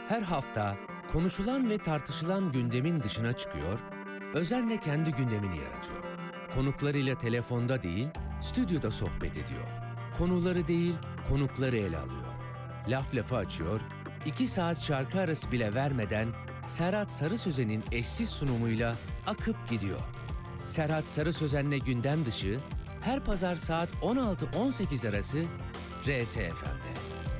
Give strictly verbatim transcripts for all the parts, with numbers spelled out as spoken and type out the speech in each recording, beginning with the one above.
Her hafta konuşulan ve tartışılan gündemin dışına çıkıyor, özenle kendi gündemini yaratıyor. Konuklarıyla telefonda değil, stüdyoda sohbet ediyor. Konuları değil, konukları ele alıyor. Laf lafı açıyor, iki saat şarkı arası bile vermeden Serhat Sarı Sözen'in eşsiz sunumuyla akıp gidiyor. Serhat Sarı Sözen'le gündem dışı, her pazar saat on altı on sekiz arası R S F M'de.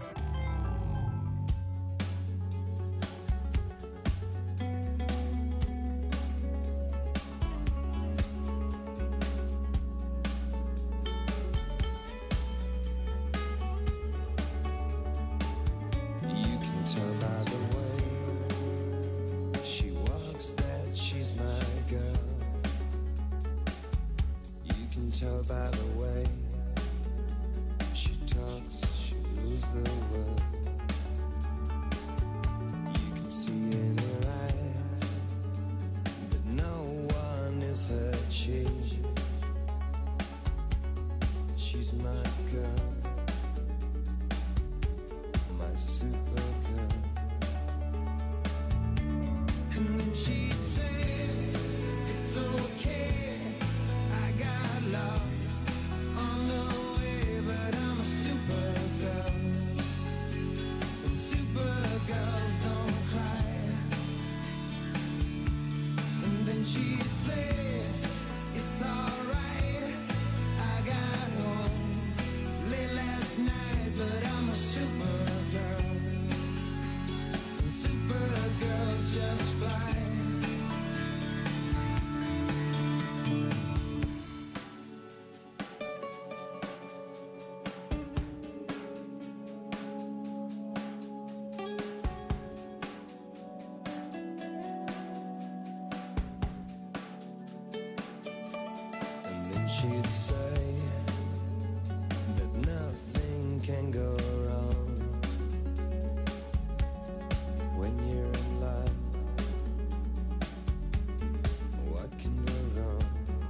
She'd say that nothing can go wrong when you're in love. What can go wrong?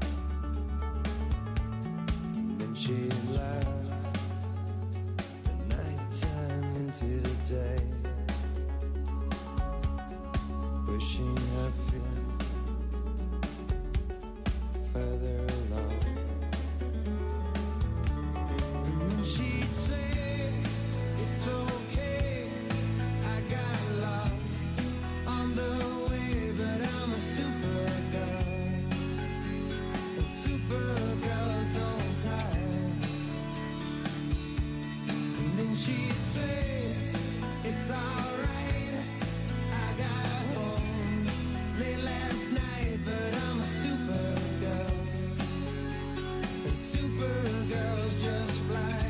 Then she'd laugh the night time into the day, pushing her feet further along. She'd say, it's okay, I got lost on the way, but I'm a supergirl, and supergirls don't cry. And then she'd say, it's alright, I got home late last night, but I'm a supergirl, and supergirls just fly.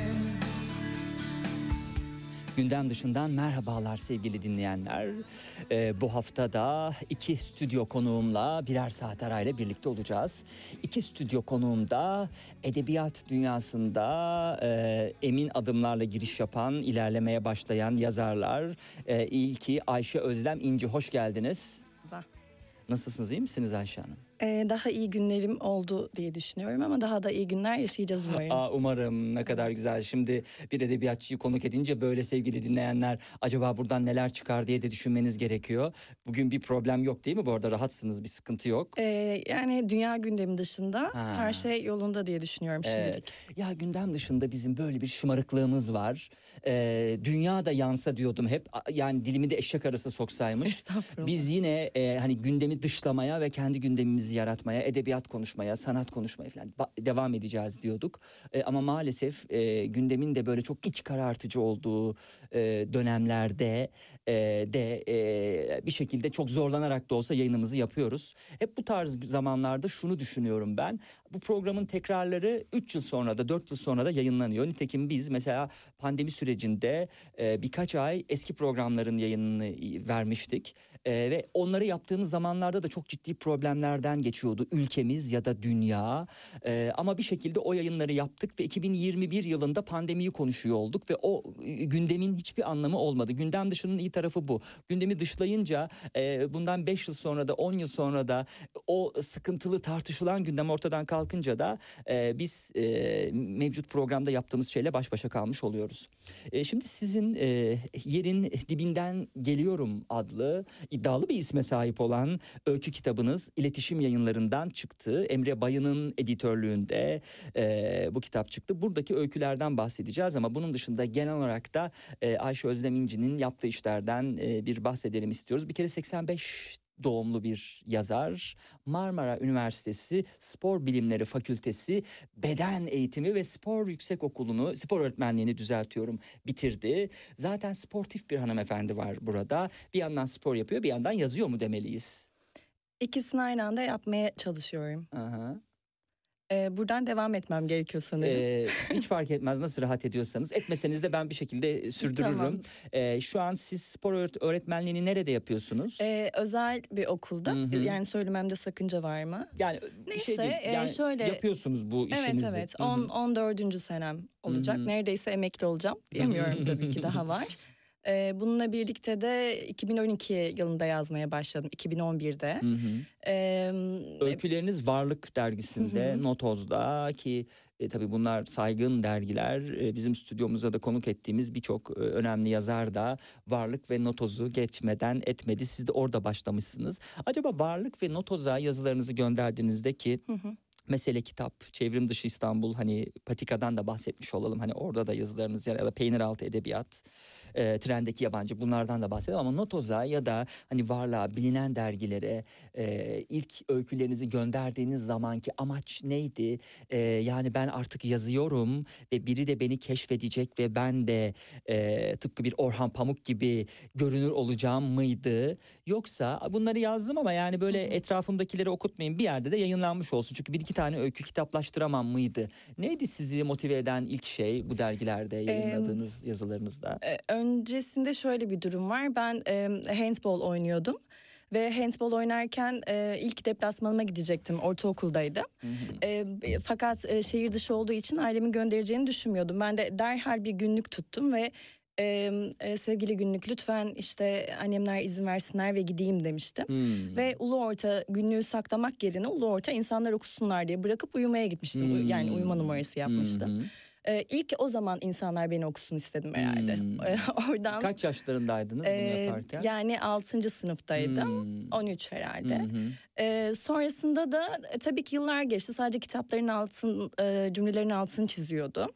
Gündem dışından merhabalar sevgili dinleyenler. Ee, bu hafta da iki stüdyo konuğumla birer saat arayla birlikte olacağız. İki stüdyo konuğum da edebiyat dünyasında e, emin adımlarla giriş yapan, ilerlemeye başlayan yazarlar. E, ilki Ayşe Özlem İnci, hoş geldiniz. Bah. Nasılsınız, iyi misiniz Ayşe Hanım? Ee, daha iyi günlerim oldu diye düşünüyorum ama daha da iyi günler yaşayacağız umarım. Aa, umarım, ne kadar güzel. Şimdi bir edebiyatçıyı konuk edince böyle sevgili dinleyenler acaba buradan neler çıkar diye de düşünmeniz gerekiyor. Bugün bir problem yok değil mi? Bu arada rahatsınız, bir sıkıntı yok. Ee, yani dünya gündemi dışında Ha. her şey yolunda diye düşünüyorum şimdilik. Ee, ya gündem dışında bizim böyle bir şımarıklığımız var. Ee, dünya da yansa diyordum hep. Yani dilimi de eşek arası soksaymış. Estağfurullah. Biz yine e, hani gündemi dışlamaya ve kendi gündemimizi yaratmaya, edebiyat konuşmaya, sanat konuşmaya falan devam edeceğiz diyorduk. E, ama maalesef e, gündemin de böyle çok iç karartıcı olduğu e, dönemlerde e, de e, bir şekilde çok zorlanarak da olsa yayınımızı yapıyoruz. Hep bu tarz zamanlarda şunu düşünüyorum ben. Bu programın tekrarları üç yıl sonra da dört yıl sonra da yayınlanıyor. Nitekim biz mesela pandemi sürecinde e, birkaç ay eski programların yayınını vermiştik. E, ve onları yaptığımız zamanlarda da çok ciddi problemlerden geçiyordu ülkemiz ya da dünya. E, ama bir şekilde o yayınları yaptık ve iki bin yirmi bir yılında pandemiyi konuşuyor olduk ve o e, gündemin hiçbir anlamı olmadı. Gündem dışının iyi tarafı bu. Gündemi dışlayınca e, bundan beş yıl sonra da on yıl sonra da o sıkıntılı tartışılan gündem ortadan kalktı. kalkınca da e, biz e, mevcut programda yaptığımız şeyle baş başa kalmış oluyoruz. E, şimdi sizin e, Yerin Dibinden Geliyorum adlı iddialı bir isme sahip olan öykü kitabınız İletişim Yayınları'ndan çıktı. Emre Bayın'ın editörlüğünde e, bu kitap çıktı. Buradaki öykülerden bahsedeceğiz ama bunun dışında genel olarak da e, Ayşe Özlem İnci'nin yaptığı işlerden e, bir bahsedelim istiyoruz. Bir kere seksen beş doğumlu bir yazar. Marmara Üniversitesi Spor Bilimleri Fakültesi Beden Eğitimi ve Spor Yüksekokulu'nu, spor öğretmenliğini düzeltiyorum, bitirdi. Zaten sportif bir hanımefendi var burada. Bir yandan spor yapıyor, bir yandan yazıyor mu demeliyiz? İkisini aynı anda yapmaya çalışıyorum. Aha. Ee, buradan devam etmem gerekiyor sanırım. Ee, hiç fark etmez, nasıl rahat ediyorsanız. Etmeseniz de ben bir şekilde sürdürürüm. Tamam. Ee, şu an siz spor öğret- öğretmenliğini nerede yapıyorsunuz? Ee, özel bir okulda. Hı hı. Yani söylememde sakınca var mı? Yani Neyse, şey değil, e, yani şöyle- yapıyorsunuz bu Evet işinizi. evet. Hı hı. on on dördüncü senem olacak. Hı hı. Neredeyse emekli olacağım. Diyemiyorum tabii ki, daha var. Ee, bununla birlikte de iki bin on iki yılında yazmaya başladım. iki bin on birde. Hı hı. Ee, Öyküleriniz Varlık dergisinde, Hı hı. Notoz'da ki e, tabii bunlar saygın dergiler. E, bizim stüdyomuza da konuk ettiğimiz birçok e, önemli yazar da Varlık ve Notoz'u geçmeden etmedi. Siz de orada başlamışsınız. Acaba Varlık ve Notoz'a yazılarınızı gönderdiğinizde ki hı hı. Mesele Kitap, Çevrim Dışı İstanbul, hani Patika'dan da bahsetmiş olalım. Hani orada da yazılarınız ya da Peyniraltı Edebiyat, e, Trendeki Yabancı, bunlardan da bahsedelim. Ama Notoz'a ya da hani Varlığa, bilinen dergilere e, ilk öykülerinizi gönderdiğiniz zamanki amaç neydi? E, yani ben artık yazıyorum ve biri de beni keşfedecek ve ben de e, tıpkı bir Orhan Pamuk gibi görünür olacağım mıydı? Yoksa bunları yazdım ama yani böyle etrafımdakileri okutmayayım, bir yerde de yayınlanmış olsun. Çünkü bir iki tane öykü kitaplaştıramam mıydı? Neydi sizi motive eden ilk şey bu dergilerde yayınladığınız yazılarınızda? Ee, öncesinde şöyle bir durum var. Ben e, handball oynuyordum. Ve handball oynarken e, ilk deplasmanıma gidecektim. Ortaokuldaydım. Hı hı. E, fakat e, şehir dışı olduğu için ailemin göndereceğini düşünmüyordum. Ben de derhal bir günlük tuttum ve e, e, sevgili günlük, lütfen işte annemler izin versinler ve gideyim demiştim. Hmm. Ve ulu orta günlüğü saklamak yerine ulu orta insanlar okusunlar diye bırakıp uyumaya gitmiştim. Hmm. Yani uyuma numarası yapmıştım. Hı hı. Ee, ilk o zaman insanlar beni okusun istedim herhalde. Hmm. Ee, oradan Kaç yaşlarındaydınız e, bunu yaparken? yani altıncı sınıftaydım. Hmm. on üç herhalde. Hı hı. Ee, sonrasında da e, tabii ki yıllar geçti. Sadece kitapların altın e, cümlelerin altını çiziyordum.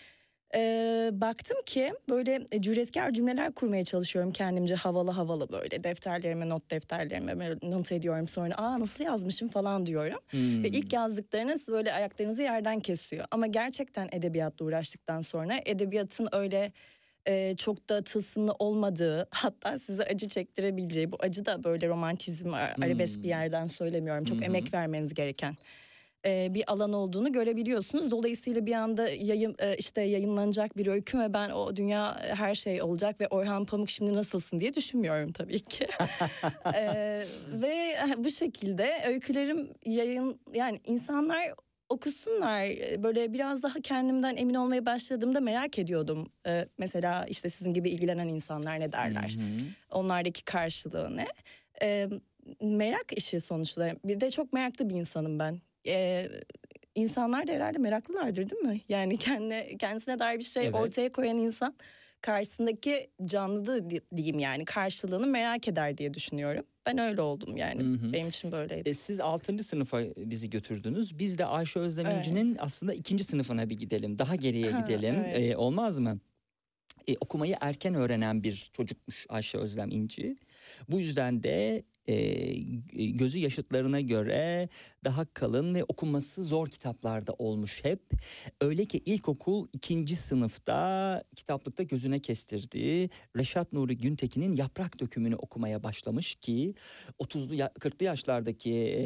Ee, baktım ki böyle e, cüretkar cümleler kurmaya çalışıyorum kendimce, havalı havalı böyle defterlerime, not defterlerime böyle not ediyorum, sonra aa nasıl yazmışım falan diyorum. Hmm. Ve ilk yazdıklarınız böyle ayaklarınızı yerden kesiyor. Ama gerçekten edebiyatla uğraştıktan sonra edebiyatın öyle e, çok da tılsımlı olmadığı, hatta size acı çektirebileceği, bu acı da böyle romantizm, arabesk bir yerden söylemiyorum. Çok Hı hı. emek vermeniz gereken e, bir alan olduğunu görebiliyorsunuz. Dolayısıyla bir anda yayın, e, işte yayımlanacak bir öykü ve ben o dünya her şey olacak ve Orhan Pamuk şimdi nasılsın diye düşünmüyorum tabii ki. E, ve bu şekilde öykülerim yayın, yani insanlar okusunlar. Böyle biraz daha kendimden emin olmaya başladığımda merak ediyordum. E, mesela işte sizin gibi ilgilenen insanlar ne derler? Hı hı. Onlardaki karşılığı ne? E, merak işi sonuçta. Bir de çok meraklı bir insanım ben. Ee, insanlar da herhalde meraklılardır değil mi? Yani kendine, kendisine dair bir şey Evet. ortaya koyan insan karşısındaki canlı da di- diyeyim, yani karşılığını merak eder diye düşünüyorum. Ben öyle oldum yani. Hı hı. Benim için böyleydi. E, siz altıncı sınıfa bizi götürdünüz. Biz de Ayşe Özlem Evet. İnci'nin aslında ikinci sınıfına bir gidelim. Daha geriye Ha, gidelim. evet. E, olmaz mı? E, okumayı erken öğrenen bir çocukmuş Ayşe Özlem İnci. Bu yüzden de e, gözü yaşıtlarına göre daha kalın ve okunması zor kitaplarda olmuş hep. Öyle ki ilkokul ikinci sınıfta kitaplıkta gözüne kestirdiği Reşat Nuri Güntekin'in Yaprak Dökümü'nü okumaya başlamış ki otuzlu ya- kırklı yaşlardaki e,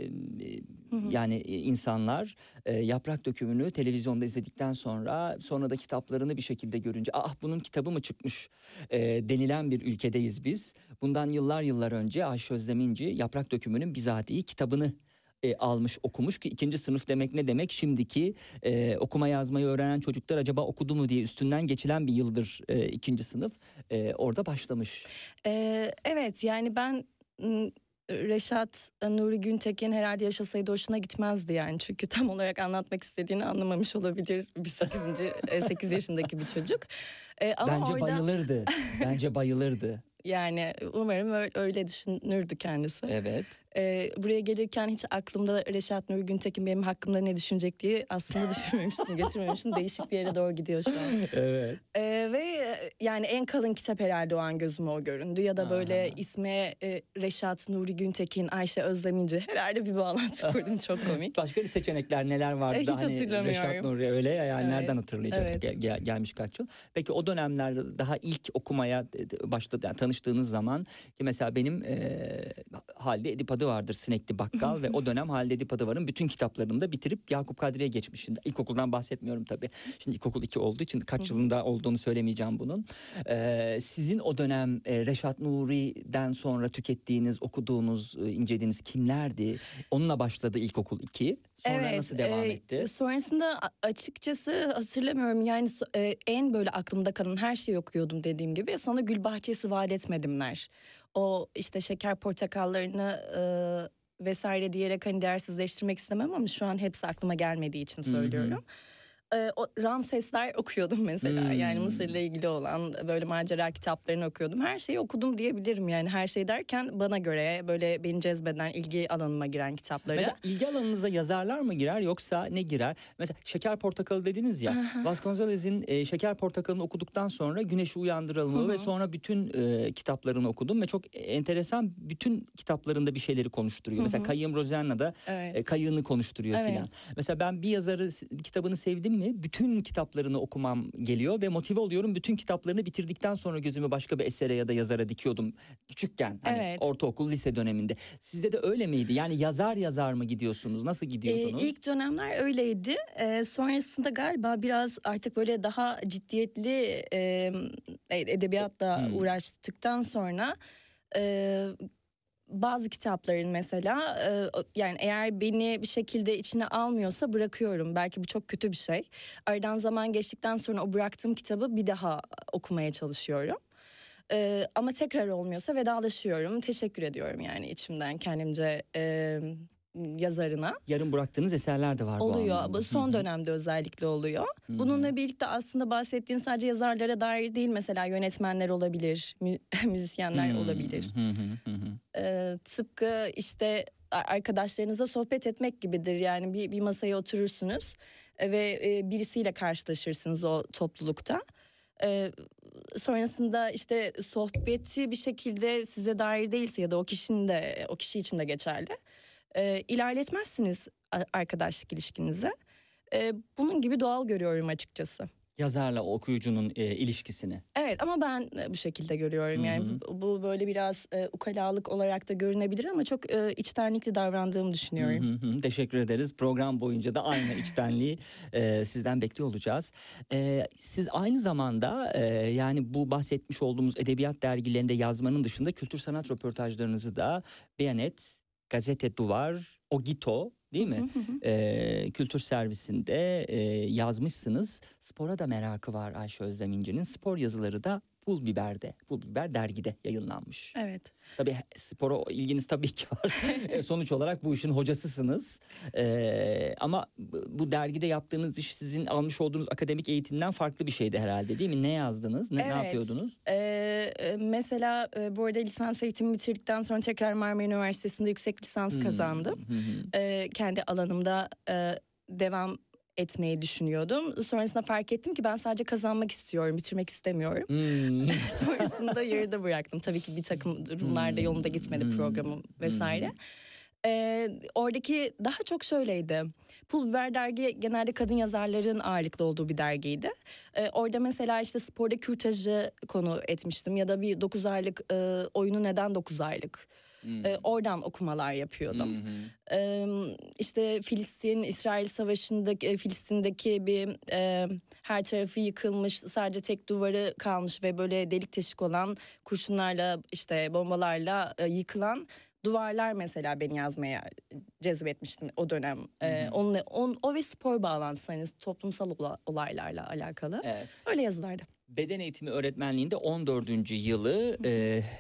Hı hı. yani insanlar e, Yaprak Dökümü'nü televizyonda izledikten sonra sonra da kitaplarını bir şekilde görünce ah bunun kitabı mı çıkmış e, denilen bir ülkedeyiz biz. Bundan yıllar yıllar önce Ayşe Özlem İnci Yaprak Dökümü'nün bizatihi kitabını e, almış, okumuş ki ikinci sınıf demek ne demek? Şimdiki e, okuma yazmayı öğrenen çocuklar acaba okudu mu diye üstünden geçilen bir yıldır e, ikinci sınıf e, orada başlamış. Ee, evet, yani ben m, Reşat Nuri Güntekin herhalde yaşasaydı hoşuna gitmezdi yani. Çünkü tam olarak anlatmak istediğini anlamamış olabilir bir sekizinci sekiz yaşındaki bir çocuk. Ee, ama Bence orada, bayılırdı. Bence bayılırdı. Yani umarım öyle, öyle düşünürdü kendisi. Evet. Ee, buraya gelirken hiç aklımda Reşat Nuri Güntekin benim hakkımda ne düşünecek diye aslında düşünmemiştim, getirmemiştim. Değişik bir yere doğru gidiyor şu an. Evet. Ee, ve yani en kalın kitap herhalde o an gözüme o göründü. Ya da böyle Aha. isme e, Reşat Nuri Güntekin, Ayşe Özlemince herhalde bir bağlantı kurdum, çok komik. Başka seçenekler neler vardı? Hiç da hani hatırlamıyorum. Reşat Nuri öyle ya, yani Evet. nereden hatırlayacak? Evet. Gel- gel- gelmiş kaç yıl. Peki o dönemlerde daha ilk okumaya başladı, yani tanıştığınız zaman ki mesela benim e, Halide Edip Adı vardır, Sinekli Bakkal ve o dönem Halide Edip Adıvar'ın bütün kitaplarını da bitirip Yakup Kadri'ye geçmişim. İlkokuldan bahsetmiyorum tabii. Şimdi ilkokul iki olduğu için kaç yılında olduğunu söylemeyeceğim bunun. E, sizin o dönem e, Reşat Nuri'den sonra tükettiğiniz, okuduğunuz, e, incelediğiniz kimlerdi? Onunla başladı ilkokul iki. Sonra Evet, nasıl devam e, etti? Sonrasında a- açıkçası hatırlamıyorum yani so- e, en böyle aklımda kalan her şeyi okuyordum dediğim gibi. Sana Gül Bahçesi Vaat Etmedimler. O işte şeker portakallarını e, vesaire diyerek hani değersizleştirmek istemem ama şu an hepsi aklıma gelmediği için söylüyorum. E, o Ramsesler okuyordum mesela. Hmm. Yani Mısır'la ilgili olan böyle macera kitaplarını okuyordum. Her şeyi okudum diyebilirim yani. Her şey derken bana göre böyle beni cezbeden, ilgi alanıma giren kitapları. Mesela ilgi alanınıza yazarlar mı girer yoksa ne girer? Mesela Şeker Portakalı dediniz ya. Vasconceles'in e, Şeker Portakalı'nı okuduktan sonra Güneşi Uyandıralım'ı ve sonra bütün e, kitaplarını okudum ve çok enteresan, bütün kitaplarında bir şeyleri konuşturuyor. Mesela Kayyım Rosenna'da Evet. e, kayığını konuşturuyor Evet. filan. Mesela ben bir yazarı, bir kitabını sevdim mi bütün kitaplarını okumam geliyor ve motive oluyorum. Bütün kitaplarını bitirdikten sonra gözümü başka bir esere ya da yazara dikiyordum küçükken. Hani Evet. ortaokul, lise döneminde. Sizde de öyle miydi? Yani yazar yazar mı gidiyorsunuz? Nasıl Ee, gidiyordunuz? ilk dönemler öyleydi. Ee, sonrasında galiba biraz artık böyle daha ciddiyetli e, edebiyatla Hmm. uğraştıktan sonra e, bazı kitapların mesela e, yani eğer beni bir şekilde içine almıyorsa bırakıyorum. Belki bu çok kötü bir şey. Aradan zaman geçtikten sonra o bıraktığım kitabı bir daha okumaya çalışıyorum. Ee, ama tekrar olmuyorsa vedalaşıyorum. Teşekkür ediyorum yani içimden kendimce e, yazarına. Yarım bıraktığınız eserler de var bu Oluyor. anlamda. Bu son Hı hı. dönemde özellikle oluyor. Bununla birlikte aslında bahsettiğin sadece yazarlara dair değil, mesela yönetmenler olabilir, mü- müzisyenler Hmm. olabilir. Hı hı hı hı. Ee, tıpkı işte arkadaşlarınızla sohbet etmek gibidir. Yani bir, bir masaya oturursunuz ve e, birisiyle karşılaşırsınız o toplulukta. Ee, sonrasında işte sohbeti bir şekilde size dair değilse ya da o kişinin de o kişi için de geçerli. Ee, ilerletmezsiniz a- arkadaşlık ilişkinizi. Ee, bunun gibi doğal görüyorum açıkçası. Yazarla okuyucunun e, ilişkisini. Evet ama ben e, bu şekilde görüyorum. Yani bu, bu böyle biraz e, ukalalık olarak da görünebilir ama çok e, içtenlikli davrandığımı düşünüyorum. Hı hı hı. Teşekkür ederiz. Program boyunca da aynı içtenliği e, sizden bekliyor olacağız. E, siz aynı zamanda e, yani bu bahsetmiş olduğumuz edebiyat dergilerinde yazmanın dışında kültür sanat röportajlarınızı da Beyanet, Gazete Duvar, Ogito değil mi? E, kültür servisinde e, yazmışsınız. Spora da merakı var Ayşe Özlem İnce'nin. Spor yazıları da Pul Biber'de, Pul Biber dergide yayınlanmış. Evet. Tabii spora ilginiz tabii ki var. E, Sonuç olarak bu işin hocasısınız. Ee, ama bu dergide yaptığınız iş sizin almış olduğunuz akademik eğitimden farklı bir şeydi herhalde, değil mi? Ne yazdınız? Ne, ne Evet. yapıyordunuz? Ee, e, mesela e, bu arada lisans eğitimi bitirdikten sonra tekrar Marmara Üniversitesi'nde yüksek lisans Hmm. kazandım. Hı hı. Ee, kendi alanımda e, devam etmeyi düşünüyordum. Sonrasında fark ettim ki ben sadece kazanmak istiyorum, bitirmek istemiyorum. Hmm. Sonrasında yarıda bıraktım. Tabii ki bir takım durumlarda yolunda gitmedi Hmm. programım vesaire. Ee, oradaki daha çok şöyleydi. Pul Biber dergi genelde kadın yazarların ağırlıklı olduğu bir dergiydi. Ee, orada mesela işte sporda kürtajı konu etmiştim. Ya da bir dokuz aylık e, oyunu neden dokuz aylık? Hmm. Ee, oradan okumalar yapıyordum. Ee, işte Filistin, İsrail Savaşı'ndaki, e, Filistin'deki bir e, her tarafı yıkılmış, sadece tek duvarı kalmış ve böyle delik teşik olan kurşunlarla, işte bombalarla e, yıkılan duvarlar mesela beni yazmaya cezbetmiştim o dönem. Ee, onunla, on, o ve spor bağlantısı, hani toplumsal ola- olaylarla alakalı. Evet. Öyle yazılardı. Beden eğitimi öğretmenliğinde on dördüncü yılı e,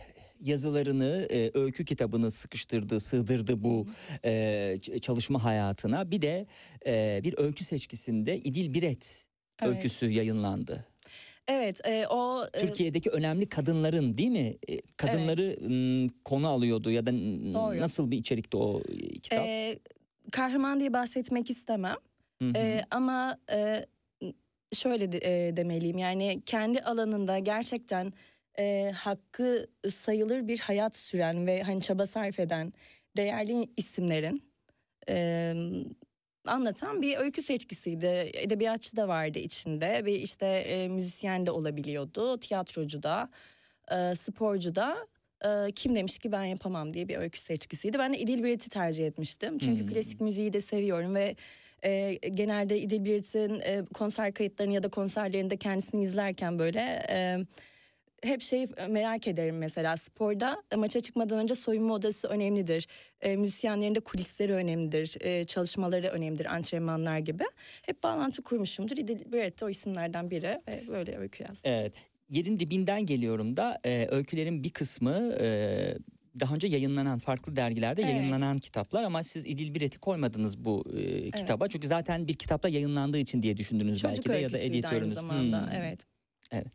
yazılarını, e, öykü kitabını sıkıştırdı, sığdırdı bu e, ç- çalışma hayatına. Bir de e, bir öykü seçkisinde İdil Biret Evet. öyküsü yayınlandı. Evet, e, o e, Türkiye'deki önemli kadınların, değil mi? E, Kadınları m, konu alıyordu ya da n- Doğru. nasıl bir içerikti o e, kitap? e, kahraman diye bahsetmek istemem. Hı hı. E, ama e, şöyle de, e, demeliyim, yani kendi alanında gerçekten e, hakkı sayılır bir hayat süren ve hani çaba sarf eden değerli isimlerin e, anlatan bir öykü seçkisiydi. Edebiyatçı da vardı içinde ve işte e, müzisyen de olabiliyordu, tiyatrocu da, e, sporcu da. E, kim demiş ki ben yapamam diye bir öykü seçkisiydi. Ben de İdil Biret'i tercih etmiştim. Çünkü Hmm. klasik müziği de seviyorum ve e, genelde İdil Biret'in e, konser kayıtlarını ya da konserlerinde kendisini izlerken böyle e, hep şey merak ederim, mesela sporda e, maça çıkmadan önce soyunma odası önemlidir. E, müzisyenlerin de kulisleri önemlidir. E, çalışmaları önemlidir, antrenmanlar gibi. Hep bağlantı kurmuşumdur. İdil Biret de o isimlerden biri ve böyle öykü yazdım. Evet. Yerin dibinden geliyorum da e, öykülerin bir kısmı e, daha önce yayınlanan farklı dergilerde Evet. yayınlanan kitaplar ama siz İdil Biret'i koymadınız bu e, kitaba. Çünkü zaten bir kitapta yayınlandığı için diye düşündünüz Çocuk belki de ya da öyküsüydü aynı editörünüz. zamanda. Hmm. Evet. Evet.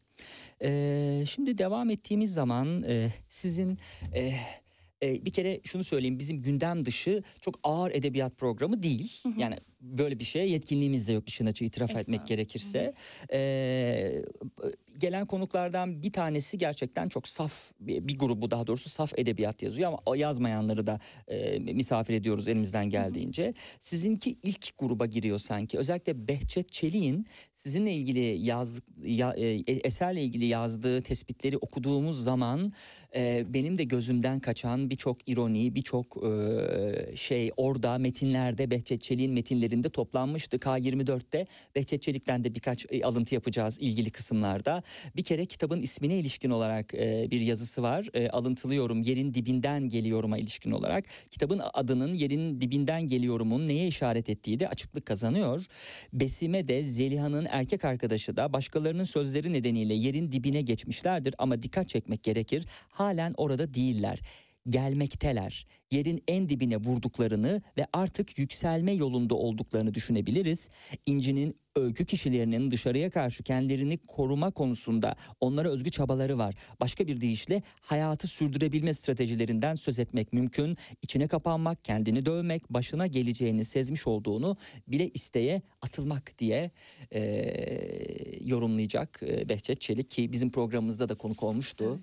Ee, şimdi devam ettiğimiz zaman e, sizin e, e, bir kere şunu söyleyeyim, bizim gündem dışı çok ağır edebiyat programı değil. Hı hı. Yani böyle bir şeye yetkinliğimiz de yok, işin açığı itiraf etmek Estağfurullah. gerekirse. Ee, gelen konuklardan bir tanesi gerçekten çok saf bir, bir grubu, daha doğrusu saf edebiyat yazıyor ama o yazmayanları da e, misafir ediyoruz elimizden geldiğince. Sizinki ilk gruba giriyor sanki. Özellikle Behçet Çelik'in sizinle ilgili yazdık ya, e, eserle ilgili yazdığı tespitleri okuduğumuz zaman e, benim de gözümden kaçan birçok ironi, birçok e, şey orada metinlerde, Behçet Çelik'in metinlerinde toplanmıştı. K yirmi dörtte Behçet Çelik'ten de birkaç e, alıntı yapacağız ilgili kısımlarda. Bir kere kitabın ismine ilişkin olarak e, bir yazısı var. E, alıntılıyorum, yerin dibinden geliyorum'a ilişkin olarak. Kitabın adının yerin dibinden geliyorumun neye işaret ettiği de açıklık kazanıyor. Besime de Zeliha'nın erkek arkadaşı da başkalarının sözleri nedeniyle yerin dibine geçmişlerdir ama dikkat çekmek gerekir, halen orada değiller. Gelmekteler. Yerin en dibine vurduklarını ve artık yükselme yolunda olduklarını düşünebiliriz. İnci'nin öykü kişilerinin dışarıya karşı kendilerini koruma konusunda onlara özgü çabaları var. Başka bir deyişle hayatı sürdürebilme stratejilerinden söz etmek mümkün. İçine kapanmak, kendini dövmek, başına geleceğini sezmiş olduğunu bile isteye atılmak diye e, yorumlayacak e, Behçet Çelik, ki bizim programımızda da konuk olmuştu.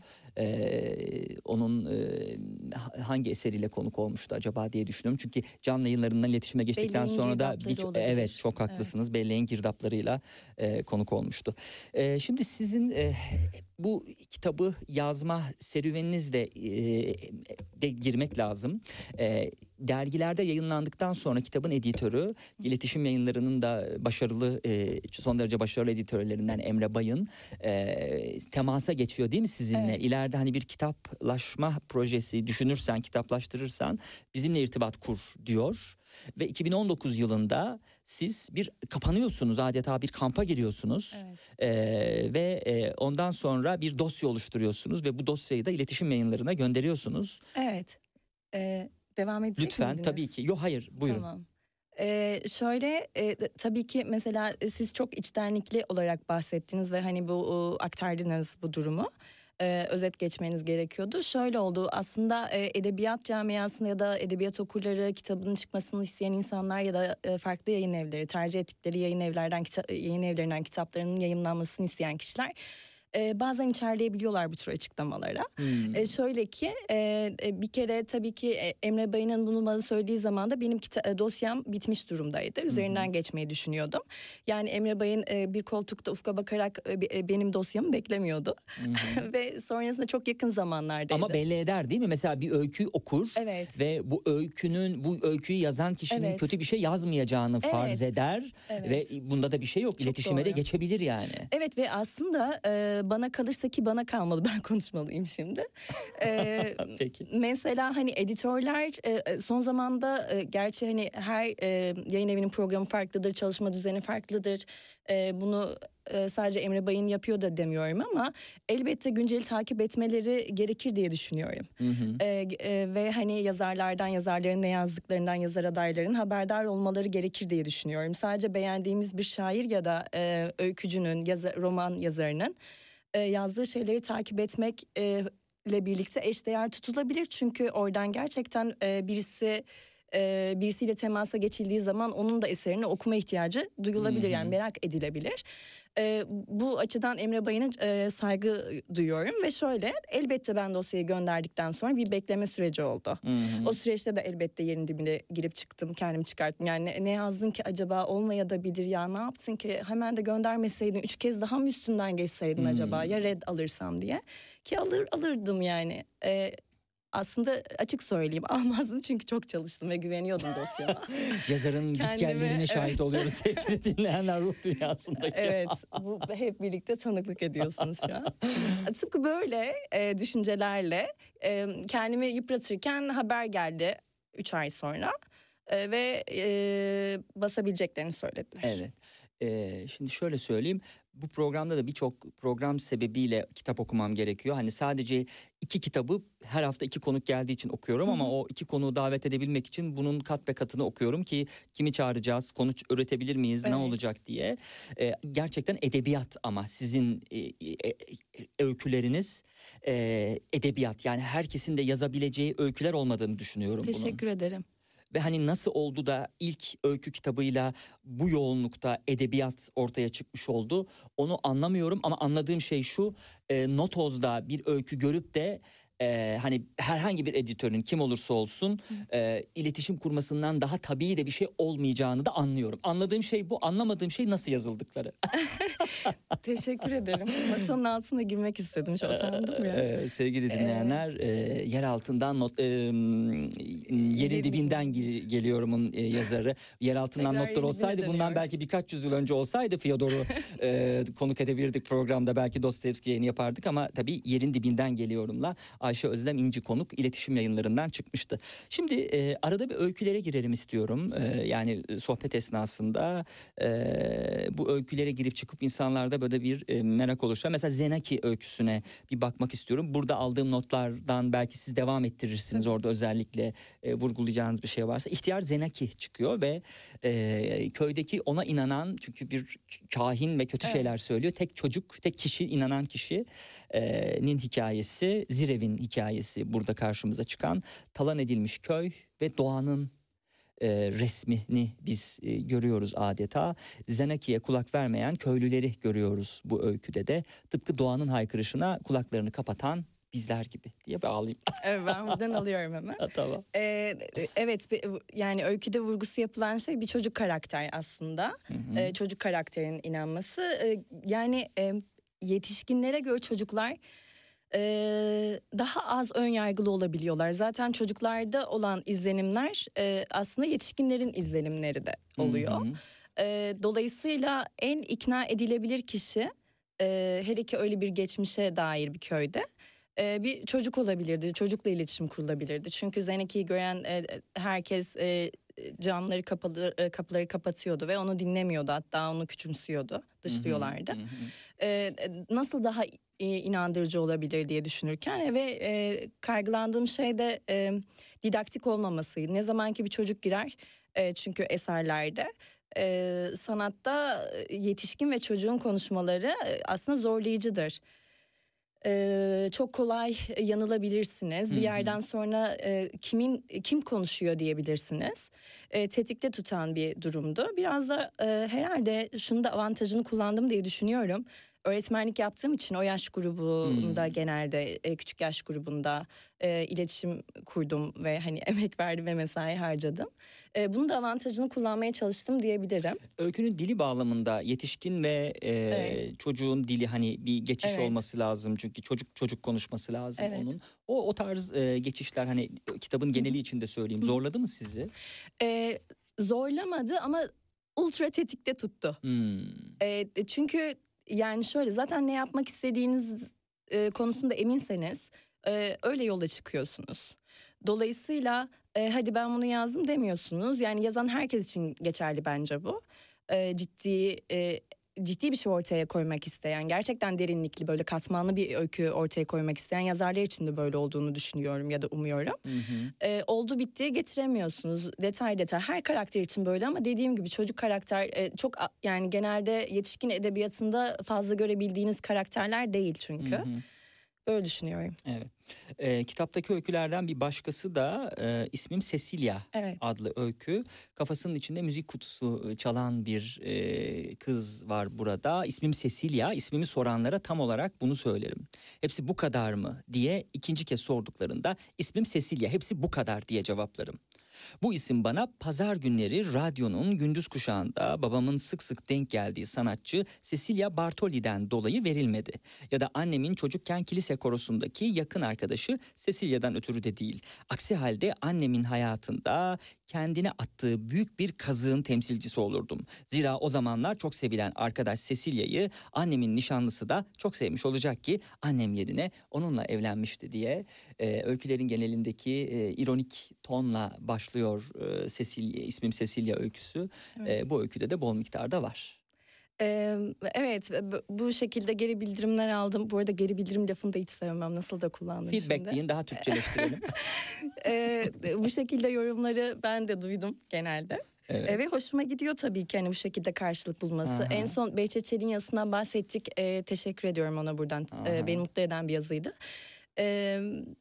E, onun e, hangi eseriyle konuk olmuştu acaba diye düşünüyorum. Çünkü canlı yayınlarından iletişime geçtikten Belleğin sonra da girdapları birçok, olabilir. evet çok haklısınız. Belleğin girdaplarıyla e, konuk olmuştu. E, şimdi sizin e, bu kitabı yazma serüveninizle e, de girmek lazım. E, dergilerde yayınlandıktan sonra kitabın editörü, iletişim yayınlarının da başarılı, e, son derece başarılı editörlerinden Emre Bayın e, temasa geçiyor değil mi sizinle? Evet. İleride hani bir kitaplaşma projesi düşünürsen, kitaplaştırırsan bizimle irtibat kur diyor. Ve iki bin on dokuz yılında siz bir kapanıyorsunuz, adeta bir kampa giriyorsunuz. Evet. Ee, ve e, ondan sonra bir dosya oluşturuyorsunuz ve bu dosyayı da iletişim yayınlarına gönderiyorsunuz. Evet. Ee, devam edecek Lütfen, miydiniz? tabii ki. Yok, hayır, buyurun. Tamam. Ee, şöyle e, tabii ki mesela siz çok içtenlikli olarak bahsettiniz ve hani bu e, aktardınız bu durumu. Ee, özet geçmeniz gerekiyordu. Şöyle oldu aslında, e, edebiyat camiasında ya da edebiyat okurları, kitabının çıkmasını isteyen insanlar ya da e, farklı yayın evleri, tercih ettikleri yayın evlerden kita- yayın evlerinden kitaplarının yayımlanmasını isteyen kişiler e, bazen içerleyebiliyorlar bu tür açıklamalara. Hmm. E, şöyle ki e, e, bir kere tabii ki e, Emre Bayın'ın bunu bana söylediği zaman da benim kita- e, dosyam bitmiş durumdaydı. Üzerinden geçmeyi düşünüyordum. Yani Emre Bayın e, bir koltukta ufka bakarak e, be- e, benim dosyamı beklemiyordu. Ve sonrasında çok yakın zamanlardaydı. Ama belli eder değil mi? Mesela bir öykü okur Evet. ve bu öykünün, bu öyküyü yazan kişinin Evet. kötü bir şey yazmayacağını Evet. farz eder. Evet. Ve bunda da bir şey yok. Çok İletişime de doğru. geçebilir yani. Evet ve aslında e, bana kalırsa, ki bana kalmalı, ben konuşmalıyım şimdi. E, Peki. Mesela hani editörler e, son zamanda e, gerçi hani her e, yayın evinin programı farklıdır, çalışma düzeni farklıdır. E, bunu e, sadece Emre Bay'ın yapıyor da demiyorum ama elbette günceli takip etmeleri gerekir diye düşünüyorum. Hı hı. E, e, ve hani yazarlardan, yazarların ne yazdıklarından, yazar adaylarının haberdar olmaları gerekir diye düşünüyorum. Sadece beğendiğimiz bir şair ya da e, öykücünün, yaza, roman yazarının e, yazdığı şeyleri takip etmek e, ile birlikte eşdeğer tutulabilir. Çünkü oradan gerçekten e, birisi e, birisiyle temasa geçildiği zaman onun da eserini okuma ihtiyacı duyulabilir. Hı hı. Yani merak edilebilir. E, bu açıdan Emre Bayın'a e, saygı duyuyorum ve şöyle, elbette ben dosyayı gönderdikten sonra bir bekleme süreci oldu. Hı hı. O süreçte de elbette yerin dibine girip çıktım, kendimi çıkarttım. Yani ne, ne yazdın ki acaba, olmaya da bilir ya, ne yaptın ki hemen de göndermeseydin, üç kez daha mı üstünden geçseydin Hmm. acaba, ya red alırsam diye. Ki alır alırdım yani. Ee, aslında açık söyleyeyim, almazdım çünkü çok çalıştım ve güveniyordum dosyama. Yazarın Kendimi, gitgellerine şahit evet. oluyoruz sevgili dinleyenler, ruh dünyasındaki. Evet, bu hep birlikte tanıklık ediyorsunuz şu an. Tıpkı böyle e, düşüncelerle e, kendimi yıpratırken haber geldi üç ay sonra e, ve e, basabileceklerini söylediler. Evet. Ee, şimdi şöyle söyleyeyim. Bu programda da birçok program sebebiyle kitap okumam gerekiyor. Hani sadece iki kitabı her hafta iki konuk geldiği için okuyorum ama o iki konuğu davet edebilmek için bunun kat be katını okuyorum ki kimi çağıracağız, konu üretebilir miyiz, Evet. ne olacak diye. Ee, gerçekten edebiyat ama sizin e, e, öyküleriniz e, edebiyat. Yani herkesin de yazabileceği öyküler olmadığını düşünüyorum bunun. Teşekkür ederim. Ve hani nasıl oldu da ilk öykü kitabıyla bu yoğunlukta edebiyat ortaya çıkmış oldu, onu anlamıyorum. Ama anladığım şey şu, e, Notoz'da bir öykü görüp de e, hani herhangi bir editörün kim olursa olsun e, iletişim kurmasından daha tabii de bir şey olmayacağını da anlıyorum. Anladığım şey bu, anlamadığım şey nasıl yazıldıkları. Teşekkür ederim. Masanın altına girmek istedim. Çok utandım biraz. Ee, sevgili dinleyenler, e, yer altından not, e, yerin dibinden gel- geliyorumun e, yazarı. Yer altından Tekrar notlar yerin olsaydı, dibine bundan dönüyor. belki birkaç yüzyıl önce olsaydı Fyodor'u e, konuk edebilirdik programda, belki Dostoyevski yayını yapardık ama tabii yerin dibinden geliyorumla Ayşe Özlem İnci konuk, iletişim yayınlarından çıkmıştı. Şimdi e, arada bir öykülere girelim istiyorum. E, yani sohbet esnasında e, bu öykülere girip çıkıp insanlarda böyle bir e, merak oluşuyor. Mesela Zenaki öyküsüne bir bakmak istiyorum. Burada aldığım notlardan belki siz devam ettirirsiniz. Orada özellikle e, vurgulayacağınız bir şey varsa. İhtiyar Zenaki çıkıyor ve e, köydeki ona inanan, çünkü bir kahin ve kötü Evet. şeyler söylüyor. Tek çocuk, tek kişi, inanan kişinin hikayesi, Zirev'in hikayesi burada karşımıza çıkan. Talan edilmiş köy ve doğanın e, resmini biz e, görüyoruz adeta. Zenaki'ye kulak vermeyen köylüleri görüyoruz bu öyküde de. Tıpkı doğanın haykırışına kulaklarını kapatan bizler gibi diye bağlayayım. Evet, ben buradan alıyorum hemen. Ha, tamam. Ee, evet, yani öyküde vurgusu yapılan şey bir çocuk karakter aslında. Hı hı. Ee, çocuk karakterinin inanması. Ee, yani e, yetişkinlere göre çocuklar e, daha az ön yargılı olabiliyorlar. Zaten çocuklarda olan izlenimler e, aslında yetişkinlerin izlenimleri de oluyor. Hı hı. E, dolayısıyla en ikna edilebilir kişi, e, hele ki öyle bir geçmişe dair bir köyde, e, bir çocuk olabilirdi. Çocukla iletişim kurulabilirdi. Çünkü Zenaki'yi gören e, herkes e, camları kapalı, e, kapıları kapatıyordu ve onu dinlemiyordu. Hatta onu küçümsüyordu, dışlıyorlardı. Hı hı. E, nasıl daha e, inandırıcı olabilir diye düşünürken ve e, kaygılandığım şey de e, didaktik olmamasıydı. Ne zamanki bir çocuk girer, e, çünkü eserlerde e, sanatta e, yetişkin ve çocuğun konuşmaları e, aslında zorlayıcıdır. Ee, çok kolay yanılabilirsiniz. Hı Bir hı. yerden sonra e, kimin kim konuşuyor diyebilirsiniz. E, tetikte tutan bir durumdu. Biraz da e, herhalde şunu da avantajını kullandım diye düşünüyorum. Öğretmenlik yaptığım için o yaş grubunda, Hmm. genelde e, küçük yaş grubunda e, iletişim kurdum ve hani emek verdim ve mesai harcadım. E, bunun da avantajını kullanmaya çalıştım diyebilirim. Öykünün dili bağlamında yetişkin ve e, Evet. çocuğun dili, hani bir geçiş Evet. olması lazım, çünkü çocuk çocuk konuşması lazım Evet. onun. O o tarz e, geçişler, hani kitabın geneli için de söyleyeyim, zorladı mı sizi? E, zorlamadı ama ultra tetikte tuttu. Hmm. E, çünkü yani şöyle, zaten ne yapmak istediğiniz e, konusunda eminseniz e, öyle yola çıkıyorsunuz. Dolayısıyla e, hadi ben bunu yazdım demiyorsunuz. Yani yazan herkes için geçerli bence bu. E, ciddi e, ciddi bir şey ortaya koymak isteyen, gerçekten derinlikli böyle katmanlı bir öykü ortaya koymak isteyen yazarlar için de böyle olduğunu düşünüyorum ya da umuyorum. Hı hı. E, oldu bitti getiremiyorsunuz detay detay. Her karakter için böyle ama dediğim gibi çocuk karakter e, çok a- yani genelde yetişkin edebiyatında fazla görebildiğiniz karakterler değil çünkü. Hı hı. Böyle düşünüyorum. Evet. Ee, kitaptaki öykülerden bir başkası da e, ismim Cecilia Evet. adlı öykü. Kafasının içinde müzik kutusu çalan bir e, kız var burada. İsmim Cecilia. İsmimi soranlara tam olarak bunu söylerim. Hepsi bu kadar mı diye ikinci kez sorduklarında ismim Cecilia. Hepsi bu kadar diye cevaplarım. Bu isim bana pazar günleri radyonun gündüz kuşağında babamın sık sık denk geldiği sanatçı Cecilia Bartoli'den dolayı verilmedi. Ya da annemin çocukken kilise korosundaki yakın arkadaşı Cecilia'dan ötürü de değil. Aksi halde annemin hayatında kendine attığı büyük bir kazığın temsilcisi olurdum. Zira o zamanlar çok sevilen arkadaş Cecilia'yı annemin nişanlısı da çok sevmiş olacak ki annem yerine onunla evlenmişti diye e, öykülerin genelindeki e, ironik tonla başlıyor e, Cecilia, ismim Cecilia öyküsü. Evet. E, bu öyküde de bol miktarda var. Ee, evet b- bu şekilde geri bildirimler aldım. Bu arada geri bildirim lafını da hiç sevmem. Nasıl da kullandım Feedback şimdi. deyin, daha Türkçeleştirelim. Ee, bu şekilde yorumları ben de duydum genelde. Evet. Ee, ve hoşuma gidiyor tabii ki hani bu şekilde karşılık bulması. Aha. En son Behçet Çelik'in yazısından bahsettik. Ee, teşekkür ediyorum ona buradan. Ee, Aha. beni mutlu eden bir yazıydı. Ee,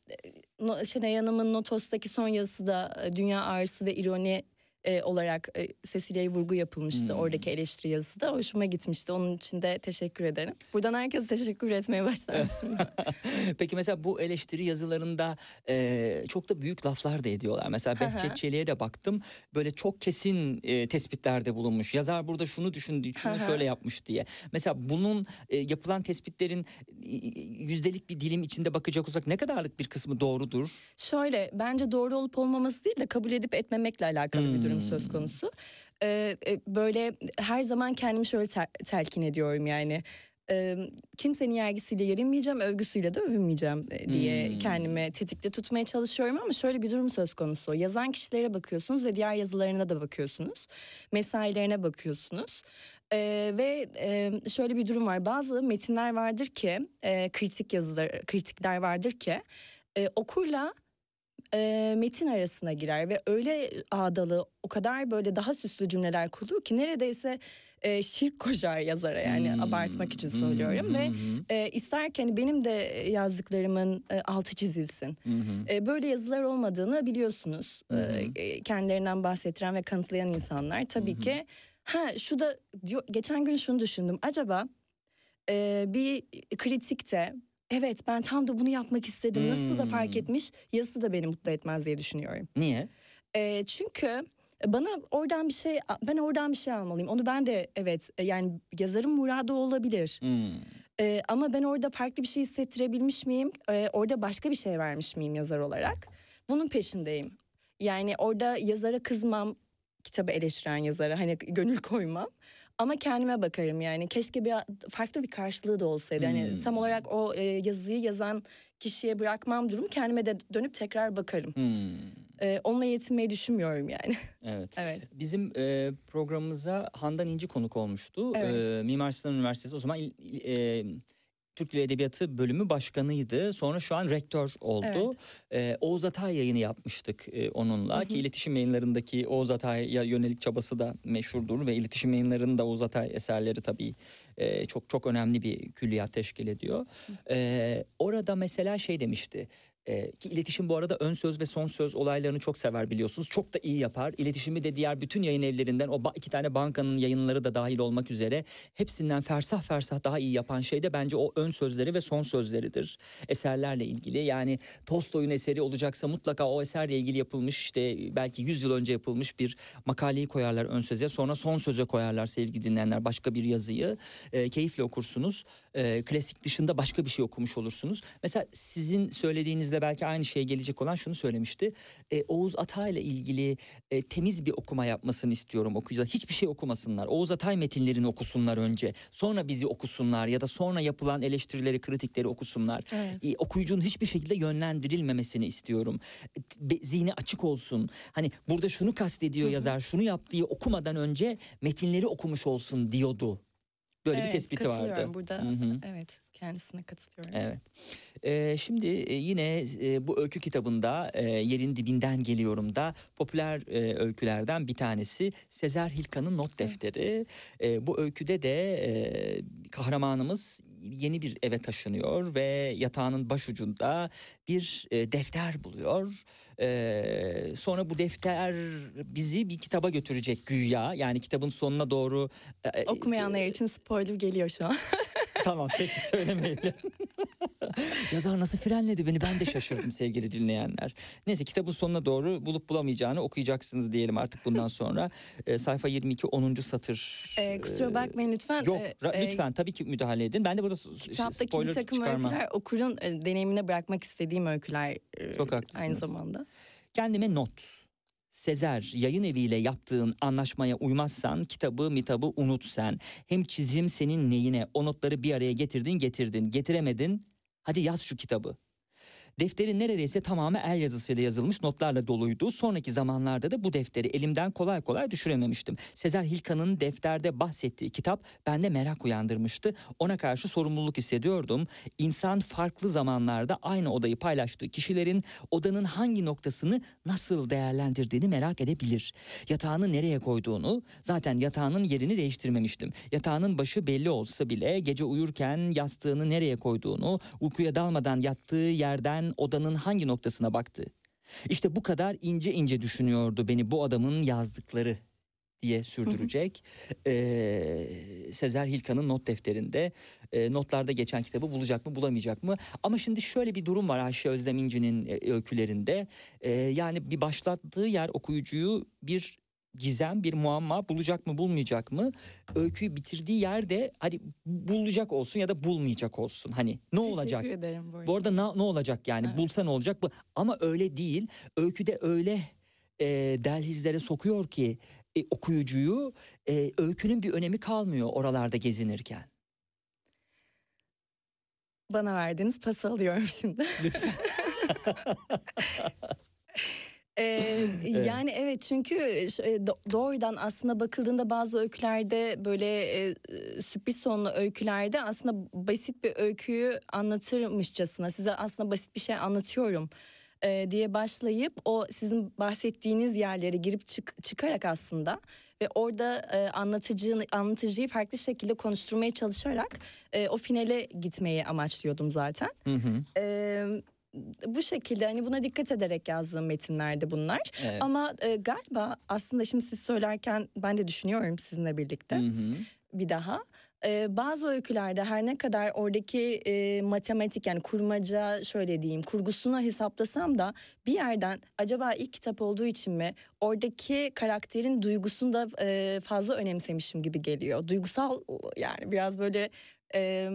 no, Şenay Hanım'ın Notos'taki son yazısı da e, dünya ağrısı ve ironi e, olarak e, Cecilia'ya vurgu yapılmıştı. Hmm. Oradaki eleştiri yazısı da hoşuma gitmişti. Onun için de teşekkür ederim. Buradan herkese teşekkür etmeye başlamıştım. Peki mesela bu eleştiri yazılarında e, çok da büyük laflar da ediyorlar. Mesela Hı hı. Behçet Çelik'e de baktım, böyle çok kesin e, tespitlerde bulunmuş. Yazar burada şunu düşündü, şunu Hı hı. şöyle yapmış diye. Mesela bunun e, yapılan tespitlerin e, yüzdelik bir dilim içinde bakacak olsak ne kadarlık bir kısmı doğrudur? Şöyle bence doğru olup olmaması değil de kabul edip etmemekle alakalı bir durum Hmm. söz konusu. Ee, e, böyle her zaman kendimi şöyle ter- telkin ediyorum yani. Ee, kimsenin yergisiyle yerinmeyeceğim, övgüsüyle de övünmeyeceğim e, diye Hmm. kendimi tetikte tutmaya çalışıyorum ama şöyle bir durum söz konusu. Yazan kişilere bakıyorsunuz ve diğer yazılarına da bakıyorsunuz. Mesailerine bakıyorsunuz. Ee, ve e, şöyle bir durum var. Bazı metinler vardır ki, e, kritik yazılar, kritikler vardır ki e, okurla e, metin arasına girer ve öyle ağdalı, o kadar böyle daha süslü cümleler kurulur ki neredeyse e, şirk koşar yazara, yani Hmm. abartmak için söylüyorum Hmm. ve Hmm. e, ister ki hani benim de yazdıklarımın e, altı çizilsin. Hmm. E, böyle yazılar olmadığını biliyorsunuz. Hı hı. E, kendilerinden bahsettiren ve kanıtlayan insanlar tabii Hı hı. ki. Ha şu da diyor, geçen gün şunu düşündüm. Acaba e, bir kritikte evet ben tam da bunu yapmak istedim, nasıl da fark Hmm. etmiş, yazısı da beni mutlu etmez diye düşünüyorum. Niye? E, çünkü bana oradan bir şey, ben oradan bir şey almalıyım. Onu ben de evet yani yazarın muradı olabilir. Hmm. E, ama ben orada farklı bir şey hissettirebilmiş miyim? E, orada başka bir şey vermiş miyim yazar olarak? Bunun peşindeyim. Yani orada yazara kızmam, kitabı eleştiren yazara hani gönül koymam. Ama kendime bakarım yani keşke bir farklı bir karşılığı da olsaydı. Hmm. Yani tam olarak o e, yazıyı yazan kişiye bırakmam durum, kendime de dönüp tekrar bakarım. Hmm. E, onunla yetinmeyi düşünmüyorum yani. Evet. Evet. Bizim e, programımıza Handan İnci konuk olmuştu. Evet. E, Mimar Sinan Üniversitesi o zaman il- il- e, Türk Dili Edebiyatı bölümü başkanıydı. Sonra şu an rektör oldu. E, Oğuz Atay yayını yapmıştık e, onunla. Hı hı. Ki iletişim yayınlarındaki Oğuz Atay'a yönelik çabası da meşhurdur. Ve iletişim yayınlarının Oğuz Atay eserleri tabii e, çok çok önemli bir külliyat teşkil ediyor. E, orada mesela şey demişti. Ee, ki iletişim bu arada ön söz ve son söz olaylarını çok sever biliyorsunuz. Çok da iyi yapar. İletişimi de diğer bütün yayın evlerinden, o ba- iki tane bankanın yayınları da dahil olmak üzere hepsinden fersah fersah daha iyi yapan şey de bence o ön sözleri ve son sözleridir. Eserlerle ilgili, yani Tolstoy'un eseri olacaksa mutlaka o eserle ilgili yapılmış, işte belki yüz yıl önce yapılmış bir makaleyi koyarlar ön söze, sonra son söze koyarlar sevgili dinleyenler başka bir yazıyı. Ee, keyifle okursunuz. Ee, klasik dışında başka bir şey okumuş olursunuz. Mesela sizin söylediğinizde belki aynı şeye gelecek olan şunu söylemişti. Ee, Oğuz Atay ile ilgili e, temiz bir okuma yapmasını istiyorum okuyucular. Hiçbir şey okumasınlar. Oğuz Atay metinlerini okusunlar önce. Sonra bizi okusunlar ya da sonra yapılan eleştirileri, kritikleri okusunlar. Evet. Ee, okuyucunun hiçbir şekilde yönlendirilmemesini istiyorum. Be- zihni açık olsun. Hani burada şunu kastediyor yazar, şunu yap diye okumadan önce metinleri okumuş olsun diyordu. Böyle Evet, bir tespiti katılıyorum vardı. burada. Hı hı. Evet, kendisine katılıyorum. Evet. Ee, şimdi e, yine e, bu öykü kitabında e, Yerin Dibinden Geliyorum da popüler e, öykülerden bir tanesi Sezer Hilkan'ın not defteri. E, bu öyküde de e, kahramanımız yeni bir eve taşınıyor ve yatağının başucunda bir e, defter buluyor. E, sonra bu defter bizi bir kitaba götürecek güya. Yani kitabın sonuna doğru... e, Okumayanlar için spoiler geliyor şu an. Tamam, peki, söylemeyelim. Yazar nasıl frenledi beni, ben de şaşırdım sevgili dinleyenler. Neyse, kitabın sonuna doğru bulup bulamayacağını okuyacaksınız diyelim artık bundan sonra. E, sayfa yirmi iki onuncu satır. Ee, kusura bakmayın lütfen. Yok Ee, ra- e, lütfen tabii ki müdahale edin. Ben de burada s- Kitaptaki spoiler bir takım çıkarmam. öyküler okurun e, deneyimine bırakmak istediğim öyküler e, Çok haklısınız. aynı zamanda. Kendime not. Sezer, yayın eviyle yaptığın anlaşmaya uymazsan kitabı mitabı unut sen. Hem çizim senin neyine, o notları bir araya getirdin getirdin getiremedin. Hadi yaz şu kitabı. Defterin neredeyse tamamı el yazısıyla yazılmış notlarla doluydu. Sonraki zamanlarda da bu defteri elimden kolay kolay düşürememiştim. Sezer Hilkan'ın defterde bahsettiği kitap bende merak uyandırmıştı. Ona karşı sorumluluk hissediyordum. İnsan farklı zamanlarda aynı odayı paylaştığı kişilerin odanın hangi noktasını nasıl değerlendirdiğini merak edebilir. Yatağını nereye koyduğunu, zaten yatağının yerini değiştirmemiştim. Yatağının başı belli olsa bile gece uyurken yastığını nereye koyduğunu, uykuya dalmadan yattığı yerden odanın hangi noktasına baktı. İşte bu kadar ince ince düşünüyordu beni bu adamın yazdıkları diye sürdürecek. Ee, Sezer Hilkan'ın not defterinde e, notlarda geçen kitabı bulacak mı bulamayacak mı? Ama şimdi şöyle bir durum var Ayşe Özlem İnci'nin e, öykülerinde. E, yani bir başlattığı yer okuyucuyu bir gizem, bir muamma, bulacak mı bulmayacak mı? Öyküyü bitirdiği yerde hadi bulacak olsun ya da bulmayacak olsun. Hani ne olacak? Teşekkür ederim bu arada. Bu arada ne, ne olacak yani? Evet. Bulsa ne olacak bu? Ama öyle değil. Öyküde öyle e, delhizlere sokuyor ki e, okuyucuyu, e, öykünün bir önemi kalmıyor oralarda gezinirken. Bana verdiğiniz pası alıyorum şimdi. Lütfen. Ee, yani evet, çünkü ş- e, do- doğrudan aslında bakıldığında bazı öykülerde böyle e, e, sürpriz sonlu öykülerde aslında basit bir öyküyü anlatırmışçasına, size aslında basit bir şey anlatıyorum e, diye başlayıp o sizin bahsettiğiniz yerlere girip çık- çıkarak aslında ve orada e, anlatıcı anlatıcıyı farklı şekilde konuşturmaya çalışarak e, o finale gitmeyi amaçlıyordum zaten. Hı hı. Ee, bu şekilde hani buna dikkat ederek yazdığım metinlerdi bunlar. Evet. Ama e, galiba aslında şimdi siz söylerken ben de düşünüyorum sizinle birlikte Hı hı. bir daha. E, bazı öykülerde her ne kadar oradaki e, matematik, yani kurmaca, şöyle diyeyim, kurgusunu hesaplasam da bir yerden acaba ilk kitap olduğu için mi oradaki karakterin duygusunu da e, fazla önemsemişim gibi geliyor. Duygusal, yani biraz böyle... E,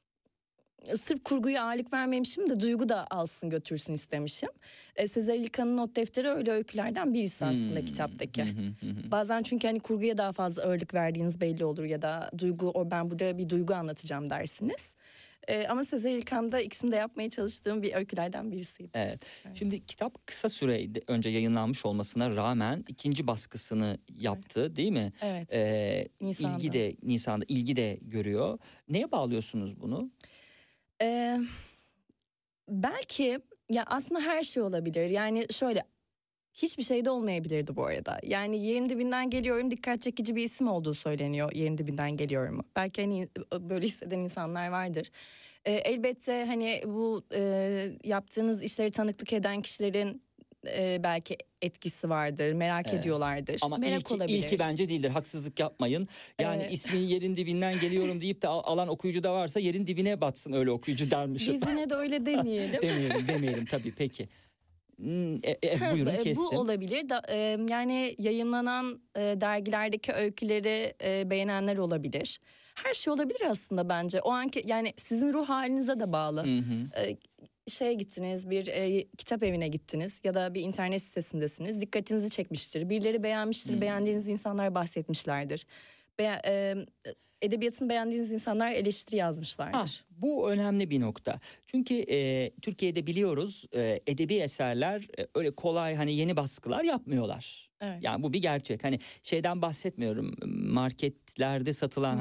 Sırf kurguya ağırlık vermemişim de duygu da alsın götürsün istemişim. E, Sezer İlkan'ın not defteri öyle öykülerden birisi aslında Hmm. kitaptaki. Hı hı hı hı. Bazen çünkü hani kurguya daha fazla ağırlık verdiğiniz belli olur ya da duygu, o ben burada bir duygu anlatacağım dersiniz. E, ama Sezer İlkan'da ikisini de yapmaya çalıştığım bir öykülerden birisiydi. Evet. Evet. Şimdi kitap kısa süre önce yayınlanmış olmasına rağmen ikinci baskısını yaptı, değil mi? Evet. Ee, Nisan'da. ilgi de Nisan'da ilgi de görüyor. Neye bağlıyorsunuz bunu? Ee, belki ya aslında her şey olabilir. Yani şöyle, hiçbir şey de olmayabilirdi bu arada. Yani Yerin Dibinden Geliyorum dikkat çekici bir isim olduğu söyleniyor. Yerin Dibinden Geliyorum. Belki hani böyle hisseden insanlar vardır. Ee, elbette hani bu e, yaptığınız işleri tanıklık eden kişilerin e, belki etkisi vardır. Merak Evet. ediyorlardır. Ama Merak ilki, olabilir. ilki bence değildir. Haksızlık yapmayın. Yani Evet. ismi Yerin Dibinden Geliyorum deyip de al- alan okuyucu da varsa yerin dibine batsın öyle okuyucu dermişim. Biz yine de öyle demeyelim. demeyelim demeyelim tabii, peki. Hmm, E, e, Ha, buyurun bu- kestim. Bu olabilir. Da, e, yani yayınlanan e, dergilerdeki öyküleri e, beğenenler olabilir. Her şey olabilir aslında bence. O anki, yani sizin ruh halinize de bağlı. Hı hı. E, şeye gittiniz, bir e, kitap evine gittiniz ya da bir internet sitesindesiniz. Dikkatinizi çekmiştir. Birileri beğenmiştir. Hmm. Beğendiğiniz insanlar bahsetmişlerdir. Be- e, edebiyatını beğendiğiniz insanlar eleştiri yazmışlardır. Ha, bu önemli bir nokta. Çünkü e, Türkiye'de biliyoruz e, edebi eserler e, öyle kolay hani yeni baskılar yapmıyorlar. Evet. Yani bu bir gerçek. Hani şeyden bahsetmiyorum. Marketlerde satılan Hı hı. hani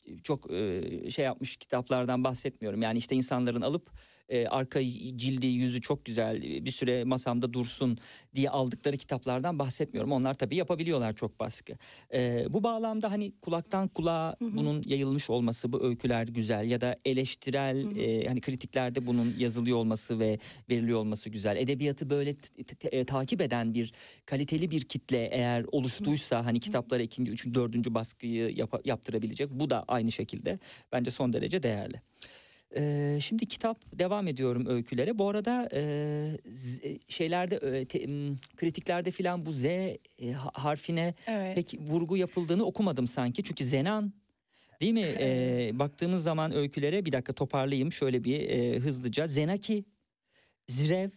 çok e, şey yapmış kitaplardan bahsetmiyorum. Yani işte insanların alıp e, arka cildi yüzü çok güzel bir süre masamda dursun diye aldıkları kitaplardan bahsetmiyorum. Onlar tabii yapabiliyorlar çok baskı. E, bu bağlamda hani kulaktan kulağa Hı hı. bunun yayılmış olması, bu öyküler güzel ya da eleştirel Hı hı. e, hani kritiklerde bunun yazılıyor olması ve veriliyor olması güzel. Edebiyatı böyle t- t- e, takip eden bir kaliteli bir kitle eğer oluştuysa hani kitaplara ikinci, üçüncü, dördüncü baskıyı yap- yaptırabilecek, bu da aynı şekilde bence son derece değerli. Ee, şimdi kitap devam ediyorum öykülere. Bu arada e, z- şeylerde e, te- m, kritiklerde filan bu Z e, ha- harfine Evet. pek vurgu yapıldığını okumadım sanki. Çünkü Zenan değil mi? Ee, baktığımız zaman öykülere bir dakika toparlayayım şöyle bir e, hızlıca. Zenaki, Zirev,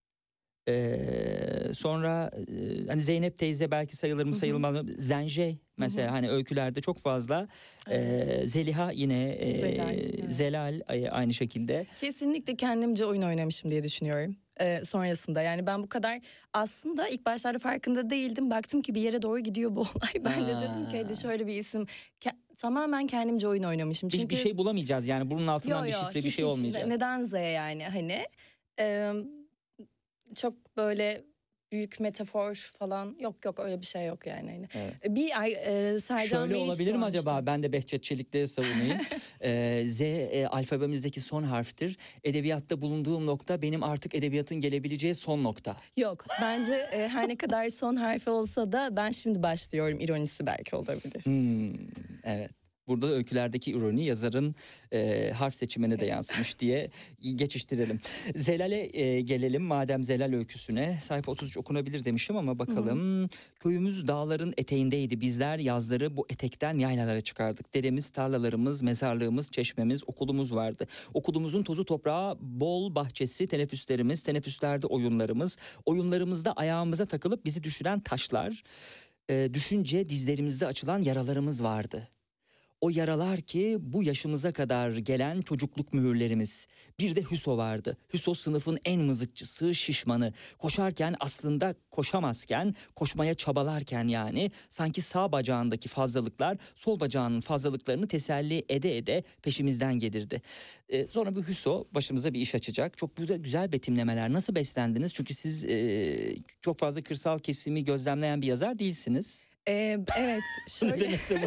Ee, sonra e, hani Zeynep teyze belki sayılır mı Hı hı. sayılmaz mı? Zenje mesela Hı hı. hani öykülerde çok fazla. Ee, Zeliha yine e, Zelal, evet. Zelal e, aynı şekilde. Kesinlikle kendimce oyun oynamışım diye düşünüyorum ee, sonrasında. Yani ben bu kadar aslında ilk başlarda farkında değildim. Baktım ki bir yere doğru gidiyor bu olay. Ben de dedim ki hadi şöyle bir isim. Ke- tamamen kendimce oyun oynamışım. Biz Çünkü bir şey bulamayacağız yani bunun altından Yo, bir yo, şifre bir hiç, şey hiç. olmayacak. Neden Z yani hani Ee, çok böyle büyük metafor falan yok yok öyle bir şey yok yani. Hani. Evet. Bir e, Sercan Şöyle Meriç olabilir mi acaba? sormuştu. Ben de Behçet Çelik'te savunayım. Ee, Z e, alfabemizdeki son harftir. Edebiyatta bulunduğum nokta benim artık edebiyatın gelebileceği son nokta. Yok bence e, her ne kadar son harfi olsa da ben şimdi başlıyorum ironisi belki olabilir. Hmm, evet. Burada da öykülerdeki ironi yazarın e, harf seçimine de yansımış diye geçiştirelim. Zelal'e e, gelelim madem Zelal öyküsüne. Sayfa otuz üç okunabilir demişim ama bakalım. Köyümüz dağların eteğindeydi. Bizler yazları bu etekten yaylalara çıkardık. Deremiz, tarlalarımız, mezarlığımız, çeşmemiz, okulumuz vardı. Okulumuzun tozu toprağı, bol bahçesi, teneffüslerimiz, teneffüslerde oyunlarımız, oyunlarımızda ayağımıza takılıp bizi düşüren taşlar, e, düşünce dizlerimizde açılan yaralarımız vardı. O yaralar ki bu yaşımıza kadar gelen çocukluk mühürlerimiz. Bir de Hüso vardı. Hüso sınıfın en mızıkçısı, şişmanı. Koşarken aslında koşamazken, koşmaya çabalarken yani sanki sağ bacağındaki fazlalıklar sol bacağının fazlalıklarını teselli ede ede peşimizden gelirdi. Ee, sonra bu Hüso başımıza bir iş açacak. Çok güzel, güzel betimlemeler. Nasıl beslendiniz? Çünkü siz e, çok fazla kırsal kesimi gözlemleyen bir yazar değilsiniz. Ee, evet şöyle. Nedense bu.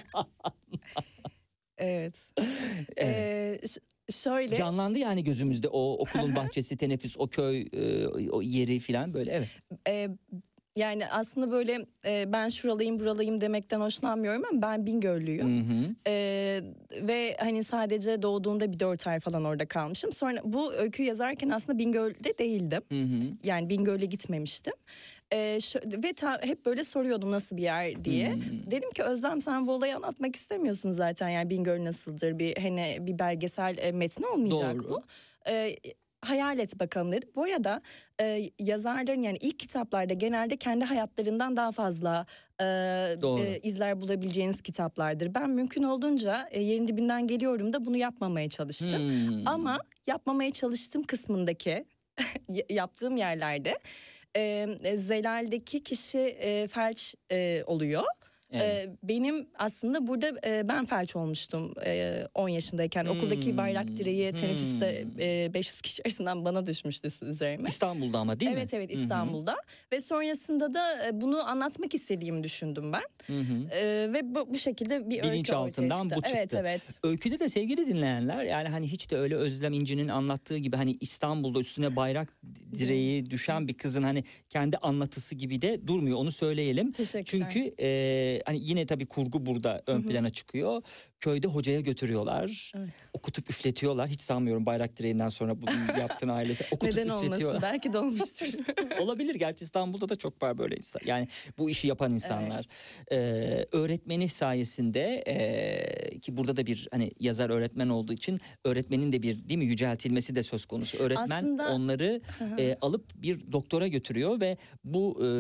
Evet. Evet. Ee, ş- şöyle. Canlandı yani gözümüzde o okulun bahçesi, teneffüs, o köy, e, o yeri falan böyle evet. e, yani aslında böyle e, ben şuralıyım buralıyım demekten hoşlanmıyorum ama ben Bingöllüyüm. Hı hı. Ee, ve hani sadece doğduğumda bir dört ay falan orada kalmışım. Sonra bu öyküyü yazarken aslında Bingöl'de değildim. Hı hı. Yani Bingöl'e gitmemiştim. Ee, şu, ve ta, hep böyle soruyordum nasıl bir yer diye. Hmm. Dedim ki Özlem sen bu olayı anlatmak istemiyorsun zaten. Yani Bingöl nasıldır bir hani bir belgesel e, metni olmayacak Doğru. bu. Ee, hayal et bakalım dedim. Bu arada e, yazarların yani ilk kitaplarda genelde kendi hayatlarından daha fazla e, Doğru. e, izler bulabileceğiniz kitaplardır. Ben mümkün olduğunca e, yerin dibinden geliyorum da bunu yapmamaya çalıştım. Hmm. Ama yapmamaya çalıştığım kısmındaki y- yaptığım yerlerde e, Zelal'deki kişi e, felç e, oluyor. Evet. E, benim aslında burada e, ben felç olmuştum e, on yaşındayken. Hmm. Okuldaki bayrak direği teneffüste Hmm. e, beş yüz kişi arasından bana düşmüştü üzerime. İstanbul'da ama değil mi? Evet evet Hı hı. İstanbul'da ve sonrasında da e, bunu anlatmak istediğimi düşündüm ben. Hı hı. E, ve bu, bu şekilde bir öykü Bilinçaltından ortaya bu çıktı. Evet çıktı. evet. Öyküde de sevgili dinleyenler yani hani hiç de öyle Özlem İnci'nin anlattığı gibi hani İstanbul'da üstüne bayrak direği düşen bir kızın hani kendi anlatısı gibi de durmuyor, onu söyleyelim. Teşekkürler. Çünkü e, hani yine tabii kurgu burada ön plana çıkıyor. Köyde hocaya götürüyorlar. Evet. Okutup üfletiyorlar. Hiç sanmıyorum bayrak direğinden sonra bunu yaptığını ailesi. Okutup Neden olmasın? üfletiyorlar. Belki de olmuştur. Olabilir. Gerçi İstanbul'da da çok var böyle insan. Yani bu işi yapan insanlar. Ee, öğretmeni sayesinde e, ki burada da bir hani yazar öğretmen olduğu için öğretmenin de bir değil mi yüceltilmesi de söz konusu. Öğretmen Aslında- onları e, alıp bir doktora götürüyor ve bu e,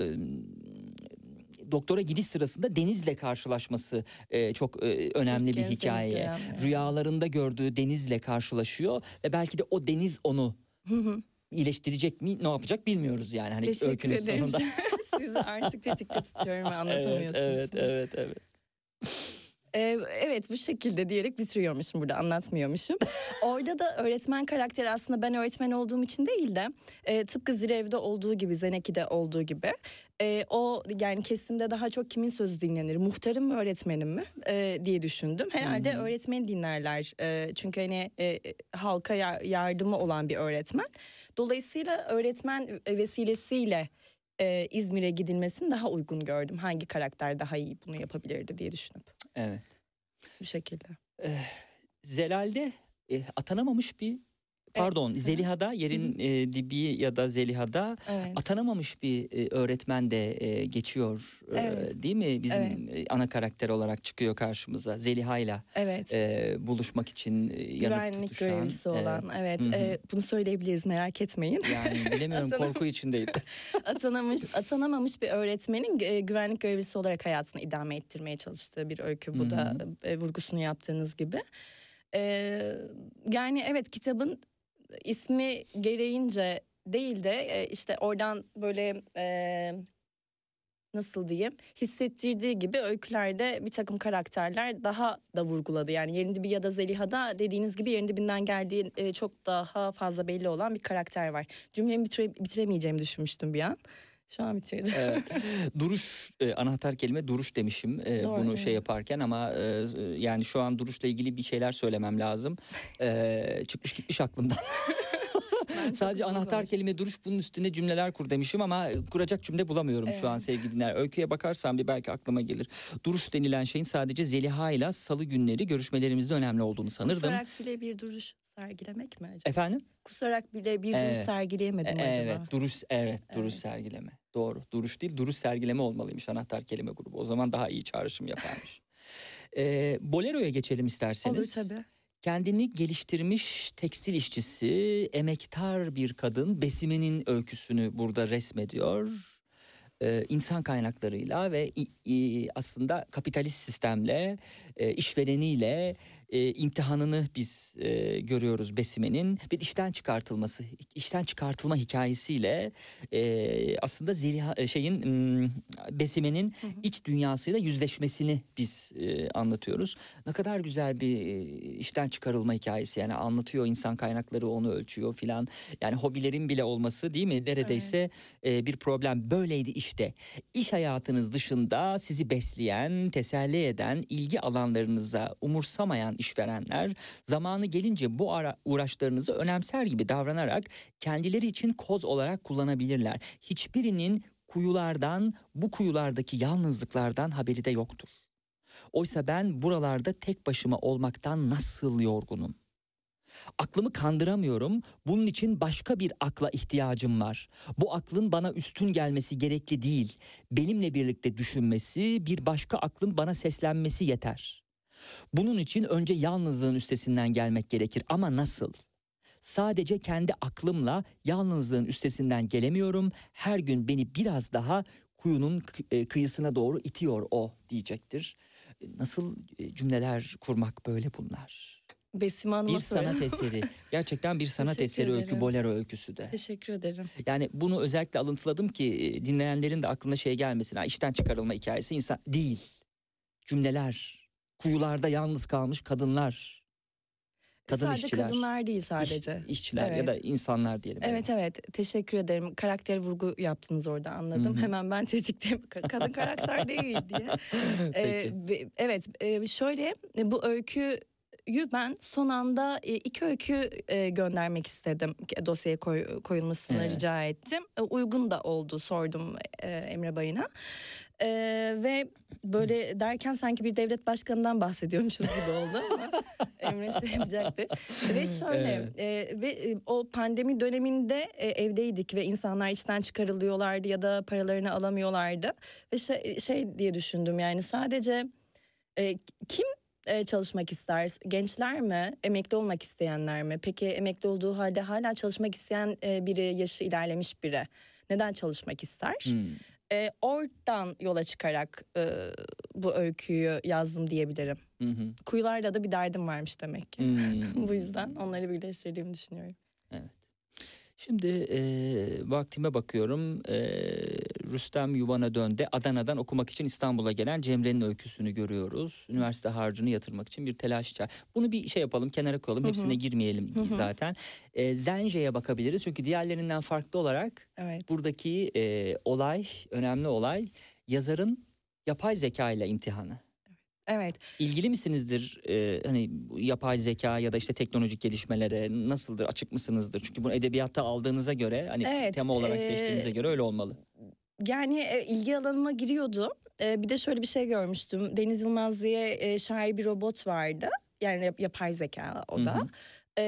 doktora gidiş sırasında Deniz'le karşılaşması e, çok e, önemli İlk bir kez deniz hikaye. gören, evet. Rüyalarında gördüğü Deniz'le karşılaşıyor ve belki de o Deniz onu iyileştirecek mi, ne yapacak bilmiyoruz yani hani Teşekkür öykünün ederim. sonunda. Sizi artık tetikte tutuyorum ve Evet, anlatamıyorsunuz. evet, evet, evet. Ee, evet bu şekilde diyerek bitiriyormuşum burada, anlatmıyormuşum. Orada da öğretmen karakteri aslında ben öğretmen olduğum için değil de e, tıpkı Zirev'de olduğu gibi, Zeneki'de olduğu gibi e, o yani kesimde daha çok kimin sözü dinlenir, muhtarım mı öğretmenim mi e, diye düşündüm. Herhalde Hı-hı. öğretmeni dinlerler e, çünkü hani e, halka yar- yardımı olan bir öğretmen. Dolayısıyla öğretmen vesilesiyle e, İzmir'e gidilmesini daha uygun gördüm. Hangi karakter daha iyi bunu yapabilirdi diye düşünüp. Evet. Bu şekilde. Ee, Zelal'de e, atanamamış bir pardon Evet. Zeliha'da yerin e, dibi ya da Zeliha'da Evet. atanamamış bir e, öğretmen de e, geçiyor e, Evet. değil mi? Bizim Evet. e, ana karakter olarak çıkıyor karşımıza Zeliha'yla Evet. e, buluşmak için e, yanıp Güvenlik tutuşan. görevlisi olan. Evet. Hı hı. e, bunu söyleyebiliriz, merak etmeyin. Yani bilemiyorum, Atanamamış. korku içindeyim. Atanamış, atanamamış bir öğretmenin e, güvenlik görevlisi olarak hayatını idame ettirmeye çalıştığı bir öykü. Bu Hı da hı. e, vurgusunu yaptığınız gibi. E, yani evet, kitabın ismi gereğince değil de e, işte oradan böyle e, nasıl diyeyim, hissettirdiği gibi öykülerde bir takım karakterler daha da vurguladı. Yani Yerin Dibi ya da Zeliha'da dediğiniz gibi yerin dibinden geldiği e, çok daha fazla belli olan bir karakter var. Cümlemi bitire, bitiremeyeceğimi düşünmüştüm bir an. Şu an bitirdim. Evet. Duruş e, anahtar kelime duruş demişim e, Doğru, bunu evet. şey yaparken ama e, yani şu an duruşla ilgili bir şeyler söylemem lazım. E, çıkmış gitmiş aklımdan. Sadece anahtar kelime duruş, bunun üstüne cümleler kur demişim ama kuracak cümle bulamıyorum Evet. şu an sevgili dinler. Öyküye bakarsam bir belki aklıma gelir. Duruş denilen şeyin sadece Zeliha ile salı günleri görüşmelerimizde önemli olduğunu sanırdım. Kusarak bile bir duruş sergilemek mi acaba? Efendim? Kusarak bile bir Evet. duruş sergileyemedim E, acaba? Evet, duruş evet, duruş Evet. sergileme. Doğru. Duruş değil, duruş sergileme olmalıymış anahtar kelime grubu. O zaman daha iyi çağrışım yaparmış. e, Bolero'ya geçelim isterseniz. Olur tabii. Kendini geliştirmiş tekstil işçisi, emektar bir kadın Besime'nin öyküsünü burada resmediyor. Ee, insan kaynaklarıyla ve i, i, aslında kapitalist sistemle, e, işvereniyle e, imtihanını biz e, görüyoruz Besime'nin. Bir işten çıkartılması, işten çıkartılma hikayesiyle e, aslında Zeliha şeyin m, Besime'nin Hı hı. iç dünyasıyla yüzleşmesini biz e, anlatıyoruz. Ne kadar güzel bir e, işten çıkarılma hikayesi, yani anlatıyor, insan kaynakları onu ölçüyor filan. Yani hobilerin bile olması değil mi neredeyse e, bir problem. Böyleydi işte. İş hayatınız dışında sizi besleyen, teselli eden, ilgi alanlarınıza umursamayan işverenler zamanı gelince bu ara uğraşlarınızı önemser gibi davranarak kendileri için koz olarak kullanabilirler. Hiçbirinin kuyulardan, bu kuyulardaki yalnızlıklardan haberi de yoktur. Oysa ben buralarda tek başıma olmaktan nasıl yorgunum. Aklımı kandıramıyorum. Bunun için başka bir akla ihtiyacım var. Bu aklın bana üstün gelmesi gerekli değil. Benimle birlikte düşünmesi, bir başka aklın bana seslenmesi yeter. Bunun için önce yalnızlığın üstesinden gelmek gerekir. Ama nasıl? Sadece kendi aklımla yalnızlığın üstesinden gelemiyorum. Her gün beni biraz daha kuyunun kıyısına doğru itiyor o diyecektir. Nasıl cümleler kurmak böyle bunlar? Besime Hanım'a Bir sanat eseri. Gerçekten bir sanat Teşekkür eseri öykü, ederim. Bolero öyküsü de. Teşekkür ederim. Yani bunu özellikle alıntıladım ki dinleyenlerin de aklına şey gelmesin. Ha, işten çıkarılma hikayesi insan değil. Cümleler, kuyularda yalnız kalmış kadınlar. Kadın sadece işçiler. kadınlar değil sadece. İş, işçiler Evet. ya da insanlar diyelim. Evet evet, teşekkür ederim. Karakter vurgu yaptınız orada, anladım. Hı hı. Hemen ben tetikteyim. Kadın karakter değil diye. Ee, Peki. ve- evet e, şöyle e, bu öyküyü ben son anda e, iki öykü e, göndermek istedim. Dosyaya koy, koyulmasını Evet. rica ettim. E, Uygun da oldu, sordum e, Emre Bayın'a. E, ve böyle derken sanki bir devlet başkanından bahsediyormuşuz gibi oldu ama Emre şey yapacaktır. Ve şöyle Evet. e, ve e, o pandemi döneminde e, evdeydik ve insanlar içten çıkarılıyorlardı ya da paralarını alamıyorlardı. Ve şey, şey diye düşündüm, yani sadece e, kim e, çalışmak ister? Gençler mi? Emekli olmak isteyenler mi? Peki emekli olduğu halde hala çalışmak isteyen e, biri, yaşı ilerlemiş biri neden çalışmak ister? Hmm. E, oradan yola çıkarak e, bu öyküyü yazdım diyebilirim. Hı hı. Kuyularla da bir derdim varmış demek ki. Hmm. Bu yüzden onları birleştirdiğimi düşünüyorum. Şimdi e, vaktime bakıyorum. E, Rüstem Yuvana Dön'de Adana'dan okumak için İstanbul'a gelen Cemre'nin öyküsünü görüyoruz. Üniversite harcını yatırmak için bir telaş içer. Bunu bir şey yapalım, kenara koyalım. Hı hı. Hepsine girmeyelim Hı hı. zaten. E, Zence'ye bakabiliriz. Çünkü diğerlerinden farklı olarak Evet. buradaki e, olay, önemli olay yazarın yapay zeka ile imtihanı. Evet. İlgili misinizdir e, hani bu yapay zeka ya da işte teknolojik gelişmelere, nasıldır, açık mısınızdır? Çünkü bunu edebiyatta aldığınıza göre, hani Evet, tema olarak e, seçtiğinize göre öyle olmalı. Yani e, ilgi alanıma giriyordu. E, bir de şöyle bir şey görmüştüm. Deniz Yılmaz diye e, şair bir robot vardı. Yani yap- yapay zeka o da. Hı hı. E,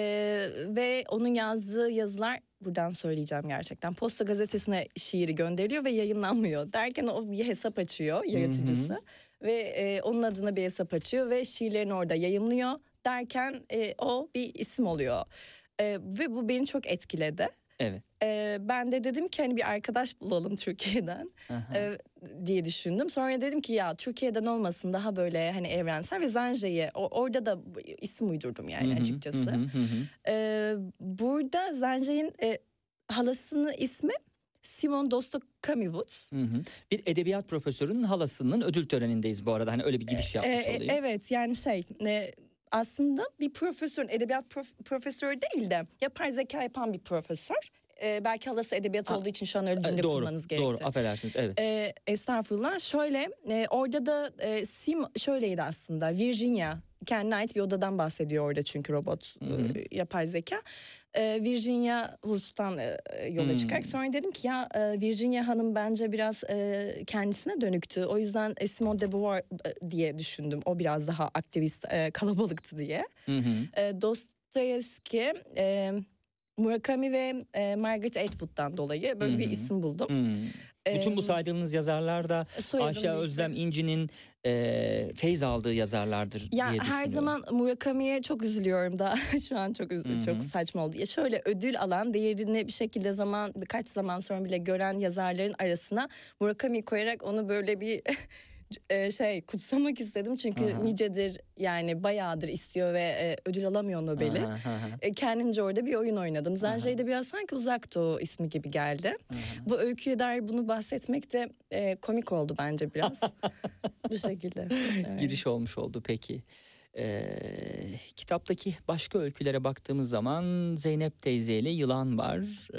ve onun yazdığı yazılar, buradan söyleyeceğim gerçekten. Posta Gazetesi'ne şiiri gönderiyor ve yayınlanmıyor. Derken o bir hesap açıyor, yaratıcısı. Hı hı. Ve e, onun adına bir hesap açıyor ve şiirlerini orada yayımlıyor. Derken e, o bir isim oluyor. E, ve bu beni çok etkiledi. Evet. Ee, ben de dedim ki hani bir arkadaş bulalım Türkiye'den Aha. e, diye düşündüm. Sonra dedim ki ya Türkiye'den olmasın, daha böyle hani evrensel, ve Zence'ye o- orada da bu- isim uydurdum yani Hı hı, açıkçası. hı hı, hı hı. Ee, burada Zence'nin e, halasının ismi Simon Dostokamiwood. Hı hı. Bir edebiyat profesörünün halasının ödül törenindeyiz bu arada. Hani öyle bir giriş yapmış Ee, olayım. evet yani şey e, aslında bir profesör, edebiyat prof- profesörü değil de yapay zeka yapan bir profesör. Ee, belki halası edebiyat Ha, olduğu için şu an öyle cümle doğru, kurmanız gerekti. doğru, affedersiniz, evet. Ee, estağfurullah. Şöyle e, orada da e, Sim şöyleydi aslında. Virginia kendine ait bir odadan bahsediyor orada, çünkü robot Hı hı. e, yapay zeka. E, Virginia Woolf'tan e, yola Hmm. çıkarak sonra dedim ki ya e, Virginia Hanım bence biraz e, kendisine dönüktü. O yüzden e, Simone de Beauvoir e, diye düşündüm. O biraz daha aktivist, e, kalabalıktı diye. Hı hı. E, Dostoyevski, e, Murakami ve e, Margaret Atwood'dan dolayı böyle Hı bir hı. isim buldum. Hmm. Bütün E, bu saydığınız yazarlar da soyadım Ayşe neyse. Özlem İnci'nin e, feyz aldığı yazarlardır Ya diye düşünüyorum. her zaman Murakami'ye çok üzülüyorum da şu an çok üz- Hı hı. çok saçma oldu. Ya şöyle ödül alan, değerini bir şekilde zaman birkaç zaman sonra bile gören yazarların arasına Murakami'yi koyarak onu böyle bir e, şey kutsamak istedim. Çünkü Aha. nicedir yani bayağıdır istiyor ve e, ödül alamıyor Nobel'i. Aha, aha, E, kendimce orada bir oyun oynadım. Zence'yi Aha. de biraz sanki Uzak Doğu ismi gibi geldi. aha. Bu öyküye dair bunu bahsetmek de e, komik oldu bence biraz. Bu şekilde. Evet. Giriş olmuş oldu peki. Ee, kitaptaki başka öykülere baktığımız zaman Zeynep teyze ile Yılan var.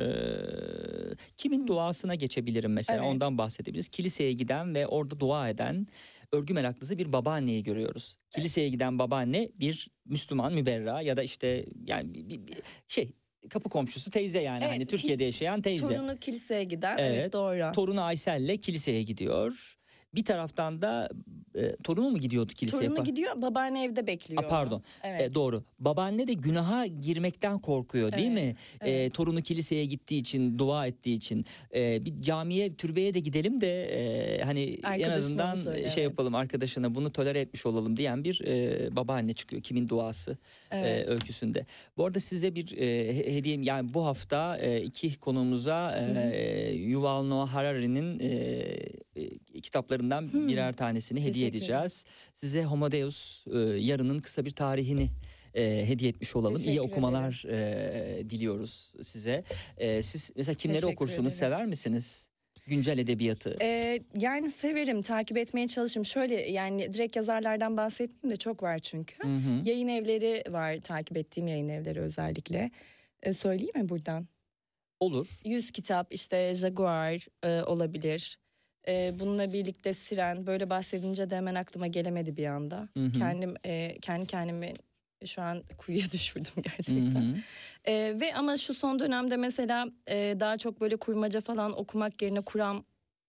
Ee, kimin duasına geçebilirim mesela, Evet. ondan bahsedebiliriz. Kiliseye giden ve orada dua eden örgü meraklısı bir babaanneyi görüyoruz. Kiliseye giden babaanne bir Müslüman müberra ya da işte yani bir, bir- bir şey kapı komşusu teyze yani, Evet, hani ki- Türkiye'de yaşayan teyze. Torunu kiliseye giden. Evet, Evet, doğru. Torunu Aysel'le kiliseye gidiyor. Bir taraftan da e, torunu mu gidiyordu kiliseye? Torunu Pa- gidiyor, babaanne evde bekliyor. Aa, pardon. Evet. E, doğru. Babaanne de günaha girmekten korkuyor değil Evet, mi? E, evet. torunu kiliseye gittiği için, dua ettiği için. E, bir camiye, türbeye de gidelim de e, hani en Arkadaşına azından mı söyle, şey evet. yapalım, arkadaşına bunu tolere etmiş olalım diyen bir e, babaanne çıkıyor. Kimin duası Evet. e, öyküsünde. Bu arada size bir e, he- hediyem, yani bu hafta e, iki konuğumuza e, Yuval Noah Harari'nin e, e, kitaplarından Hı. birer tanesini hediye Teşekkür edeceğiz. Size Homo Deus e, yarının kısa bir tarihini e, hediye etmiş olalım. İyi Teşekkür okumalar e, diliyoruz size. E, siz mesela kimleri Teşekkür okursunuz, ederim. sever misiniz? Güncel edebiyatı. Ee, yani severim, takip etmeye çalışırım. Şöyle yani direkt yazarlardan bahsetmeyeyim de çok var çünkü. Hı hı. Yayın evleri var, takip ettiğim yayın evleri özellikle. Ee, söyleyeyim mi buradan? Olur. Yüz kitap, işte Jaguar e, olabilir. E, bununla birlikte Siren, böyle bahsedince de hemen aklıma gelemedi bir anda. Hı hı. Kendim e, kendi kendimi şu an kuyuya düşürdüm Hı gerçekten. hı. E, ve ama şu son dönemde mesela e, daha çok böyle kurmaca falan okumak yerine kuram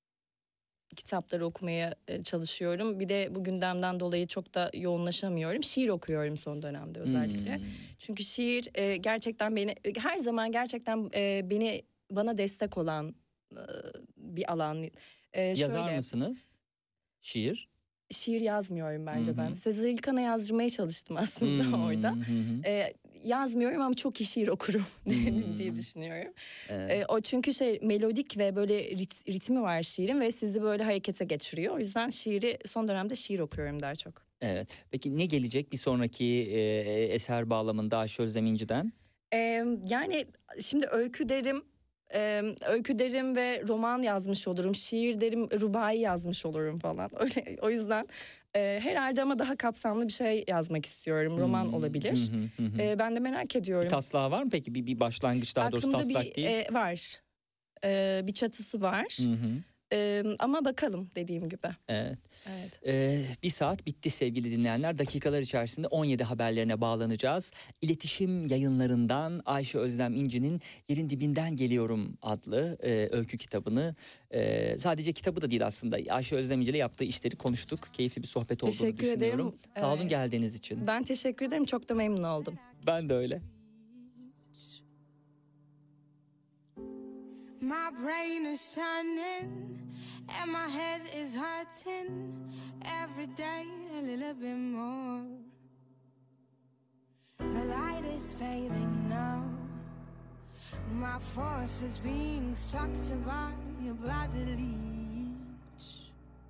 kitapları okumaya e, çalışıyorum. Bir de bu gündemden dolayı çok da yoğunlaşamıyorum. Şiir okuyorum son dönemde özellikle. Hmm. Çünkü şiir e, gerçekten beni her zaman gerçekten e, beni bana destek olan e, bir alan. E, Yazar şöyle, mısınız? Şiir. şiir yazmıyorum bence Hı hı. ben. Sezer İlkan'a yazdırmaya çalıştım aslında Hmm, orada. hı hı. E, yazmıyorum ama çok iyi şiir okurum Hmm. diye düşünüyorum. Evet. E, o çünkü şey melodik ve böyle rit- ritmi var şiirin ve sizi böyle harekete geçiriyor. O yüzden şiiri son dönemde şiir okuyorum daha çok. Evet. Peki ne gelecek bir sonraki e, eser bağlamında Ayşe Özlem İnci'den? E, yani şimdi öykü derim. e, öykü derim ve roman yazmış olurum. Şiir derim, rubai yazmış olurum falan. Öyle, o yüzden e, herhalde ama daha kapsamlı bir şey yazmak istiyorum. Roman Hmm, olabilir. hı hı, hı hı. E, ben de merak ediyorum. Bir taslağı var mı peki? Bir, bir başlangıç, daha doğrusu Aklımda taslak bir değil. e, var. E, bir çatısı var. Hı hı. E, ama bakalım dediğim gibi. Evet. Evet. Ee, bir saat bitti sevgili dinleyenler. Dakikalar içerisinde on yedi haberlerine bağlanacağız. İletişim Yayınlarından Ayşe Özlem İnci'nin Yerin Dibinden Geliyorum adlı e, öykü kitabını, e, sadece kitabı da değil aslında, Ayşe Özlem İnci ile yaptığı işleri konuştuk. Keyifli bir sohbet olduğunu Teşekkür düşünüyorum. ederim. Sağ olun Evet. geldiğiniz için. Ben teşekkür ederim. Çok da memnun oldum. Ben de öyle. My brain is turning and my head is hurting every day a little bit more. The light is fading now. My force is being sucked by a bloody leech.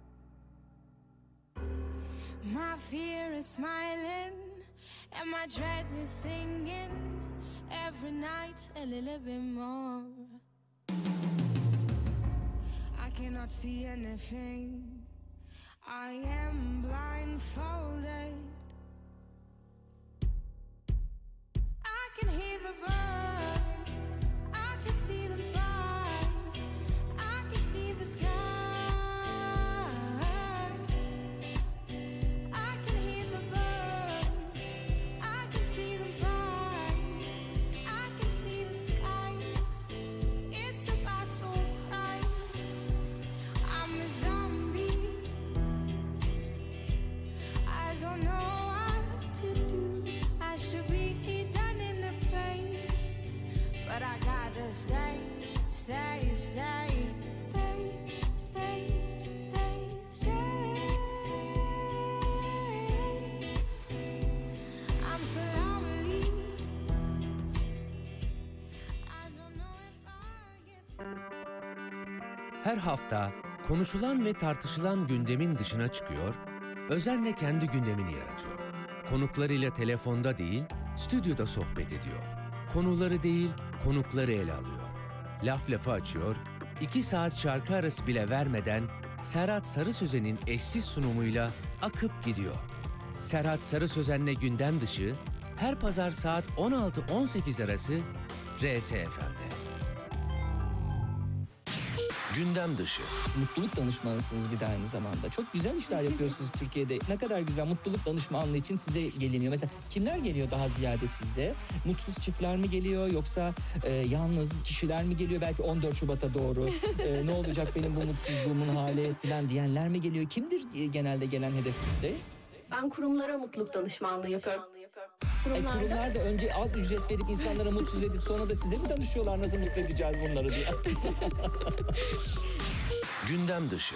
My fear is smiling and my dread is singing every night a little bit more. I cannot see anything. I am blindfolded. I can hear the birds. I can see them fly. I can see the sky. I can hear the birds. I can see them fly. I can see the sky. It's a battle cry. I'm a zombie. I don't know what to do. I should be hidden in a place, but I gotta stay, stay, stay, stay, stay, stay, stay. I'm so lonely. I don't know if I get Her hafta konuşulan ve tartışılan gündemin dışına çıkıyor, özenle kendi gündemini yaratıyor. Konuklarıyla telefonda değil, stüdyoda sohbet ediyor. Konuları değil, konukları ele alıyor. Laf lafı açıyor, iki saat şarkı arası bile vermeden Serhat Sarısözen'in eşsiz sunumuyla akıp gidiyor. Serhat Sarısözen'le gündem dışı, her pazar saat on altı on sekiz arası R S F M'de. Gündem dışı. Mutluluk danışmanısınız bir de aynı zamanda. Çok güzel işler yapıyorsunuz Türkiye'de. Ne kadar güzel, mutluluk danışmanlığı için size geliniyor. Mesela kimler geliyor daha ziyade size? Mutsuz çiftler mi geliyor, yoksa e, yalnız kişiler mi geliyor? Belki on dört Şubat'a doğru e, ne olacak benim bu mutsuzluğumun hali falan diyenler mi geliyor? Kimdir e, genelde gelen hedef kitle? Ben kurumlara mutluluk danışmanlığı yapıyorum. E, Kurumlarda kurumlar da önce az ücret verip insanlara mutsuz edip sonra da size mi danışıyorlar nasıl mutlu edeceğiz bunları diye? Gündem dışı.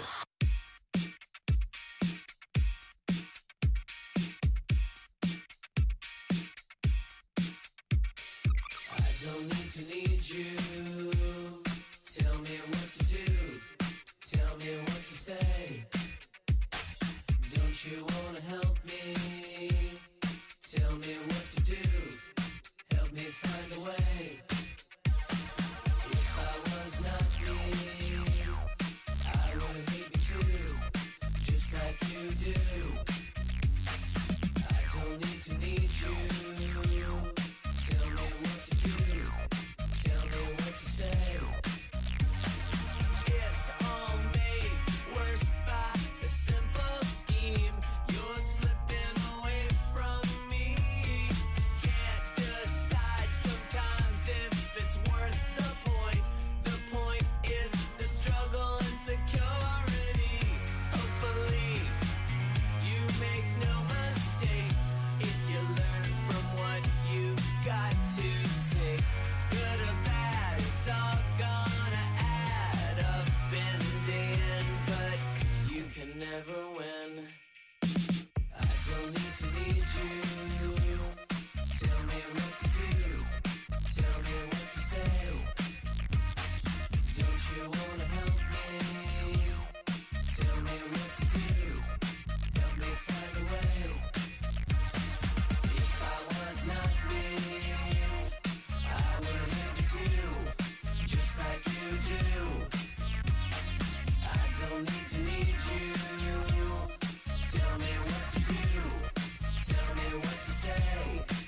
need to need you. Tell me what to do. Tell me what to say.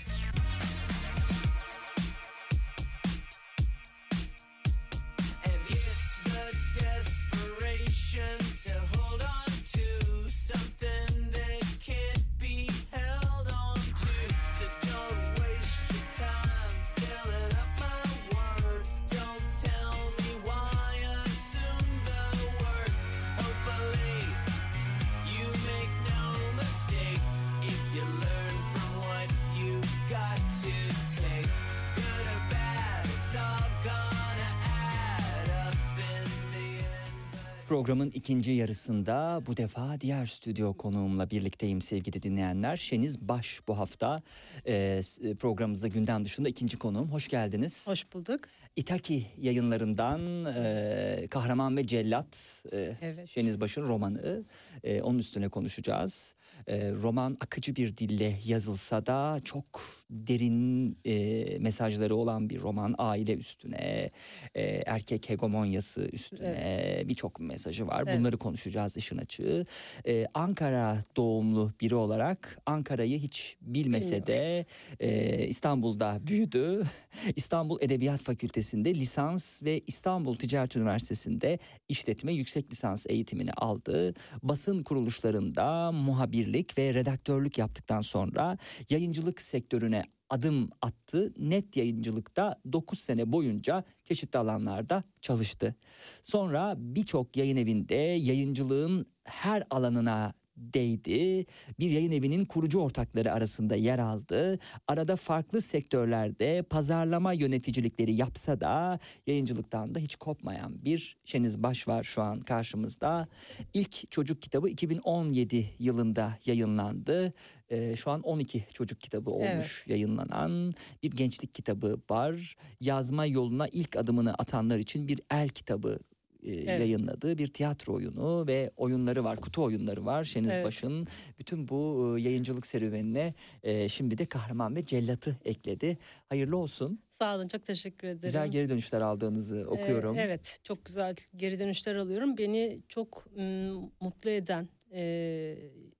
And it's the desperation to hold on to something that can't be held on to. So don't waste your time filling up my words. Don't tell me why I assume the worst. Hopefully you make no mistake if you learn from what you've got to take. Good or bad, it's all gonna add up in the end. Programın ikinci yarısında bu defa diğer stüdyo konuğumla birlikteyim sevgili dinleyenler. Şeniz Baş bu hafta e, programımızda gündem dışında ikinci konuğum. Hoş geldiniz. Hoş bulduk. İtaki yayınlarından e, Kahraman ve Cellat, e, Evet. Şeniz Baş'ın romanı. E, onun üstüne konuşacağız. E, roman akıcı bir dille yazılsa da çok derin e, mesajları olan bir roman. Aile üstüne, e, erkek hegemonyası üstüne birçok mesajı var. Evet. Bunları konuşacağız işin açığı. E, Ankara doğumlu biri olarak Ankara'yı hiç bilmese de e, İstanbul'da büyüdü. İstanbul Edebiyat Fakültesi'nde lisans ve İstanbul Ticaret Üniversitesi'nde işletme yüksek lisans eğitimini aldı. Basın kuruluşlarında muhabirlik ve redaktörlük yaptıktan sonra yayıncılık sektörüne adım attı. Net Yayıncılık'ta dokuz sene boyunca çeşitli alanlarda çalıştı. Sonra birçok yayın evinde yayıncılığın her alanına değdi. Bir yayın evinin kurucu ortakları arasında yer aldı. Arada farklı sektörlerde pazarlama yöneticilikleri yapsa da yayıncılıktan da hiç kopmayan bir Şeniz Baş var şu an karşımızda. İlk çocuk kitabı iki bin on yedi yılında yayınlandı. Ee, şu an on iki çocuk kitabı olmuş yayınlanan bir gençlik kitabı var. Yazma yoluna ilk adımını atanlar için bir el kitabı Evet. yayınladığı bir tiyatro oyunu ve oyunları var, kutu oyunları var Şeniz Evet. Baş'ın. Bütün bu e, yayıncılık serüvenine e, şimdi de Kahraman ve Cellat'ı ekledi. Hayırlı olsun. Sağ olun, çok teşekkür ederim. Güzel geri dönüşler aldığınızı Ee, okuyorum. evet, çok güzel geri dönüşler alıyorum. Beni çok m, mutlu eden, e,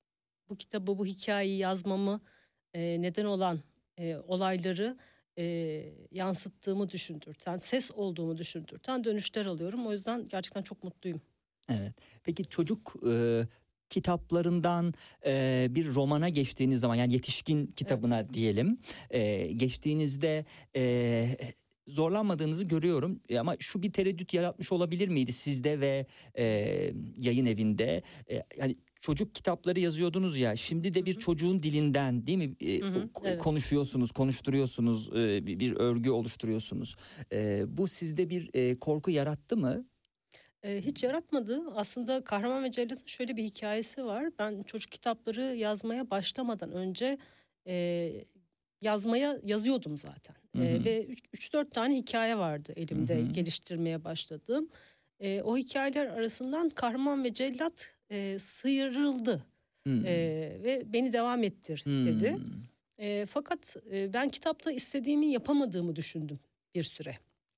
bu kitabı, bu hikayeyi yazmamı e, neden olan e, olayları e, yansıttığımı düşündürten, ses olduğumu düşündürten dönüşler alıyorum. O yüzden gerçekten çok mutluyum. Evet. Peki çocuk e, kitaplarından e, bir romana geçtiğiniz zaman, yani yetişkin kitabına diyelim, e, geçtiğinizde e, zorlanmadığınızı görüyorum. E, ama şu bir tereddüt yaratmış olabilir miydi sizde ve e, yayın evinde? E, yani çocuk kitapları yazıyordunuz ya, şimdi de bir çocuğun dilinden değil mi e, Hı hı, o- evet. konuşuyorsunuz, konuşturuyorsunuz, e, bir, bir örgü oluşturuyorsunuz. E, bu sizde bir e, korku yarattı mı? Ee, hiç yaratmadı. Aslında Kahraman ve Cellat'ın şöyle bir hikayesi var. Ben çocuk kitapları yazmaya başlamadan önce e, yazmaya yazıyordum zaten. Hı E, hı. ve üç dört tane hikaye vardı elimde, Hı hı. geliştirmeye başladığım. E, o hikayeler arasından Kahraman ve Cellat e, sıyrıldı. Hmm. E, ve beni devam ettir Hmm. dedi. E, fakat e, ben kitapta istediğimi yapamadığımı düşündüm bir süre.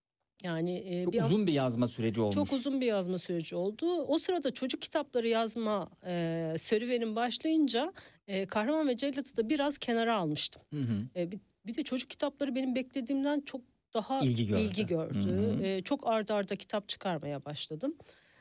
Yani e, Çok bir an- uzun bir yazma süreci olmuş. çok uzun bir yazma süreci oldu. O sırada çocuk kitapları yazma e, serüvenim başlayınca e, Kahraman ve Cellat'ı da biraz kenara almıştım. Hı hı. E, bir, bir de çocuk kitapları benim beklediğimden çok daha İlgi gördü. ilgi gördü. Hı hı. E, çok ard arda kitap çıkarmaya başladım.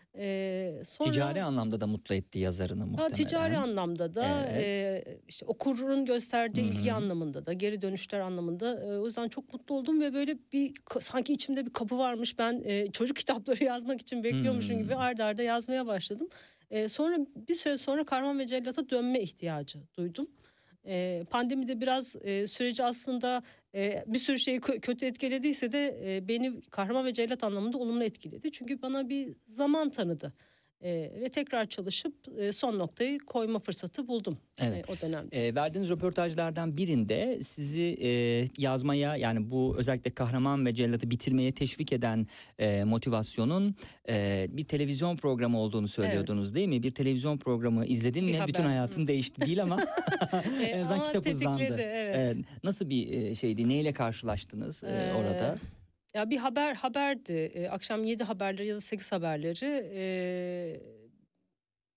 E, sonra Ticari anlamda da mutlu etti yazarını Ha, muhtemelen. ticari anlamda da Evet. e, işte okurun gösterdiği Hı hı. ilgi anlamında da, geri dönüşler anlamında, e, o yüzden çok mutlu oldum ve böyle bir ka- sanki içimde bir kapı varmış, ben e, çocuk kitapları yazmak için bekliyormuşum Hmm. gibi arda arda yazmaya başladım. E, sonra bir süre sonra Kahraman ve Cellat'a dönme ihtiyacı duydum. E, pandemide biraz e, süreci aslında e, bir sürü şeyi kö- kötü etkilediyse de e, beni Kahraman ve Cellat anlamında olumlu etkiledi. Çünkü bana bir zaman tanıdı. E, ve tekrar çalışıp e, son noktayı koyma fırsatı buldum Evet. e, o dönemde. E, verdiğiniz röportajlardan birinde sizi e, yazmaya, yani bu özellikle Kahraman ve Cellat'ı bitirmeye teşvik eden e, motivasyonun e, bir televizyon programı olduğunu söylüyordunuz değil mi? Bir televizyon programı izledim Bir ve haber. bütün hayatım değişti değil ama E, en azından ama kitap hızlandı. tetikledi, evet. E, nasıl bir e, şeydi? Neyle karşılaştınız e, Ee, orada? Ya bir haber haberdi. Ee, akşam yedi haberleri ya da sekiz haberleri. Ee,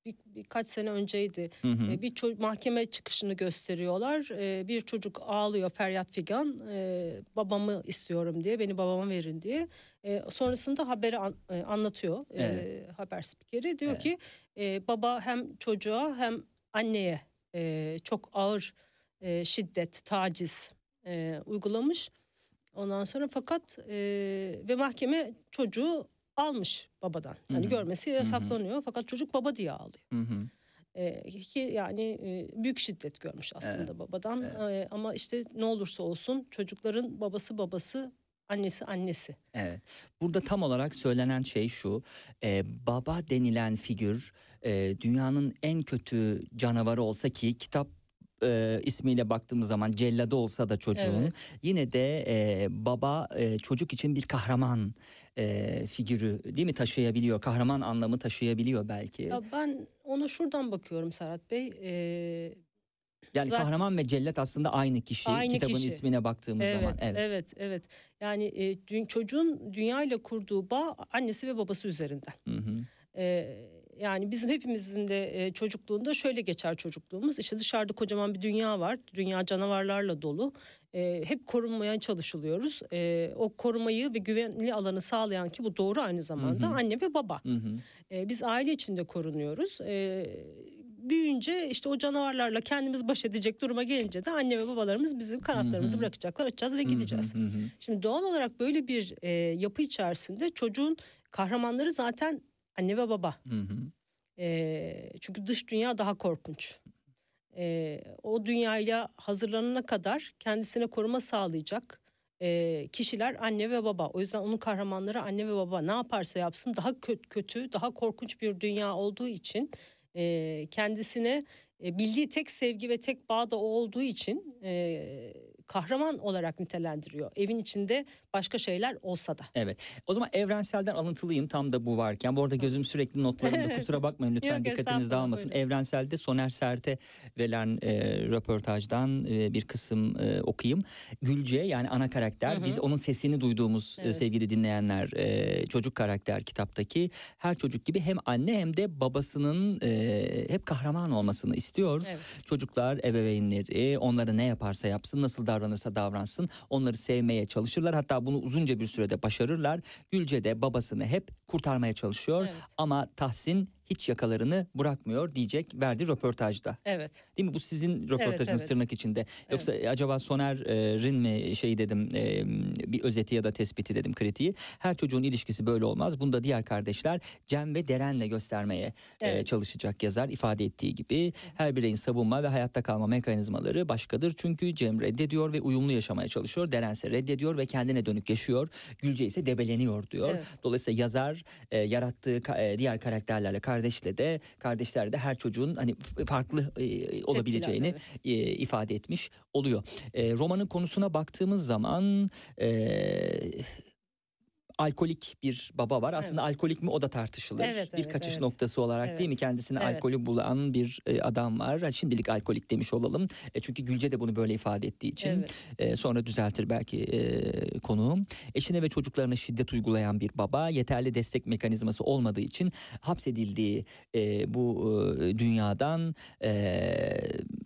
bir, birkaç sene önceydi. Hı hı. E, bir ço- mahkeme çıkışını gösteriyorlar. E, bir çocuk ağlıyor feryat figan. E, babamı istiyorum diye, beni babama verin diye. E, sonrasında haberi an- e, anlatıyor. E, Evet. haber spikeri diyor Evet. ki e, baba hem çocuğa hem anneye e, çok ağır e, şiddet, taciz e, uygulamış. Ondan sonra fakat e, ve mahkeme çocuğu almış babadan. Hani Hı hı. görmesi yasaklanıyor fakat çocuk baba diye ağlıyor. Hı hı. E, ki yani e, büyük şiddet görmüş aslında Evet, babadan. evet. E, ama işte ne olursa olsun çocukların babası babası, annesi annesi. Evet. Burada tam olarak söylenen şey şu. e, baba denilen figür e, dünyanın en kötü canavarı olsa ki kitap e, ismiyle baktığımız zaman celladı olsa da çocuğun Evet. yine de e, baba e, çocuk için bir kahraman e, figürü değil mi taşıyabiliyor. Kahraman anlamı taşıyabiliyor belki. Ya ben ona şuradan bakıyorum Serhat Bey. E, Yani zaten- kahraman ve cellat aslında aynı kişi. Aynı Kitabın kişi. ismine baktığımız Evet, zaman. evet, evet, evet. Yani e, dü- çocuğun dünya ile kurduğu bağ annesi ve babası üzerinden. Hı hı. E, yani bizim hepimizin de e, çocukluğunda şöyle geçer çocukluğumuz. İşte dışarıda kocaman bir dünya var. Dünya canavarlarla dolu. E, hep korunmaya çalışılıyoruz. E, o korumayı ve güvenli alanı sağlayan ki bu doğru aynı zamanda Hı hı. anne ve baba. Hı hı. E, biz aile içinde korunuyoruz. E, büyüyünce işte o canavarlarla kendimiz baş edecek duruma gelince de anne ve babalarımız bizim kanatlarımızı Hı hı. bırakacaklar, açacağız ve gideceğiz. Hı hı. Şimdi doğal olarak böyle bir e, yapı içerisinde çocuğun kahramanları zaten anne ve baba. Hı hı. E, çünkü dış dünya daha korkunç. E, o dünyayla hazırlanana kadar kendisine koruma sağlayacak e, kişiler anne ve baba. O yüzden onun kahramanları anne ve baba. Ne yaparsa yapsın daha kö- kötü, daha korkunç bir dünya olduğu için e, kendisine e, bildiği tek sevgi ve tek bağ da o olduğu için e, kahraman olarak nitelendiriyor. Evin içinde başka şeyler olsa da. Evet. O zaman evrenselden alıntılıyım tam da bu varken. Bu arada gözüm sürekli notlarımda kusura bakmayın lütfen Yok, dikkatiniz estağfurullah, dağılmasın. buyurun. Evrenselde Soner Sert'e verilen e, röportajdan e, bir kısım e, okuyayım. Gülce yani ana karakter. Hı hı. Biz onun sesini duyduğumuz e, Evet. sevgili dinleyenler e, çocuk karakter kitaptaki her çocuk gibi hem anne hem de babasının e, hep kahraman olmasını istiyor. Evet. Çocuklar ebeveynleri onlara ne yaparsa yapsın, nasıl davranırsa davransın onları sevmeye çalışırlar. Hatta bunu uzunca bir sürede başarırlar. Gülce de babasını hep kurtarmaya çalışıyor. Evet. Ama Tahsin hiç yakalarını bırakmıyor diyecek verdiği röportajda. Evet. Değil mi? Bu sizin röportajınız evet. tırnak içinde. Yoksa acaba Soner'in mi şey dedim e, bir özeti ya da tespiti dedim kritiği. Her çocuğun ilişkisi böyle olmaz. Bunu da diğer kardeşler Cem ve Deren'le göstermeye e, Evet. çalışacak yazar ifade ettiği gibi. Her bireyin savunma ve hayatta kalma mekanizmaları başkadır. Çünkü Cem reddediyor ve uyumlu yaşamaya çalışıyor. Deren ise reddediyor ve kendine dönük yaşıyor. Gülce ise debeleniyor diyor. Evet. Dolayısıyla yazar e, yarattığı ka- e, diğer karakterlerle kardeşle de kardeşler de her çocuğun hani farklı e, olabileceğini evet. e, ifade etmiş oluyor. E, romanın konusuna baktığımız zaman e, alkolik bir baba var. Aslında Evet. alkolik mi o da tartışılır. Evet, bir evet, kaçış evet. noktası olarak Evet. değil mi? Kendisine Evet. alkolü bulan bir e, adam var. Ha, şimdilik alkolik demiş olalım. E, çünkü Gülce de bunu böyle ifade ettiği için. Evet. E, sonra düzeltir belki e, konuğum. Eşine ve çocuklarına şiddet uygulayan bir baba. Yeterli destek mekanizması olmadığı için hapsedildiği e, bu e, dünyadan e,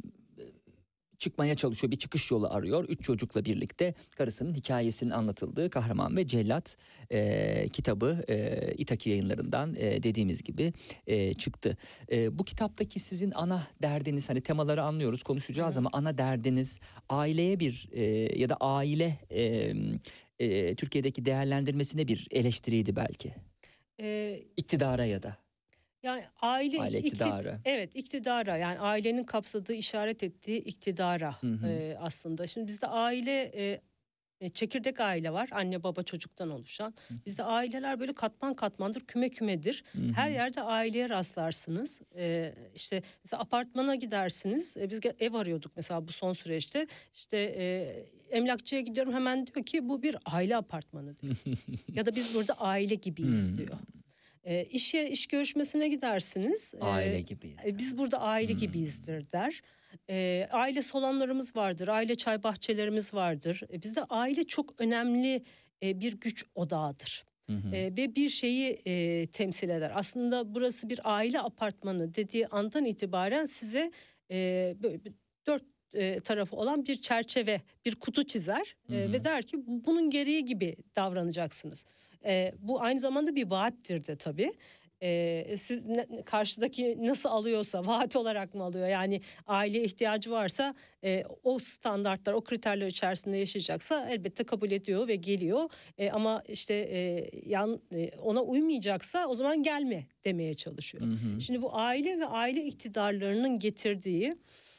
çıkmaya çalışıyor. Bir çıkış yolu arıyor. Üç çocukla birlikte karısının hikayesinin anlatıldığı Kahraman ve Cellat e, kitabı e, İtaki yayınlarından e, dediğimiz gibi e, çıktı. E, bu kitaptaki sizin ana derdiniz hani temaları anlıyoruz konuşacağız ama ana derdiniz aileye bir e, ya da aile e, e, Türkiye'deki değerlendirmesine bir eleştiriydi belki. Ee, İktidara ya da. Yani aile, Aile ikti- iktidarı. evet iktidara yani ailenin kapsadığı işaret ettiği iktidara Hı hı. e, aslında. Şimdi bizde aile e, e, çekirdek aile var anne baba çocuktan oluşan. Bizde aileler böyle katman katmandır küme kümedir. Hı hı. Her yerde aileye rastlarsınız. E, işte mesela apartmana gidersiniz. E, biz ge- ev arıyorduk mesela bu son süreçte. İşte e, emlakçıya gidiyorum hemen diyor ki bu bir aile apartmanı diyor. Ya da biz burada aile gibiyiz Hmm. diyor. E, iş, yer- iş görüşmesine gidersiniz. E, Aile gibiyiz. e, Biz burada aile gibiyizdir der. E, aile salonlarımız vardır, aile çay bahçelerimiz vardır. E, bizde aile çok önemli e, bir güç odağıdır. Hı hı. e, ve bir şeyi e, temsil eder. Aslında burası bir aile apartmanı dediği andan itibaren size e, böyle bir dört e, tarafı olan bir çerçeve, bir kutu çizer e, Hı hı. ve der ki bunun gereği gibi davranacaksınız. E, bu aynı zamanda bir vaattir de tabii. Ee, siz ne, karşıdaki nasıl alıyorsa vaat olarak mı alıyor, yani aile ihtiyacı varsa e, o standartlar, o kriterler içerisinde yaşayacaksa elbette kabul ediyor ve geliyor. E, ama işte e, yan e, ona uymayacaksa o zaman gelme demeye çalışıyor. Hı hı. Şimdi bu aile ve aile iktidarlarının getirdiği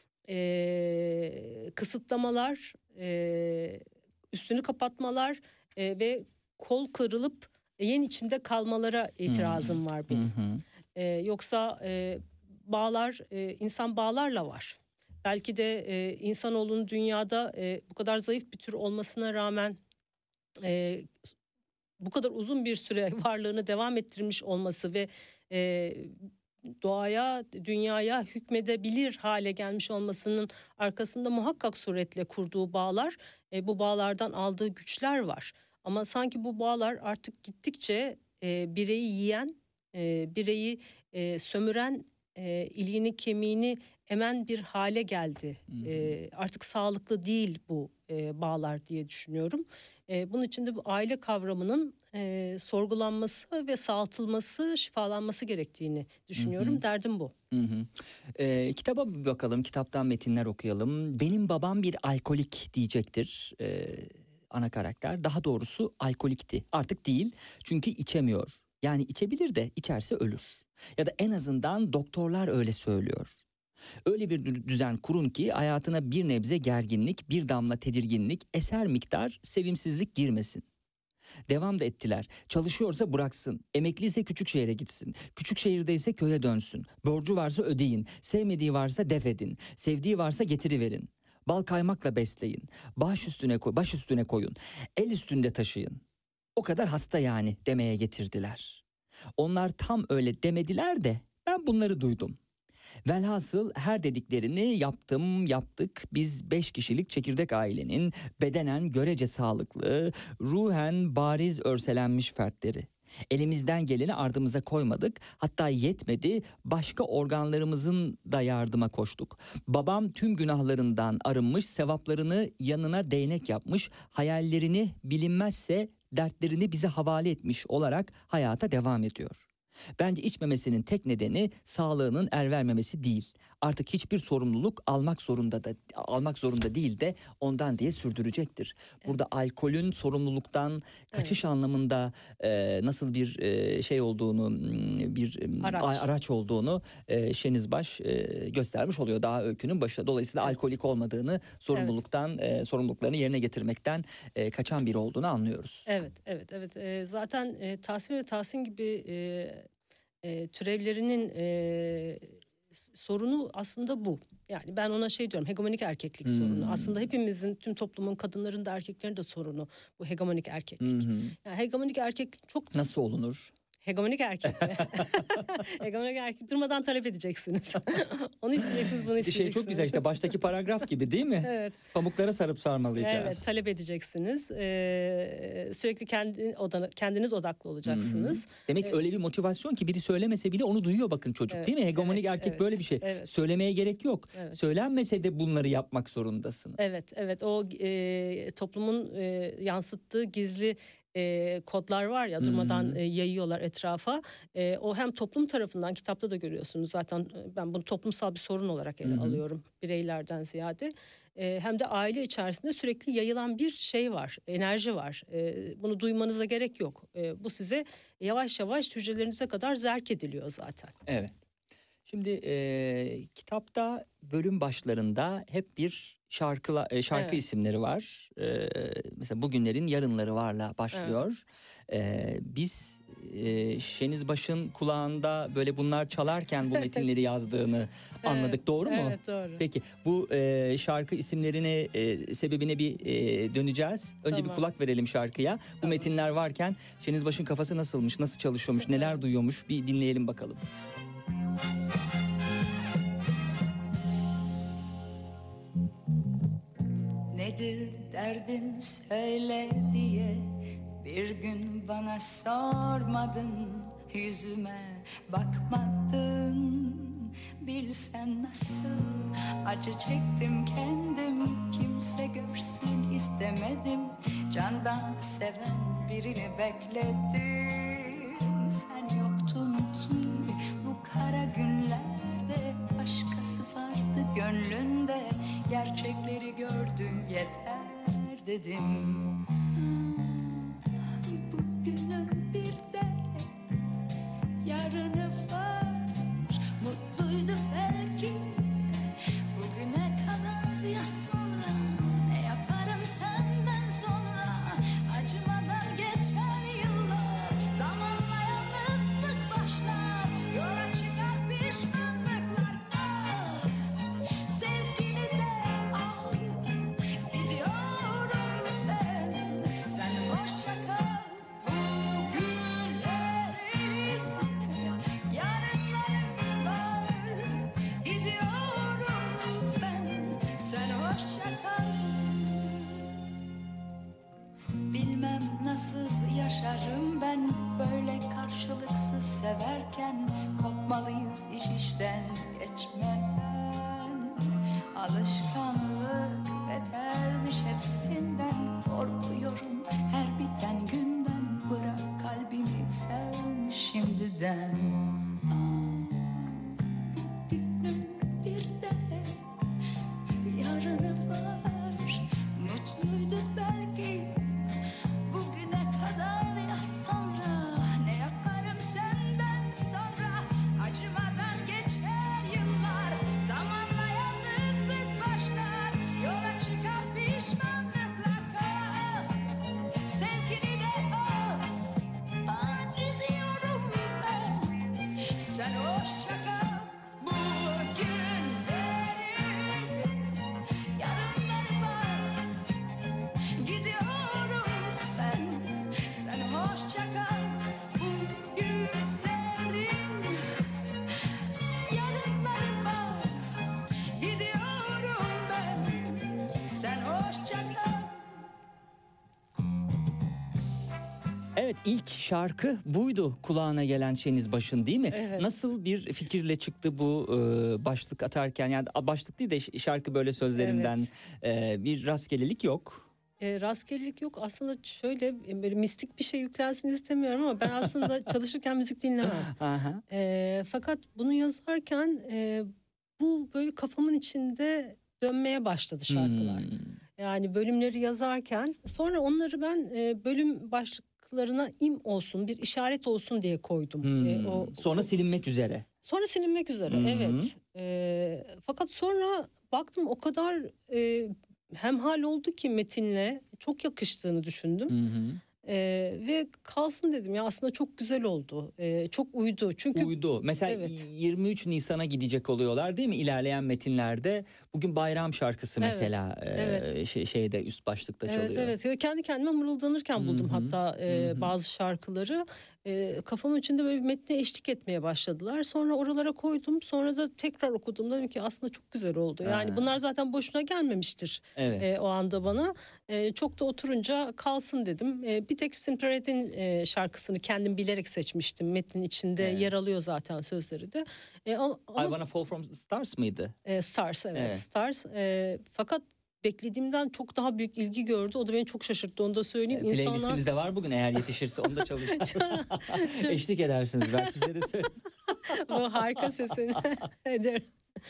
e, kısıtlamalar, e, üstünü kapatmalar e, ve kol kırılıp yen içinde kalmalara itirazım var Hı benim. hı. Ee, yoksa e, bağlar, e, insan bağlarla var. Belki de e, insanoğlunun dünyada e, bu kadar zayıf bir tür olmasına rağmen e, bu kadar uzun bir süre varlığını devam ettirmiş olması ve e, doğaya, dünyaya hükmedebilir hale gelmiş olmasının arkasında muhakkak suretle kurduğu bağlar, e, bu bağlardan aldığı güçler var. Ama sanki bu bağlar artık gittikçe e, bireyi yiyen, e, bireyi e, sömüren, e, iliğini kemiğini emen bir hale geldi. E, artık sağlıklı değil bu e, bağlar diye düşünüyorum. E, bunun için de bu aile kavramının e, sorgulanması ve sağaltılması, şifalanması gerektiğini düşünüyorum. Hı hı. Derdim bu. Hı hı. Ee, kitaba bir bakalım, kitaptan metinler okuyalım. Benim babam bir alkolik diyecektir ee, ana karakter. Daha doğrusu alkolikti. Artık değil, çünkü içemiyor. Yani içebilir de içerse ölür. Ya da en azından doktorlar öyle söylüyor. Öyle bir düzen kurun ki hayatına bir nebze gerginlik, bir damla tedirginlik, eser miktar sevimsizlik girmesin. Devam da ettiler. Çalışıyorsa bıraksın. Emekliyse küçük şehre gitsin. Küçük şehirdeyse köye dönsün. Borcu varsa ödeyin. Sevmediği varsa def edin. Sevdiği varsa getiriverin. Bal kaymakla besleyin. Baş üstüne koy, baş üstüne koyun. El üstünde taşıyın. O kadar hasta yani demeye getirdiler. Onlar tam öyle demediler de ben bunları duydum. Velhasıl her dediklerini yaptım, yaptık. Biz beş kişilik çekirdek ailenin bedenen görece sağlıklı, ruhen bariz örselenmiş fertleri. Elimizden geleni ardımıza koymadık. Hatta yetmedi, başka organlarımızın da yardıma koştuk. Babam tüm günahlarından arınmış, sevaplarını yanına değnek yapmış, hayallerini bilinmezse dertlerini bize havale etmiş olarak hayata devam ediyor. Bence içmemesinin tek nedeni sağlığının el vermemesi değil. Artık hiçbir sorumluluk almak zorunda da almak zorunda değil de ondan diye sürdürecektir. Burada evet. Alkolün sorumluluktan kaçış evet. anlamında e, nasıl bir e, şey olduğunu, bir araç, araç olduğunu e, Şenizbaş e, göstermiş oluyor daha öykünün başında. Dolayısıyla evet. alkolik olmadığını, sorumluluktan evet. e, sorumluluklarını yerine getirmekten e, kaçan biri olduğunu anlıyoruz. Evet, evet, evet. E, zaten e, Tahsin ve Tahsin gibi e, e, türevlerinin e, sorunu aslında bu. Yani ben ona şey diyorum, hegemonik erkeklik hmm. sorunu. Aslında hepimizin, tüm toplumun, kadınların da erkeklerin de sorunu bu hegemonik erkeklik. Hmm. Yani hegemonik erkeklik çok... Nasıl olunur? Hegemonik erkek mi? Hegemonik erkek durmadan talep edeceksiniz. Onu isteyeceksiniz, bunu isteyeceksiniz. Şey çok güzel işte baştaki paragraf gibi değil mi? Evet. Pamuklara sarıp sarmalayacağız. Evet, talep edeceksiniz. Ee, sürekli kendi odanı, kendiniz odaklı olacaksınız. Hı-hı. Demek evet. öyle bir motivasyon ki biri söylemese bile onu duyuyor bakın çocuk evet. değil mi? Hegemonik evet, erkek evet, böyle bir şey. Evet. Söylemeye gerek yok. Evet. Söylenmese de bunları yapmak zorundasınız. Evet, evet. O e, toplumun e, yansıttığı gizli E, kodlar var ya durmadan hmm. e, yayıyorlar etrafa. E, o hem toplum tarafından, kitapta da görüyorsunuz zaten, e, ben bunu toplumsal bir sorun olarak ele hmm. alıyorum bireylerden ziyade. E, hem de aile içerisinde sürekli yayılan bir şey var, enerji var. E, bunu duymanıza gerek yok. E, bu size yavaş yavaş hücrelerinize kadar zerk ediliyor zaten. Evet. Şimdi e, kitapta bölüm başlarında hep bir şarkı şarkı evet. isimleri var. E, mesela bugünlerin yarınları varla başlıyor. Evet. E, biz e, Şenizbaş'ın kulağında böyle bunlar çalarken bu metinleri yazdığını evet. anladık. Doğru mu? Evet, doğru. Peki bu e, şarkı isimlerine e, sebebine bir e, döneceğiz. Önce tamam. bir kulak verelim şarkıya. Bu tamam. metinler varken Şenizbaş'ın kafası nasılmış, nasıl çalışıyormuş, neler duyuyormuş bir dinleyelim bakalım. Nedir derdin söyle diye Bir gün bana sormadın, yüzüme bakmadın. Bilsen nasıl acı çektim kendim, kimse görsün istemedim. Candan seven birini bekledim. Sen yoktun ki bu kara günlerde, başkası vardı gönlünde. Gerçekleri gördüm yeter dedim. Bugünün bir de yarını var, mutluydu belki. Bugüne kadar ya sonra, ne yaparım senden sonra. Acımadan geçer yıllar, zamanla yalnızlık başlar. Yola çıkar pişmanlıklar. Ah, sevgini de al, gidiyorum ben. Sen hoşça kal. Bugünlerin yarınlarım var, gidiyorum ben. Sen hoşça kal. Bilmem nasıl yaşarım ben böyle karşılıksız severken. Kopmalıyız iş işten geçmeden. Alışkanlık betermiş hepsinden. Korkuyorum her biten günden. Bırak kalbimi sev şimdiden. Ah, bugünün bir de yarını var, mutluydu belki. Bugüne kadar ya sonra, ne yaparım senden sonra. Acımadan geçer yıllar, zamanla yalnızlık başlar. Yola çıkar pişmanlıklar. Kal, sevgini de al. Ah, gidiyorum ben. Sen hoşça kal. Bugünlerin yarınları var, gidiyorum ben. Sen hoşça kal. Bugünlerin yarınları var, gidiyorum ben. Sen hoşça kal. Evet, ilk şarkı buydu kulağına gelen Şeniz Baş'ın, değil mi? Evet. Nasıl bir fikirle çıktı bu e, başlık atarken? Yani başlık değil de şarkı böyle sözlerinden e, bir rastgelelik yok. E, rastgelelik yok. Aslında şöyle e, böyle mistik bir şey yüklensin istemiyorum ama ben aslında çalışırken müzik dinlemem. Aha. E, fakat bunu yazarken e, bu böyle kafamın içinde dönmeye başladı şarkılar. Hmm. Yani bölümleri yazarken sonra onları ben e, bölüm başlıklarına im olsun, bir işaret olsun diye koydum. Hmm. E, o Sonra silinmek üzere. Sonra silinmek üzere, Hı hı. evet. E, fakat sonra baktım o kadar e, hemhal oldu ki metinle, çok yakıştığını düşündüm. Hı hı. E, ve kalsın dedim ya, aslında çok güzel oldu. E, çok uydu. Çünkü Uydu. Mesela Evet. yirmi üç Nisan'a gidecek oluyorlar, değil mi? İlerleyen metinlerde. Bugün bayram şarkısı Evet, mesela e, evet. şey, şeyde üst başlıkta evet çalıyor. evet kendi kendime mırıldanırken buldum Hı hı, hatta e, hı hı. bazı şarkıları. E, kafamın içinde böyle bir metne eşlik etmeye başladılar. Sonra oralara koydum. Sonra da tekrar okudum. Dedim ki aslında çok güzel oldu. Yani Ha. bunlar zaten boşuna gelmemiştir. Evet. E, o anda bana e, çok da oturunca kalsın dedim. E, bir tek Simperet'in e, şarkısını kendim bilerek seçmiştim. Metnin içinde Evet. yer alıyor zaten sözleri de. E, ama, I Wanna Fall From Stars mıydı? e, Stars evet, Evet. Stars. E, fakat beklediğimden çok daha büyük ilgi gördü. O da beni çok şaşırttı. Onu da söyleyeyim. İnsanlar Playlistimizde var bugün, eğer yetişirse onu da çalışacağız. Eşlik edersiniz, belki size de söyleyeyim. bu harika sesini ederim.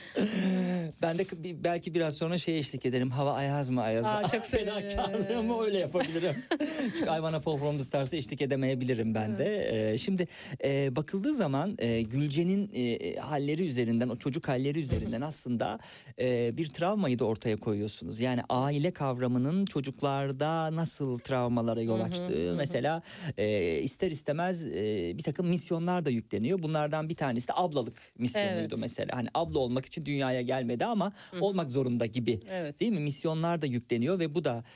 Ben de bir- belki biraz sonra şey eşlik ederim. Hava ayaz mı ayaz? Aa, çok severim. Fedakarlığımı öyle yapabilirim. Çünkü I Wanna Fall From The Stars'a eşlik edemeyebilirim ben de. Ee, şimdi e, bakıldığı zaman e, Gülce'nin e, halleri üzerinden, o çocuk halleri üzerinden aslında e, bir travmayı da ortaya koyuyorsunuz. Yani aile kavramının çocuklarda nasıl travmalara yol açtığı. Mesela e, ister istemez e, bir takım misyonlar da yükleniyor. Bunlardan bir tanesi de ablalık misyonuydu Evet. mesela. Hani abla olmak olmak için dünyaya gelmedi ama olmak zorunda gibi. Evet. Değil mi? Misyonlar da yükleniyor ve bu da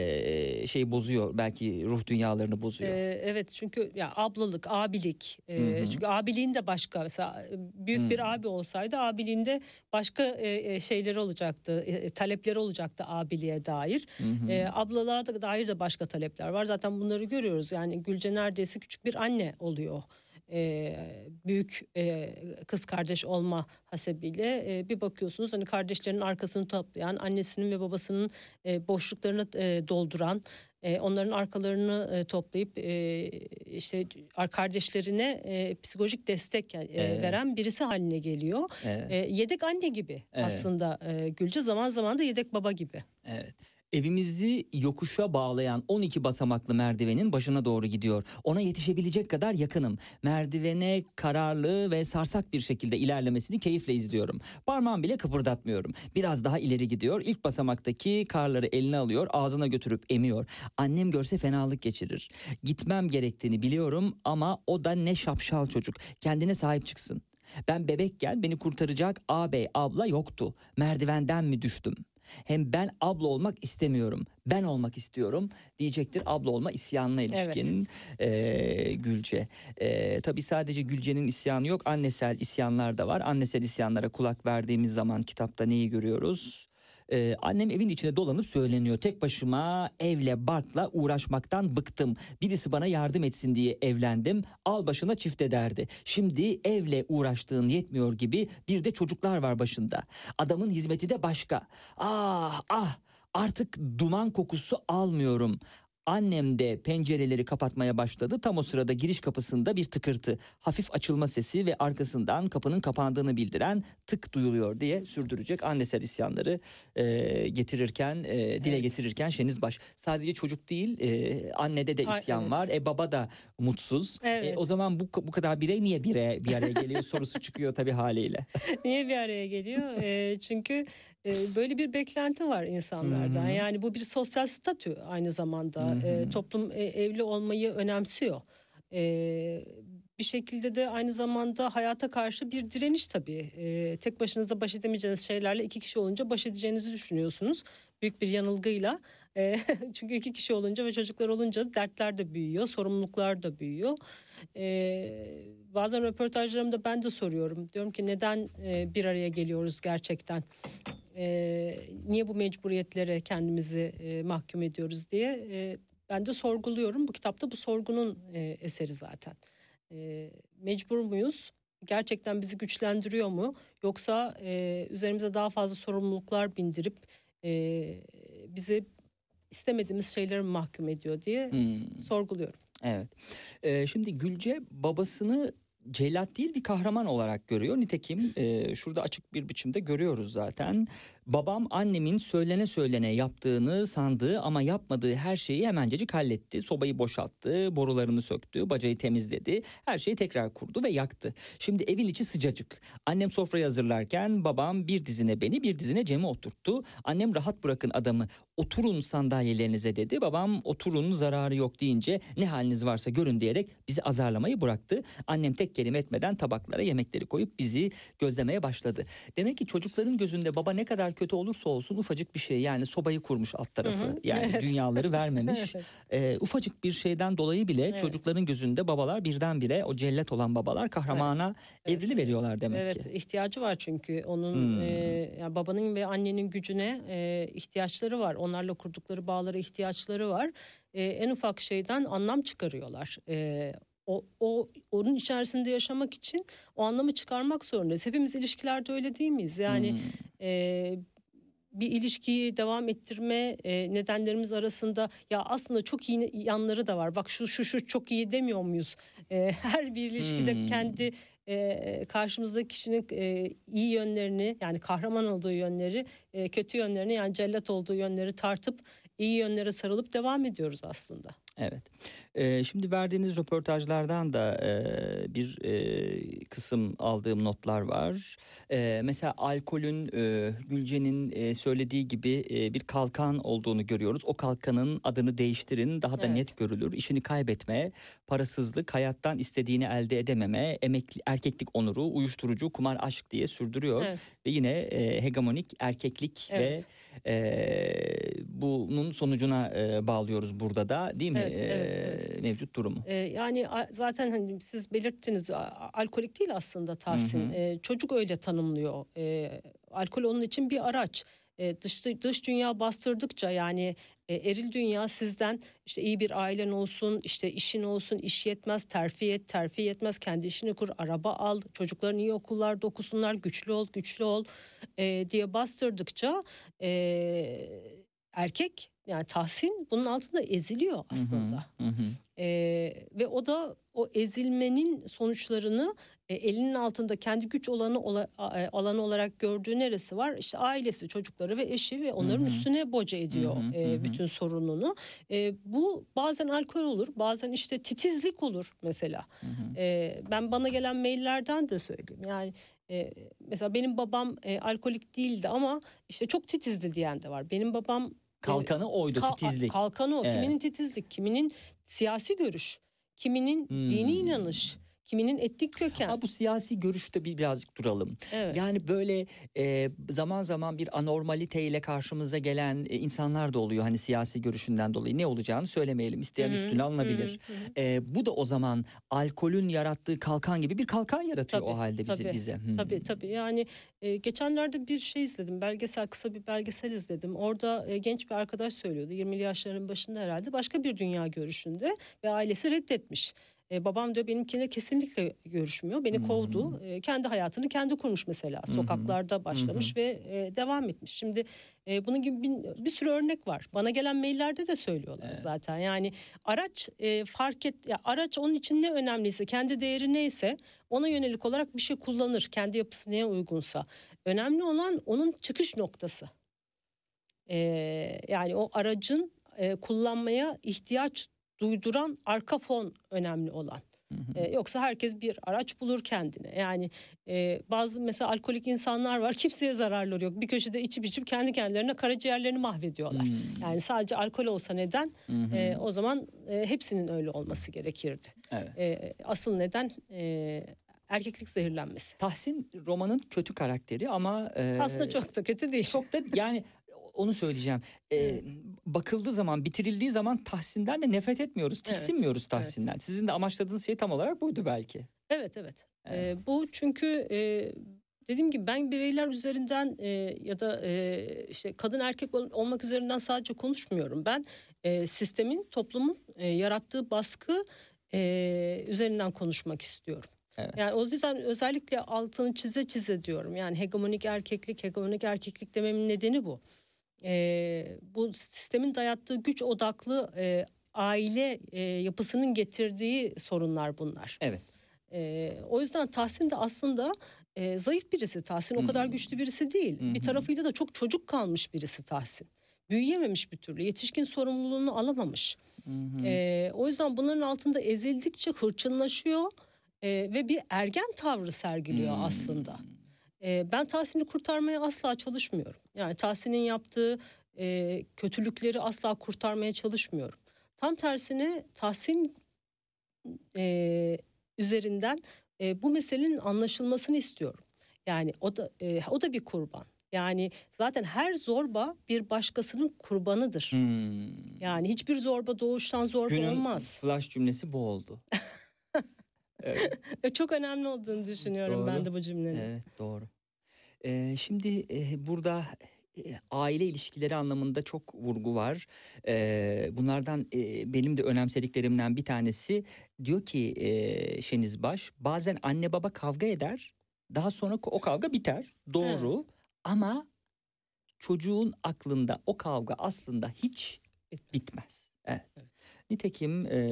e, şey bozuyor, belki ruh dünyalarını bozuyor. Ee, evet, çünkü ya ablalık, abilik. e, Hı hı. Çünkü abiliğin de başka, mesela büyük Hı. bir abi olsaydı abiliğinde başka e, e, şeyleri olacaktı, e, talepleri olacaktı abiliğe dair. Hı hı. E, ablalığa da dair de başka talepler var. Zaten bunları görüyoruz. Yani Gülce neredeyse küçük bir anne oluyor. E, büyük e, kız kardeş olma hasebiyle e, bir bakıyorsunuz hani kardeşlerinin arkasını toplayan, annesinin ve babasının e, boşluklarını e, dolduran, e, onların arkalarını e, toplayıp e, işte kardeşlerine e, psikolojik destek e, Evet. veren birisi haline geliyor. Evet. E, yedek anne gibi Evet. aslında e, Gülce, zaman zaman da yedek baba gibi. Evet. Evimizi yokuşa bağlayan on iki basamaklı merdivenin başına doğru gidiyor. Ona yetişebilecek kadar yakınım. Merdivene kararlı ve sarsak bir şekilde ilerlemesini keyifle izliyorum. Parmağım bile kıpırdatmıyorum. Biraz daha ileri gidiyor. İlk basamaktaki karları eline alıyor, ağzına götürüp emiyor. Annem görse fenalık geçirir. Gitmem gerektiğini biliyorum ama o da ne şapşal çocuk. Kendine sahip çıksın. Ben bebekken beni kurtaracak ağabey, abla yoktu. Merdivenden mi düştüm? Hem ben abla olmak istemiyorum, ben olmak istiyorum diyecektir abla olma isyanına ilişkin eee, Gülce. Eee, tabii sadece Gülce'nin isyanı yok, annesel isyanlar da var. Annesel isyanlara kulak verdiğimiz zaman kitapta neyi görüyoruz? Ee, annem evin içinde dolanıp söyleniyor. Tek başıma evle barkla uğraşmaktan bıktım. Birisi bana yardım etsin diye evlendim. Al başına çift ederdi. Şimdi evle uğraştığın yetmiyor gibi bir de çocuklar var başında. Adamın hizmeti de başka. Ah ah, artık duman kokusu almıyorum. Annem de pencereleri kapatmaya başladı. Tam o sırada giriş kapısında bir tıkırtı, hafif açılma sesi ve arkasından kapının kapandığını bildiren tık duyuluyor diye sürdürecek annesel isyanları e, getirirken, e, dile Evet. getirirken Şeniz Baş. Sadece çocuk değil, e, annede de Ay, isyan evet. var. E baba da mutsuz. Evet. E, o zaman bu bu kadar birey niye bir araya, bir araya geliyor sorusu çıkıyor tabii haliyle. Niye bir araya geliyor? E, çünkü e, böyle bir beklenti var insanlardan. Hı hı. Yani bu bir sosyal statü aynı zamanda. Hı hı. E, toplum e, evli olmayı önemsiyor. E, bir şekilde de aynı zamanda hayata karşı bir direniş tabii. E, tek başınıza baş edemeyeceğiniz şeylerle iki kişi olunca baş edeceğinizi düşünüyorsunuz. Büyük bir yanılgıyla. E, çünkü iki kişi olunca ve çocuklar olunca dertler de büyüyor, sorumluluklar da büyüyor. Ee, bazen röportajlarımda ben de soruyorum. Diyorum ki neden e, bir araya geliyoruz gerçekten? Ee, niye bu mecburiyetlere kendimizi e, mahkum ediyoruz diye e, ben de sorguluyorum. Bu kitapta bu sorgunun e, eseri zaten. E, mecbur muyuz? Gerçekten bizi güçlendiriyor mu? Yoksa e, üzerimize daha fazla sorumluluklar bindirip e, bizi istemediğimiz şeylere mi mahkum ediyor diye Hmm. sorguluyorum. Evet. Ee, şimdi Gülce babasını cellat değil bir kahraman olarak görüyor. Nitekim e, şurada açık bir biçimde görüyoruz zaten. Babam annemin söylene söylene yaptığını sandığı ama yapmadığı her şeyi hemencecik halletti. Sobayı boşalttı, borularını söktü, bacayı temizledi. Her şeyi tekrar kurdu ve yaktı. Şimdi evin içi sıcacık. Annem sofrayı hazırlarken babam bir dizine beni, bir dizine Cem'i oturttu. Annem rahat bırakın adamı, oturun sandalyelerinize dedi. Babam oturun zararı yok deyince ne haliniz varsa görün diyerek bizi azarlamayı bıraktı. Annem tek kelime etmeden tabaklara yemekleri koyup bizi gözlemeye başladı. Demek ki çocukların gözünde baba ne kadar kötü olursa olsun ufacık bir şey, yani sobayı kurmuş alt tarafı, Hı hı. yani Evet. dünyaları vermemiş. Evet. Ee, ufacık bir şeyden dolayı bile Evet. çocukların gözünde babalar birdenbire, o cellat olan babalar kahramana Evet. evrili veriyorlar demek Evet, ki. ihtiyacı var çünkü onun Hmm. e, yani babanın ve annenin gücüne e, ihtiyaçları var. Onlarla kurdukları bağlara ihtiyaçları var. E, en ufak şeyden anlam çıkarıyorlar. E, o, o onun içerisinde yaşamak için o anlamı çıkarmak zorundayız. Hepimiz ilişkilerde öyle değil miyiz? Yani Hmm. e, bir ilişkiyi devam ettirme e, nedenlerimiz arasında ya aslında çok iyi yanları da var. Bak şu şu şu çok iyi demiyor muyuz? E, her bir ilişkide Hmm. kendi e, karşımızdaki kişinin e, iyi yönlerini, yani kahraman olduğu yönleri, e, kötü yönlerini, yani cellat olduğu yönleri tartıp iyi yönlere sarılıp devam ediyoruz aslında. Evet. Ee, şimdi verdiğiniz röportajlardan da e, bir e, kısım aldığım notlar var. E, mesela alkolün e, Gülce'nin e, söylediği gibi e, bir kalkan olduğunu görüyoruz. O kalkanın adını değiştirin, daha da Evet. net görülür. İşini kaybetme, parasızlık, hayattan istediğini elde edememe, emekli, erkeklik onuru, uyuşturucu, kumar, aşk diye sürdürüyor. Evet. Ve yine e, hegemonik erkeklik Evet. ve e, bunun sonucuna e, bağlıyoruz burada da, değil mi? Evet, evet, evet. E, mevcut durumu. Ee, yani a- zaten hani siz belirttiniz, a- alkolik değil aslında Tahsin. Hı hı. Ee, çocuk öyle tanımlıyor. Ee, alkol onun için bir araç. Ee, dış dış dünya bastırdıkça, yani e, eril dünya sizden işte iyi bir ailen olsun, işte işin olsun, iş yetmez, terfi et, terfi yetmez, kendi işini kur, araba al, çocukların iyi okullarda okusunlar, güçlü ol, güçlü ol e, diye bastırdıkça e, erkek, yani Tahsin bunun altında eziliyor aslında. Hı hı. Ee, ve o da o ezilmenin sonuçlarını e, elinin altında kendi güç olanı ola- a- e, alanı olarak gördüğü neresi var? İşte ailesi, çocukları ve eşi ve onların Hı hı. üstüne boca ediyor Hı hı, e, hı hı. bütün sorununu. E, bu bazen alkol olur, bazen işte titizlik olur mesela. Hı hı. E, ben bana gelen maillerden de söyleyeyim. Yani e, mesela benim babam e, alkolik değildi ama işte çok titizdi diyen de var. Benim babam Kalkanı oydu, Ka- titizlik. Kalkanı o. Evet. Kiminin titizlik, kiminin siyasi görüş, kiminin dini Hmm. inanış, kiminin etnik köken. Ha, bu siyasi görüşte bir birazcık duralım. Evet. Yani böyle e, zaman zaman bir anormaliteyle karşımıza gelen e, insanlar da oluyor. Hani siyasi görüşünden dolayı ne olacağını söylemeyelim. İsteyen Hı hı, üstüne alınabilir. hı hı, hı hı. E, bu da o zaman alkolün yarattığı kalkan gibi bir kalkan yaratıyor Tabii, o halde bizi, tabii, bize. Hmm. Tabii tabii, yani e, geçenlerde bir şey izledim, belgesel, kısa bir belgesel izledim. Orada e, genç bir arkadaş söylüyordu, yirmili yaşlarının başında herhalde, başka bir dünya görüşünde ve ailesi reddetmiş. E, babam diyor benimkine kesinlikle görüşmüyor, beni Hı hı. kovdu. E, kendi hayatını kendi kurmuş mesela, hı. sokaklarda başlamış ve e, devam etmiş. Şimdi e, bunun gibi bir, bir sürü örnek var. Bana gelen maillerde de söylüyorlar Evet. zaten. Yani araç e, fark et, ya araç onun için ne önemliyse, kendi değeri neyse ona yönelik olarak bir şey kullanır. Kendi yapısı neye uygunsa. Önemli olan onun çıkış noktası. Ee, yani o aracın e, kullanmaya ihtiyaç duyduran arka fon önemli olan. Hı hı. Ee, yoksa herkes bir araç bulur kendine. Yani e, bazı mesela alkolik insanlar var, kimseye zararları yok. Bir köşede içip içip kendi kendilerine karaciğerlerini mahvediyorlar. Hmm. Yani sadece alkol olsa neden? Hı hı. E, o zaman e, hepsinin öyle olması gerekirdi. Evet. E, asıl neden e, erkeklik zehirlenmesi. Tahsin romanın kötü karakteri ama e, Aslında çok da kötü değil. çok da yani onu söyleyeceğim. Ee, bakıldığı zaman, bitirildiği zaman Tahsin'den de nefret etmiyoruz, Evet, tiksinmiyoruz Tahsin'den. Sizin de amaçladığınız şey tam olarak buydu belki. Evet evet. Evet. E, bu çünkü e, dediğim gibi ben bireyler üzerinden e, ya da e, işte kadın erkek ol- olmak üzerinden sadece konuşmuyorum. Ben e, sistemin, toplumun e, yarattığı baskı e, üzerinden konuşmak istiyorum. Evet. Yani o yüzden özellikle altını çize çize diyorum. Yani hegemonik erkeklik, hegemonik erkeklik dememin nedeni bu. E, bu sistemin dayattığı güç odaklı e, aile e, yapısının getirdiği sorunlar bunlar. Evet. E, o yüzden Tahsin de aslında e, zayıf birisi. Tahsin o kadar Hmm. güçlü birisi değil. Hı hı. Bir tarafıyla da çok çocuk kalmış birisi Tahsin. Büyüyememiş bir türlü. Yetişkin sorumluluğunu alamamış. Hı hı. E, o yüzden bunların altında ezildikçe hırçınlaşıyor e, ve bir ergen tavrı sergiliyor Hmm. aslında. E, ben Tahsin'i kurtarmaya asla çalışmıyorum. Yani Tahsin'in yaptığı e, kötülükleri asla kurtarmaya çalışmıyorum. Tam tersine Tahsin e, üzerinden e, bu meselenin anlaşılmasını istiyorum. Yani o da e, o da bir kurban. Yani zaten her zorba bir başkasının kurbanıdır. Hmm. Yani hiçbir zorba doğuştan zorba Günün olmaz. flash cümlesi bu oldu. Evet. Ve çok önemli olduğunu düşünüyorum Doğru. ben de bu cümlenin. Evet, doğru. Ee, şimdi e, burada e, aile ilişkileri anlamında çok vurgu var. Ee, bunlardan e, benim de önemsediklerimden bir tanesi, diyor ki e, Şeniz Baş, bazen anne baba kavga eder, daha sonra o kavga biter. Doğru. Ama çocuğun aklında o kavga aslında hiç Bitmez. bitmez. Evet. Evet. Nitekim e,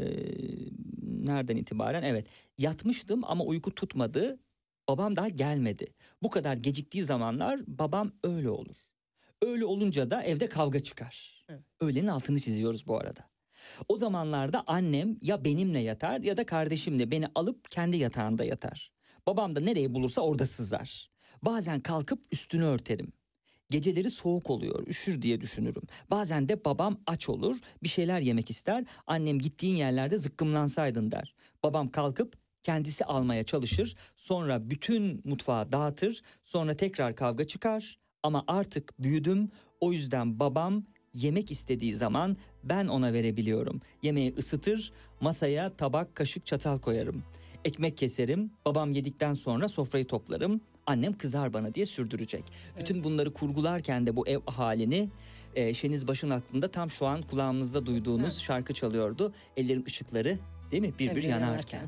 nereden itibaren, evet, yatmıştım ama uyku tutmadı. Babam daha gelmedi. Bu kadar geciktiği zamanlar babam öyle olur. Öyle olunca da evde kavga çıkar. Evet. Öğlenin altını çiziyoruz bu arada. O zamanlarda annem ya benimle yatar ya da kardeşimle beni alıp kendi yatağında yatar. Babam da nereyi bulursa orada sızar. Bazen kalkıp üstünü örterim. Geceleri soğuk oluyor, üşür diye düşünürüm. Bazen de babam aç olur, bir şeyler yemek ister. Annem gittiğin yerlerde zıkkımlansaydın der. Babam kalkıp kendisi almaya çalışır. Sonra bütün mutfağı dağıtır. Sonra tekrar kavga çıkar. Ama artık büyüdüm. O yüzden babam yemek istediği zaman ben ona verebiliyorum. Yemeği ısıtır, masaya tabak, kaşık, çatal koyarım. Ekmek keserim, babam yedikten sonra sofrayı toplarım. Annem kızar bana diye sürdürecek. Evet. Bütün bunları kurgularken de bu ev halini e, Şeniz Baş'ın aklında tam şu an kulağımızda duyduğunuz evet. şarkı çalıyordu. Ellerin ışıkları değil mi bir bir, bir yanarken. yanarken.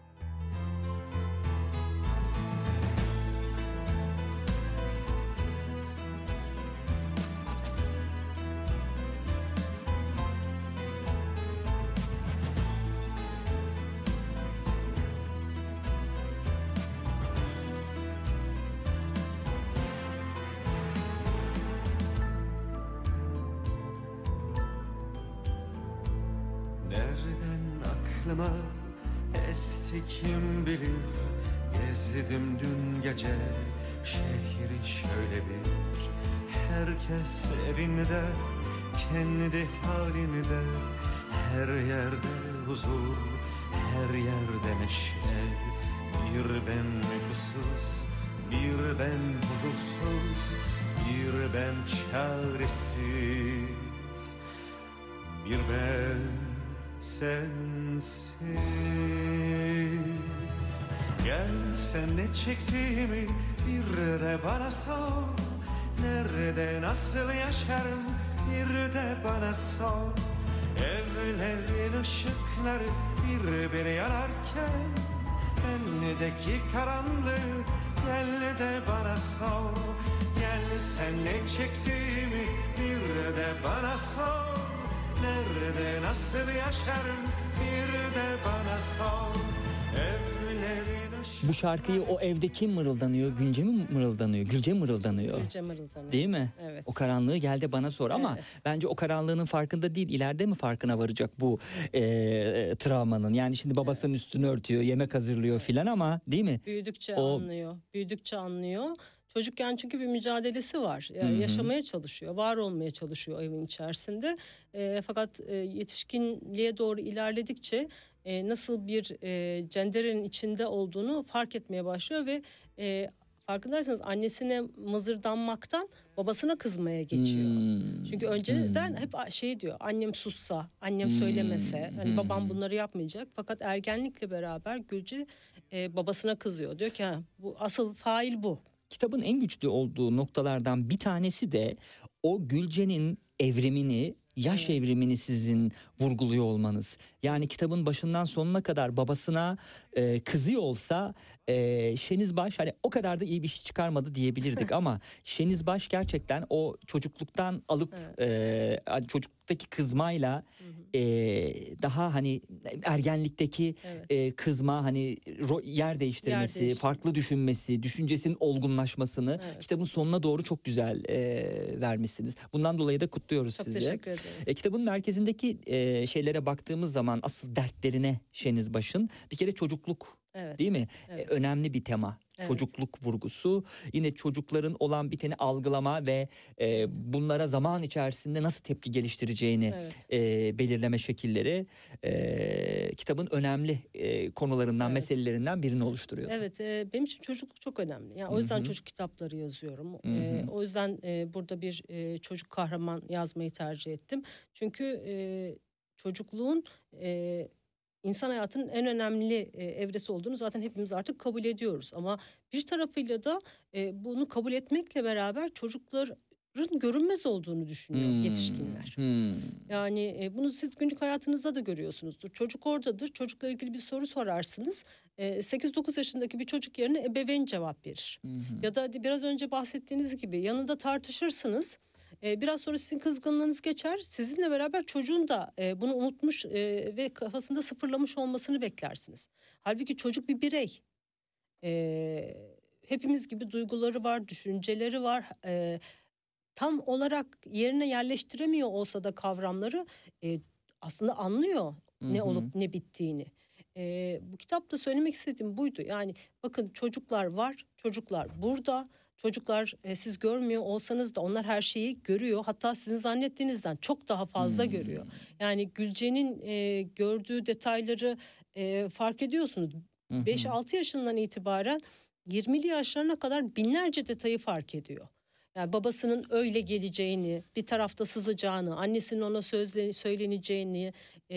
Aklıma esti kim bilir, gezdim dün gece şehri şöyle bir. Herkes evinde, kendi halinde, her yerde huzur, her yerde neşe. Bir ben uykusuz, bir ben huzursuz, bir ben çaresiz, bir ben sensiz. Gel sen ne çektiğimi bir de bana sor. Nerede nasıl yaşarım bir de bana sor. Evlerin ışıkları bir bir yanarken bendeki karanlığı gel de bana sor. Gel sen ne çektiğimi bir de bana sor. Nerede nasıl yaşarım bir de bana sor. Evlerin ışıkları... Bu şarkıyı o evde kim mırıldanıyor? Gülce mi mırıldanıyor? Gülce mırıldanıyor. Gülce mırıldanıyor. Değil mi? Evet. O karanlığı gel de bana sor ama evet. bence o karanlığının farkında değil. İleride mi farkına varacak bu e, travmanın? Yani şimdi babasının evet. üstünü örtüyor, yemek hazırlıyor filan ama değil mi? Büyüdükçe o... anlıyor. Büyüdükçe anlıyor. Çocukken çünkü bir mücadelesi var. Yani Hı-hı. yaşamaya çalışıyor, var olmaya çalışıyor evin içerisinde. E, fakat e, yetişkinliğe doğru ilerledikçe e, nasıl bir e, cenderenin içinde olduğunu fark etmeye başlıyor ve e, farkındaysanız annesine mızırdanmaktan babasına kızmaya geçiyor. Hmm. Çünkü önceden hmm. hep şey diyor, annem sussa, annem hmm. söylemese, hani babam bunları yapmayacak. Fakat ergenlikle beraber Gülce e, babasına kızıyor. Diyor ki ha, bu asıl fail bu. Kitabın en güçlü olduğu noktalardan bir tanesi de o Gülce'nin evrimini, yaş evet. evrimini sizin vurguluyor olmanız. Yani kitabın başından sonuna kadar babasına e, kızıyor olsa e, Şeniz Baş hani o kadar da iyi bir şey çıkarmadı diyebilirdik ama Şeniz Baş gerçekten o çocukluktan alıp evet. e, çocuktaki kızmayla e, daha hani ergenlikteki evet. e, kızma hani ro- yer değiştirmesi, yer farklı düşünmesi, düşüncesinin olgunlaşmasını evet. kitabın sonuna doğru çok güzel e, vermişsiniz. Bundan dolayı da kutluyoruz çok sizi. Teşekkür ederim. E, kitabın merkezindeki e, şeylere baktığımız zaman asıl dertlerine Şeniz Baş'ın bir kere çocukluk evet. değil mi? Evet. E, önemli bir tema. Evet. Çocukluk vurgusu, yine çocukların olan biteni algılama ve e, bunlara zaman içerisinde nasıl tepki geliştireceğini evet. e, belirleme şekilleri e, kitabın önemli e, konularından, evet. meselelerinden birini oluşturuyor. Evet, e, benim için çocukluk çok önemli. Yani o yüzden Hı-hı. çocuk kitapları yazıyorum. E, o yüzden e, burada bir e, çocuk kahraman yazmayı tercih ettim. Çünkü e, çocukluğun e, İnsan hayatının en önemli e, evresi olduğunu zaten hepimiz artık kabul ediyoruz. Ama bir tarafıyla da e, bunu kabul etmekle beraber çocukların görünmez olduğunu düşünüyor hmm. yetişkinler. Hmm. Yani e, bunu siz günlük hayatınızda da görüyorsunuzdur. Çocuk oradadır. Çocukla ilgili bir soru sorarsınız. E, sekiz dokuz yaşındaki bir çocuk yerine ebeveyn cevap verir. Hmm. Ya da biraz önce bahsettiğiniz gibi yanında tartışırsınız. Biraz sonra sizin kızgınlığınız geçer. Sizinle beraber çocuğun da bunu unutmuş ve kafasında sıfırlamış olmasını beklersiniz. Halbuki çocuk bir birey. Hepimiz gibi duyguları var, düşünceleri var. Tam olarak yerine yerleştiremiyor olsa da kavramları aslında anlıyor Hı ne hı. olup ne bittiğini. Ee, bu kitapta söylemek istediğim buydu. Yani bakın çocuklar var, çocuklar burada. Çocuklar e, siz görmüyor olsanız da onlar her şeyi görüyor. Hatta sizin zannettiğinizden çok daha fazla Hmm. görüyor. Yani Gülce'nin e, gördüğü detayları e, fark ediyorsunuz. Hı hı. beş altı yaşından itibaren yirmili yaşlarına kadar binlerce detayı fark ediyor. Yani babasının öyle geleceğini, bir tarafta sızacağını, annesinin ona sözle, söyleneceğini,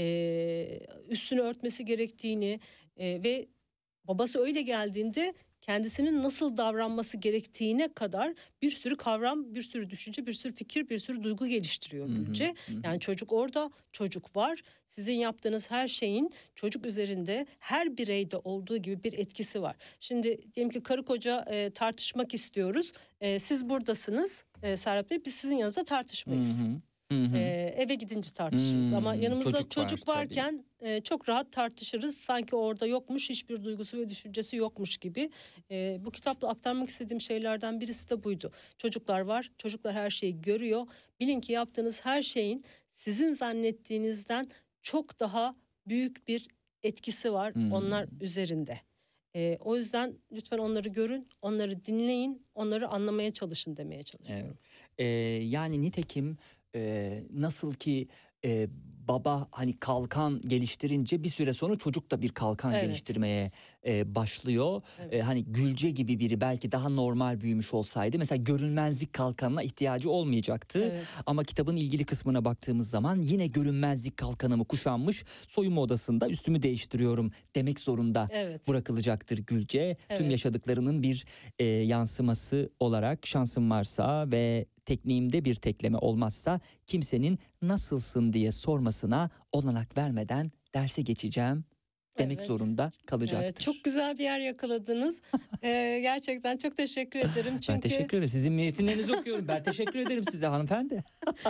e, üstünü örtmesi gerektiğini e, ve babası öyle geldiğinde kendisinin nasıl davranması gerektiğine kadar bir sürü kavram, bir sürü düşünce, bir sürü fikir, bir sürü duygu geliştiriyor Hı hı, Gülce. hı hı. Yani çocuk orada, çocuk var. Sizin yaptığınız her şeyin çocuk üzerinde her bireyde olduğu gibi bir etkisi var. Şimdi diyelim ki karı koca e, tartışmak istiyoruz. E, siz buradasınız e, Serhat Bey, biz sizin yanınızda tartışmayız. Hı hı. Hı hı. Ee, eve gidince tartışırız Hmm, ama yanımızda çocuk çocuk, var, varken e, çok rahat tartışırız. Sanki orada yokmuş, hiçbir duygusu ve düşüncesi yokmuş gibi. E, bu kitapla aktarmak istediğim şeylerden birisi de buydu. Çocuklar var, çocuklar her şeyi görüyor. Bilin ki yaptığınız her şeyin sizin zannettiğinizden çok daha büyük bir etkisi var Hmm. onlar üzerinde. E, o yüzden lütfen onları görün, onları dinleyin, onları anlamaya çalışın demeye çalışıyorum. Evet. Ee, yani nitekim e, nasıl ki e, baba hani kalkan geliştirince bir süre sonra çocuk da bir kalkan Evet. geliştirmeye e, başlıyor. Evet. E, hani Gülce gibi biri belki daha normal büyümüş olsaydı mesela görünmezlik kalkanına ihtiyacı olmayacaktı. Evet. Ama kitabın ilgili kısmına baktığımız zaman yine görünmezlik kalkanımı kuşanmış, soyunma odasında üstümü değiştiriyorum demek zorunda Evet. bırakılacaktır Gülce. Tüm Evet. yaşadıklarının bir e, yansıması olarak şansım varsa ve tekniğimde bir tekleme olmazsa kimsenin nasılsın diye sormasına olanak vermeden derse geçeceğim demek Evet. zorunda kalacaktır. Evet, çok güzel bir yer yakaladınız. Ee, gerçekten çok teşekkür ederim. Çünkü Ben teşekkür ederim. Sizin metinlerinizi okuyorum. Ben teşekkür ederim size hanımefendi.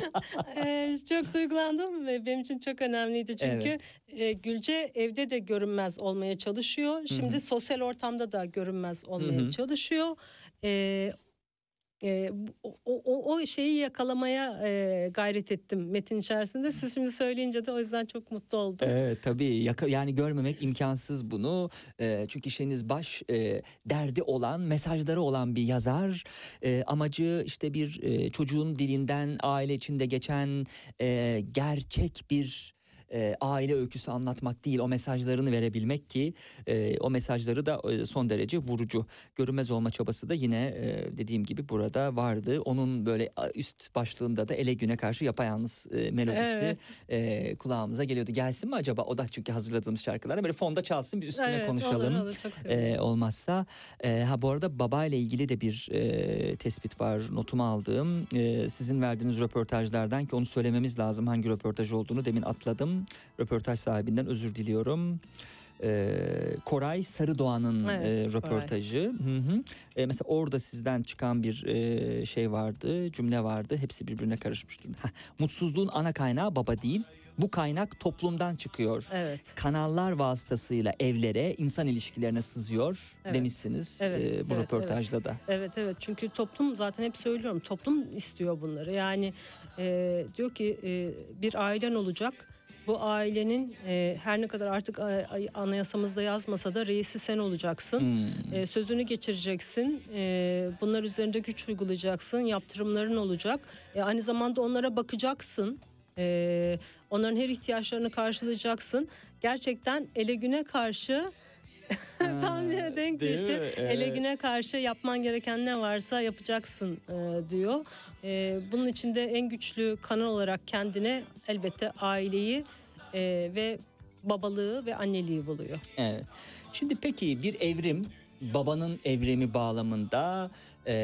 e, çok duygulandım ve benim için çok önemliydi. Çünkü e, Gülce evde de görünmez olmaya çalışıyor. Şimdi hı. sosyal ortamda da görünmez olmaya Hı hı. çalışıyor. E, e, o, o, o şeyi yakalamaya e, gayret ettim metin içerisinde. Siz şimdi söyleyince de o yüzden çok mutlu oldum. Evet tabii yaka, yani görmemek imkansız bunu. Ee, çünkü Şeniz Baş e, derdi olan, mesajları olan bir yazar. E, amacı işte bir e, çocuğun dilinden aile içinde geçen e, gerçek bir e, aile öyküsü anlatmak değil, o mesajlarını verebilmek ki e, o mesajları da e, son derece vurucu. Görünmez olma çabası da yine e, dediğim gibi burada vardı. Onun böyle üst başlığında da Ele Güne Karşı Yapayalnız e, melodisi Evet. e, kulağımıza geliyordu. Gelsin mi acaba? O da çünkü hazırladığımız şarkılarda böyle fonda çalsın, bir üstüne Evet, konuşalım. olur, olur, çok sevinirim. E, olmazsa e, ha bu arada babayla ilgili de bir e, tespit var, notumu aldığım. E, sizin verdiğiniz röportajlardan ki onu söylememiz lazım, hangi röportaj olduğunu demin atladım. Röportaj sahibinden özür diliyorum. Ee, Koray Sarıdoğan'ın Evet, e, Koray. röportajı. Hı hı. E, mesela orada sizden çıkan bir e, şey vardı, cümle vardı. Hepsi birbirine karışmış durumda. Heh, mutsuzluğun ana kaynağı baba değil. Bu kaynak toplumdan çıkıyor. Evet. Kanallar vasıtasıyla evlere, insan ilişkilerine sızıyor Evet. demişsiniz Evet, e, bu evet, röportajda da. Evet evet, çünkü toplum, zaten hep söylüyorum, toplum istiyor bunları. Yani e, diyor ki e, bir ailen olacak. Bu ailenin e, her ne kadar artık e, anayasamızda yazmasa da reisi sen olacaksın. Hmm. E, sözünü geçireceksin. E, bunlar üzerinde güç uygulayacaksın. Yaptırımların olacak. E, aynı zamanda onlara bakacaksın. E, onların her ihtiyaçlarını karşılayacaksın. Gerçekten ele güne karşı tam diye denk değil düştü. mi? Ele Evet. güne karşı yapman gereken ne varsa yapacaksın e, diyor. E, bunun içinde en güçlü kanal olarak kendine elbette aileyi e, ve babalığı ve anneliği buluyor. Evet. Şimdi peki bir evrim, babanın evrimi bağlamında e,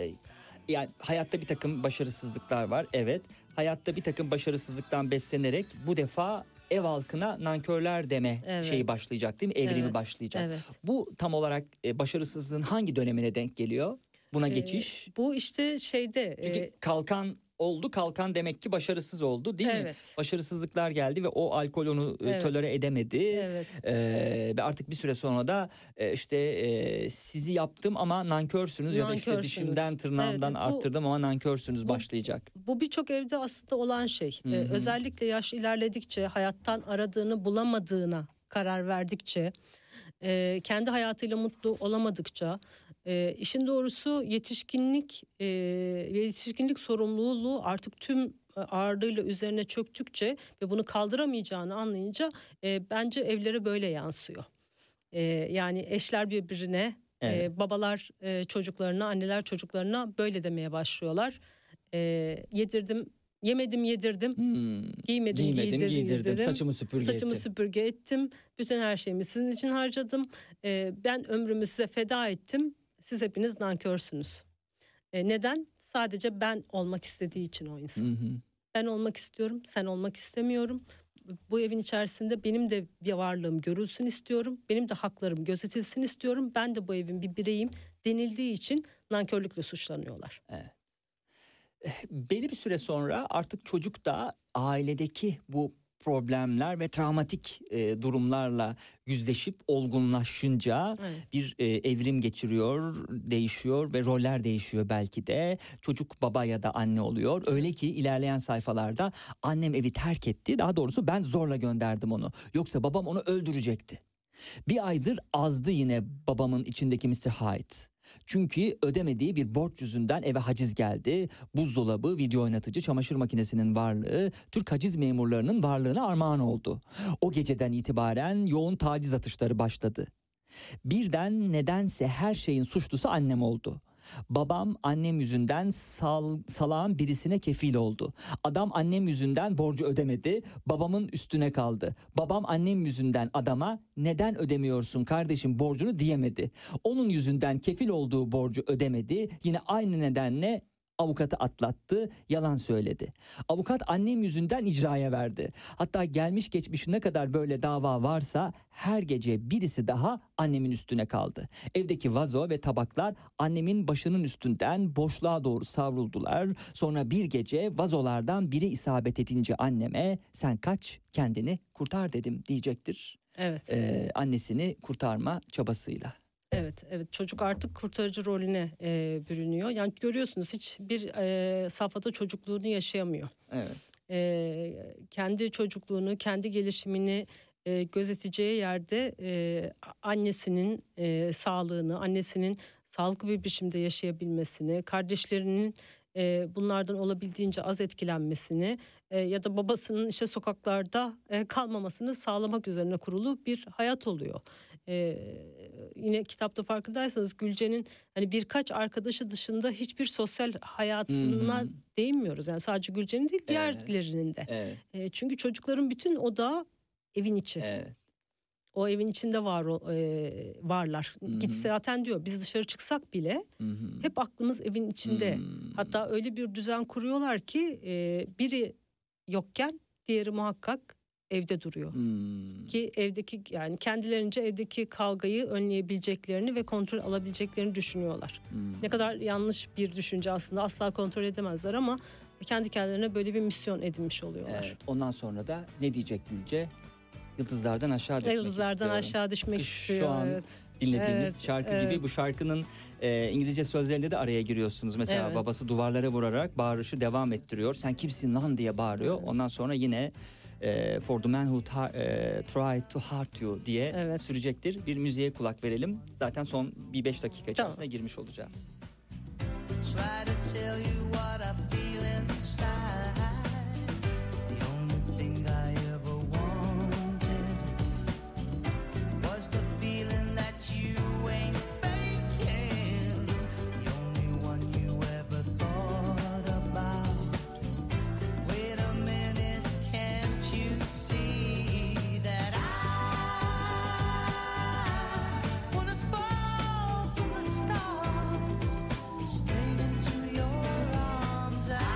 yani hayatta bir takım başarısızlıklar var. Evet. Hayatta bir takım başarısızlıktan beslenerek bu defa ev halkına nankörler deme Evet. şeyi başlayacak değil mi? Evrimi Evet. başlayacak. Evet. Bu tam olarak e, başarısızlığın hangi dönemine denk geliyor? Buna E, geçiş. bu işte şeyde Çünkü e, kalkan oldu, kalkan demek ki başarısız oldu değil mi? Evet. Başarısızlıklar geldi ve o alkol onu e, Evet. tolere edemedi. Evet. Ee, ve artık bir süre sonra da e, işte e, sizi yaptım ama nankörsünüz ya da işte Nankörsünüz. dişimden tırnağımdan Evet, bu- arttırdım ama nankörsünüz bu- başlayacak. Bu birçok evde aslında olan şey. Hı hı. Ee, özellikle yaş ilerledikçe, hayattan aradığını bulamadığına karar verdikçe, e, kendi hayatıyla mutlu olamadıkça, e, işin doğrusu yetişkinlik e, yetişkinlik sorumluluğu artık tüm e, ağırlığıyla üzerine çöktükçe ve bunu kaldıramayacağını anlayınca e, bence evlere böyle yansıyor. E, yani eşler birbirine, Evet. e, babalar e, çocuklarına, anneler çocuklarına böyle demeye başlıyorlar. E, yedirdim, yemedim yedirdim, Hmm. giymedim, Giymedim, giydirdim, giydirdim, giydirdim. saçımı süpürge Saçımı ettim. süpürge ettim. Bütün her şeyimi sizin için harcadım. E, ben ömrümü size feda ettim. Siz hepiniz nankörsünüz. E, neden? Sadece ben olmak istediği için o insan. Hı hı. Ben olmak istiyorum, sen olmak istemiyorum. Bu evin içerisinde benim de bir varlığım görülsün istiyorum. Benim de haklarım gözetilsin istiyorum. Ben de bu evin bir bireyim denildiği için nankörlükle suçlanıyorlar. Belli bir süre sonra artık çocuk da ailedeki bu problemler ve travmatik e, durumlarla yüzleşip olgunlaşınca Evet. bir e, evrim geçiriyor, değişiyor ve roller değişiyor belki de. Çocuk baba ya da anne oluyor. Öyle ki ilerleyen sayfalarda annem evi terk etti. Daha doğrusu ben zorla gönderdim onu. Yoksa babam onu öldürecekti. Bir aydır azdı yine babamın içindeki mister Hyde. Çünkü ödemediği bir borç yüzünden eve haciz geldi. Buzdolabı, video oynatıcı, çamaşır makinesinin varlığı Türk haciz memurlarının varlığına armağan oldu. O geceden itibaren yoğun taciz atışları başladı. Birden nedense her şeyin suçlusu annem oldu. Babam annem yüzünden sal, salağın birisine kefil oldu. Adam annem yüzünden borcu ödemedi, babamın üstüne kaldı. Babam annem yüzünden adama neden ödemiyorsun kardeşim borcunu diyemedi. Onun yüzünden kefil olduğu borcu ödemedi. Yine aynı nedenle avukatı atlattı, yalan söyledi. Avukat annem yüzünden icraya verdi. Hatta gelmiş geçmiş ne kadar böyle dava varsa her gece birisi daha annemin üstüne kaldı. Evdeki vazo ve tabaklar annemin başının üstünden boşluğa doğru savruldular. Sonra bir gece vazolardan biri isabet edince anneme sen kaç kendini kurtar dedim diyecektir. Evet. Ee, annesini kurtarma çabasıyla. Evet, evet. Çocuk artık kurtarıcı rolüne e, bürünüyor. Yani görüyorsunuz hiçbir e, safhada çocukluğunu yaşayamıyor. Evet. E, kendi çocukluğunu, kendi gelişimini e, gözeteceği yerde e, annesinin e, sağlığını, annesinin sağlıklı bir biçimde yaşayabilmesini, kardeşlerinin e, bunlardan olabildiğince az etkilenmesini e, ya da babasının işte sokaklarda e, kalmamasını sağlamak üzerine kurulu bir hayat oluyor. Ee, yine kitapta farkındaysanız Gülce'nin hani birkaç arkadaşı dışında hiçbir sosyal hayatına Hı-hı. değinmiyoruz. Yani sadece Gülce'nin değil diğerlerinin de. Evet. Ee, çünkü çocukların bütün odağı evin içi. Evet. O evin içinde var o, e, varlar. Hı-hı. Git zaten diyor biz dışarı çıksak bile Hı-hı. hep aklımız evin içinde. Hı-hı. Hatta öyle bir düzen kuruyorlar ki e, biri yokken diğeri muhakkak evde duruyor. Hmm. Ki evdeki yani kendilerince evdeki kavgayı önleyebileceklerini ve kontrol alabileceklerini düşünüyorlar. Hmm. Ne kadar yanlış bir düşünce aslında, asla kontrol edemezler ama kendi kendilerine böyle bir misyon edinmiş oluyorlar. Evet. Ondan sonra da ne diyecek Gülce? Yıldızlardan aşağı düşmek Yıldızlardan istiyorum. aşağı düşmek Şu istiyor. an Evet. dinlediğimiz Evet, şarkı evet. gibi bu şarkının e, İngilizce sözlerinde de araya giriyorsunuz. Mesela Evet. babası duvarlara vurarak bağırışı devam ettiriyor. Sen kimsin lan diye bağırıyor. Ondan sonra yine e, For the man who ta- e, tried to hurt you diye Evet. sürecektir. Bir müziğe kulak verelim. Zaten son bir beş dakika içerisinde Tamam. girmiş olacağız. Try to tell you what I feel inside. The only thing I ever wanted was the feeling that you ain't faking. The only one you ever thought about. Wait a minute, can't you see that I wanna fall from the stars? Straight into your arms, I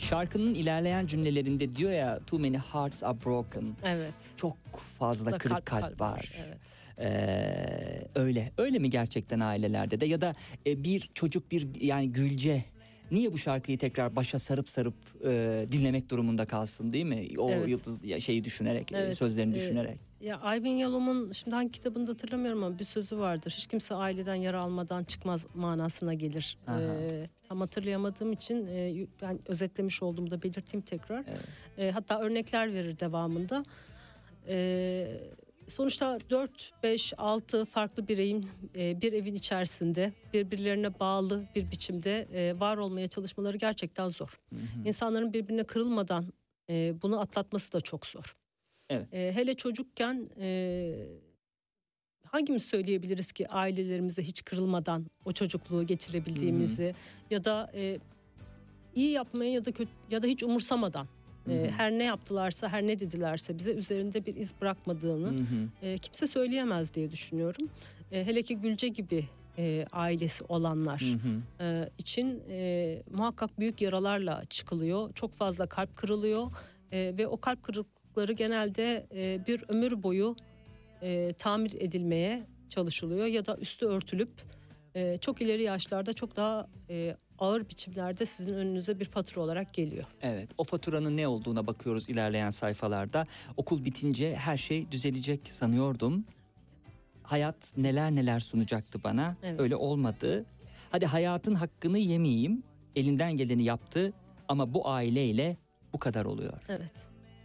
Şarkının ilerleyen cümlelerinde diyor ya, too many hearts are broken. Evet. Çok fazla Da kırık kalp, var. Evet. Ee, öyle. Öyle mi gerçekten ailelerde de? Ya da e, bir çocuk, bir yani Gülce niye bu şarkıyı tekrar başa sarıp sarıp e, dinlemek durumunda kalsın, değil mi? O Evet. yıldız ya, şeyi düşünerek, e, Evet, sözlerini e, düşünerek. Ya Ivan Yalom'un şimdi hangi kitabında hatırlamıyorum ama bir sözü vardır. Hiç kimse aileden yara almadan çıkmaz manasına gelir. Aha. Ee, tam hatırlayamadığım için e, ben özetlemiş olduğumda belirteyim tekrar. Evet. E, hatta örnekler verir devamında. E, sonuçta dört, beş, altı farklı bireyin e, bir evin içerisinde birbirlerine bağlı bir biçimde e, var olmaya çalışmaları gerçekten zor. Hı hı. İnsanların birbirine kırılmadan e, bunu atlatması da çok zor. Evet. E, hele çocukken e, hangimiz söyleyebiliriz ki ailelerimize hiç kırılmadan o çocukluğu geçirebildiğimizi, hı hı. ya da e, iyi yapmaya ya da kötü ya da hiç umursamadan e, her ne yaptılarsa, her ne dedilerse bize üzerinde bir iz bırakmadığını hı hı. E, kimse söyleyemez diye düşünüyorum. E, hele ki Gülce gibi e, ailesi olanlar hı hı. E, için e, muhakkak büyük yaralarla çıkılıyor. Çok fazla kalp kırılıyor e, ve o kalp kırıklıkları genelde e, bir ömür boyu e, tamir edilmeye çalışılıyor ya da üstü örtülüp e, çok ileri yaşlarda çok daha e, ağır biçimlerde sizin önünüze bir fatura olarak geliyor. Evet, o faturanın ne olduğuna bakıyoruz ilerleyen sayfalarda. Okul bitince her şey düzelecek sanıyordum. Hayat neler neler sunacaktı bana. Evet. Öyle olmadı. Hadi hayatın hakkını yemeyeyim. Elinden geleni yaptı ama bu aileyle bu kadar oluyor. Evet.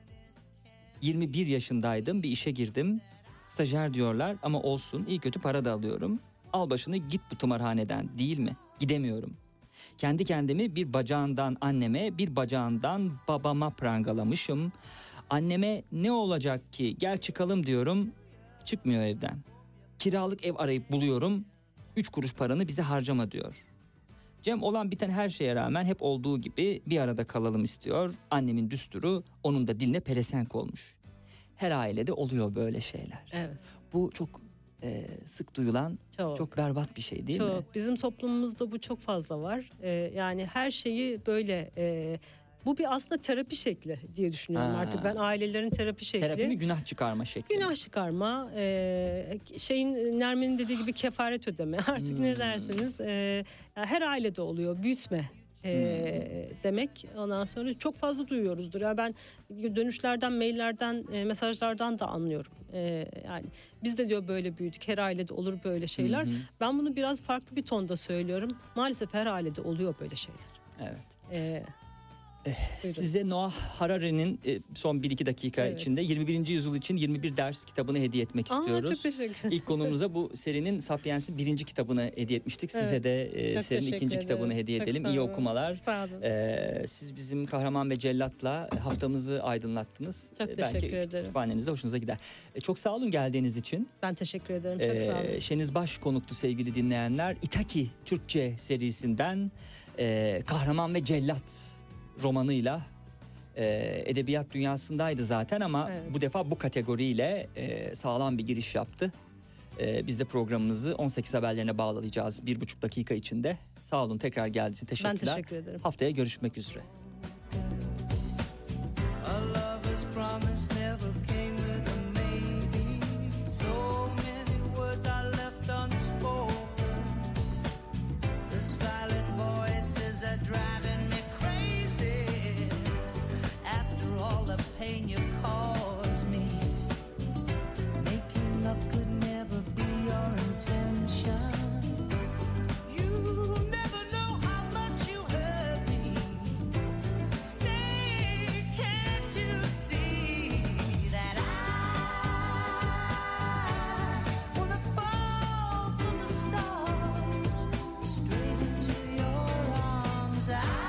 yirmi bir yaşındaydım, bir işe girdim. Stajyer diyorlar ama olsun, iyi kötü para da alıyorum. Al başını git bu tımarhaneden, değil mi? Gidemiyorum. Kendi kendimi bir bacağından anneme, bir bacağından babama prangalamışım. Anneme ne olacak ki, gel çıkalım diyorum, çıkmıyor evden. Kiralık ev arayıp buluyorum, üç kuruş paranı bize harcama diyor. Cem olan biten her şeye rağmen hep olduğu gibi bir arada kalalım istiyor. Annemin düsturu onun da diline pelesenk olmuş. Her ailede oluyor böyle şeyler. Evet. Bu çok e, sık duyulan, çok. çok berbat bir şey değil çok. mi? Çok. Bizim toplumumuzda bu çok fazla var. Ee, yani her şeyi böyle... E, bu bir aslında terapi şekli diye düşünüyorum ha. artık. Ben ailelerin terapi şekli. Terapi mi, günah çıkarma şekli? Günah çıkarma. E, şeyin Nermin'in dediği gibi kefaret ödeme. Artık hmm. ne dersiniz? E, her ailede oluyor. Büyütme. E, hmm. demek. Ondan sonra çok fazla duyuyoruzdur. Yani ben dönüşlerden, maillerden, e, mesajlardan da anlıyorum. E, yani biz de diyor böyle büyüdük. Her ailede olur böyle şeyler. Hmm. Ben bunu biraz farklı bir tonda söylüyorum. Maalesef her ailede oluyor böyle şeyler. Evet. Evet. Size Noah Harare'nin son bir iki dakika evet. içinde yirmi birinci yüzyıl için yirmi bir ders kitabını hediye etmek Aa, istiyoruz. Çok teşekkür ederim. İlk konumuza bu serinin Sapiens'in birinci kitabını hediye etmiştik. Size evet. de çok serinin ikinci ederim. kitabını hediye çok edelim. İyi okumalar. Sağ olun. Ee, siz bizim Kahraman ve Cellat'la haftamızı aydınlattınız. Çok teşekkür Belki ederim. kütüphanenizde hoşunuza gider. Çok sağ olun geldiğiniz için. Ben teşekkür ederim. Çok sağ olun. Ee, Şeniz Baş konuktu sevgili dinleyenler. Itaki Türkçe serisinden e, Kahraman ve Cellat romanıyla Ee, edebiyat dünyasındaydı zaten ama evet. bu defa bu kategoriyle e, sağlam bir giriş yaptı. Ee, biz de programımızı on sekiz haberlerine bağlayacağız bir buçuk dakika içinde. Sağ olun, tekrar geldiğiniz için teşekkürler. Ben teşekkür ederim. Haftaya görüşmek üzere. Pain you cause me, making up could never be your intention. You never know how much you hurt me. Stay, can't you see that I wanna fall from the stars straight into your arms? I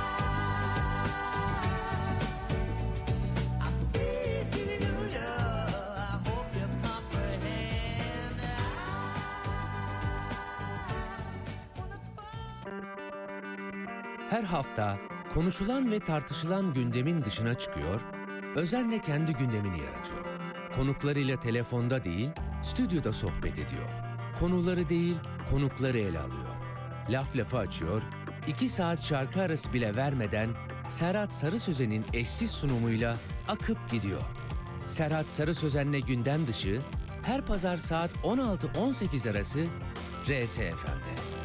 Her hafta konuşulan ve tartışılan gündemin dışına çıkıyor, özenle kendi gündemini yaratıyor. Konuklarıyla telefonda değil, stüdyoda sohbet ediyor. Konuları değil, konukları ele alıyor. Laf lafı açıyor, iki saat şarkı arası bile vermeden Serhat Sarı Sözen'in eşsiz sunumuyla akıp gidiyor. Serhat Sarı Sözen'le gündem dışı her pazar saat on altı on sekiz arası R S F M'de.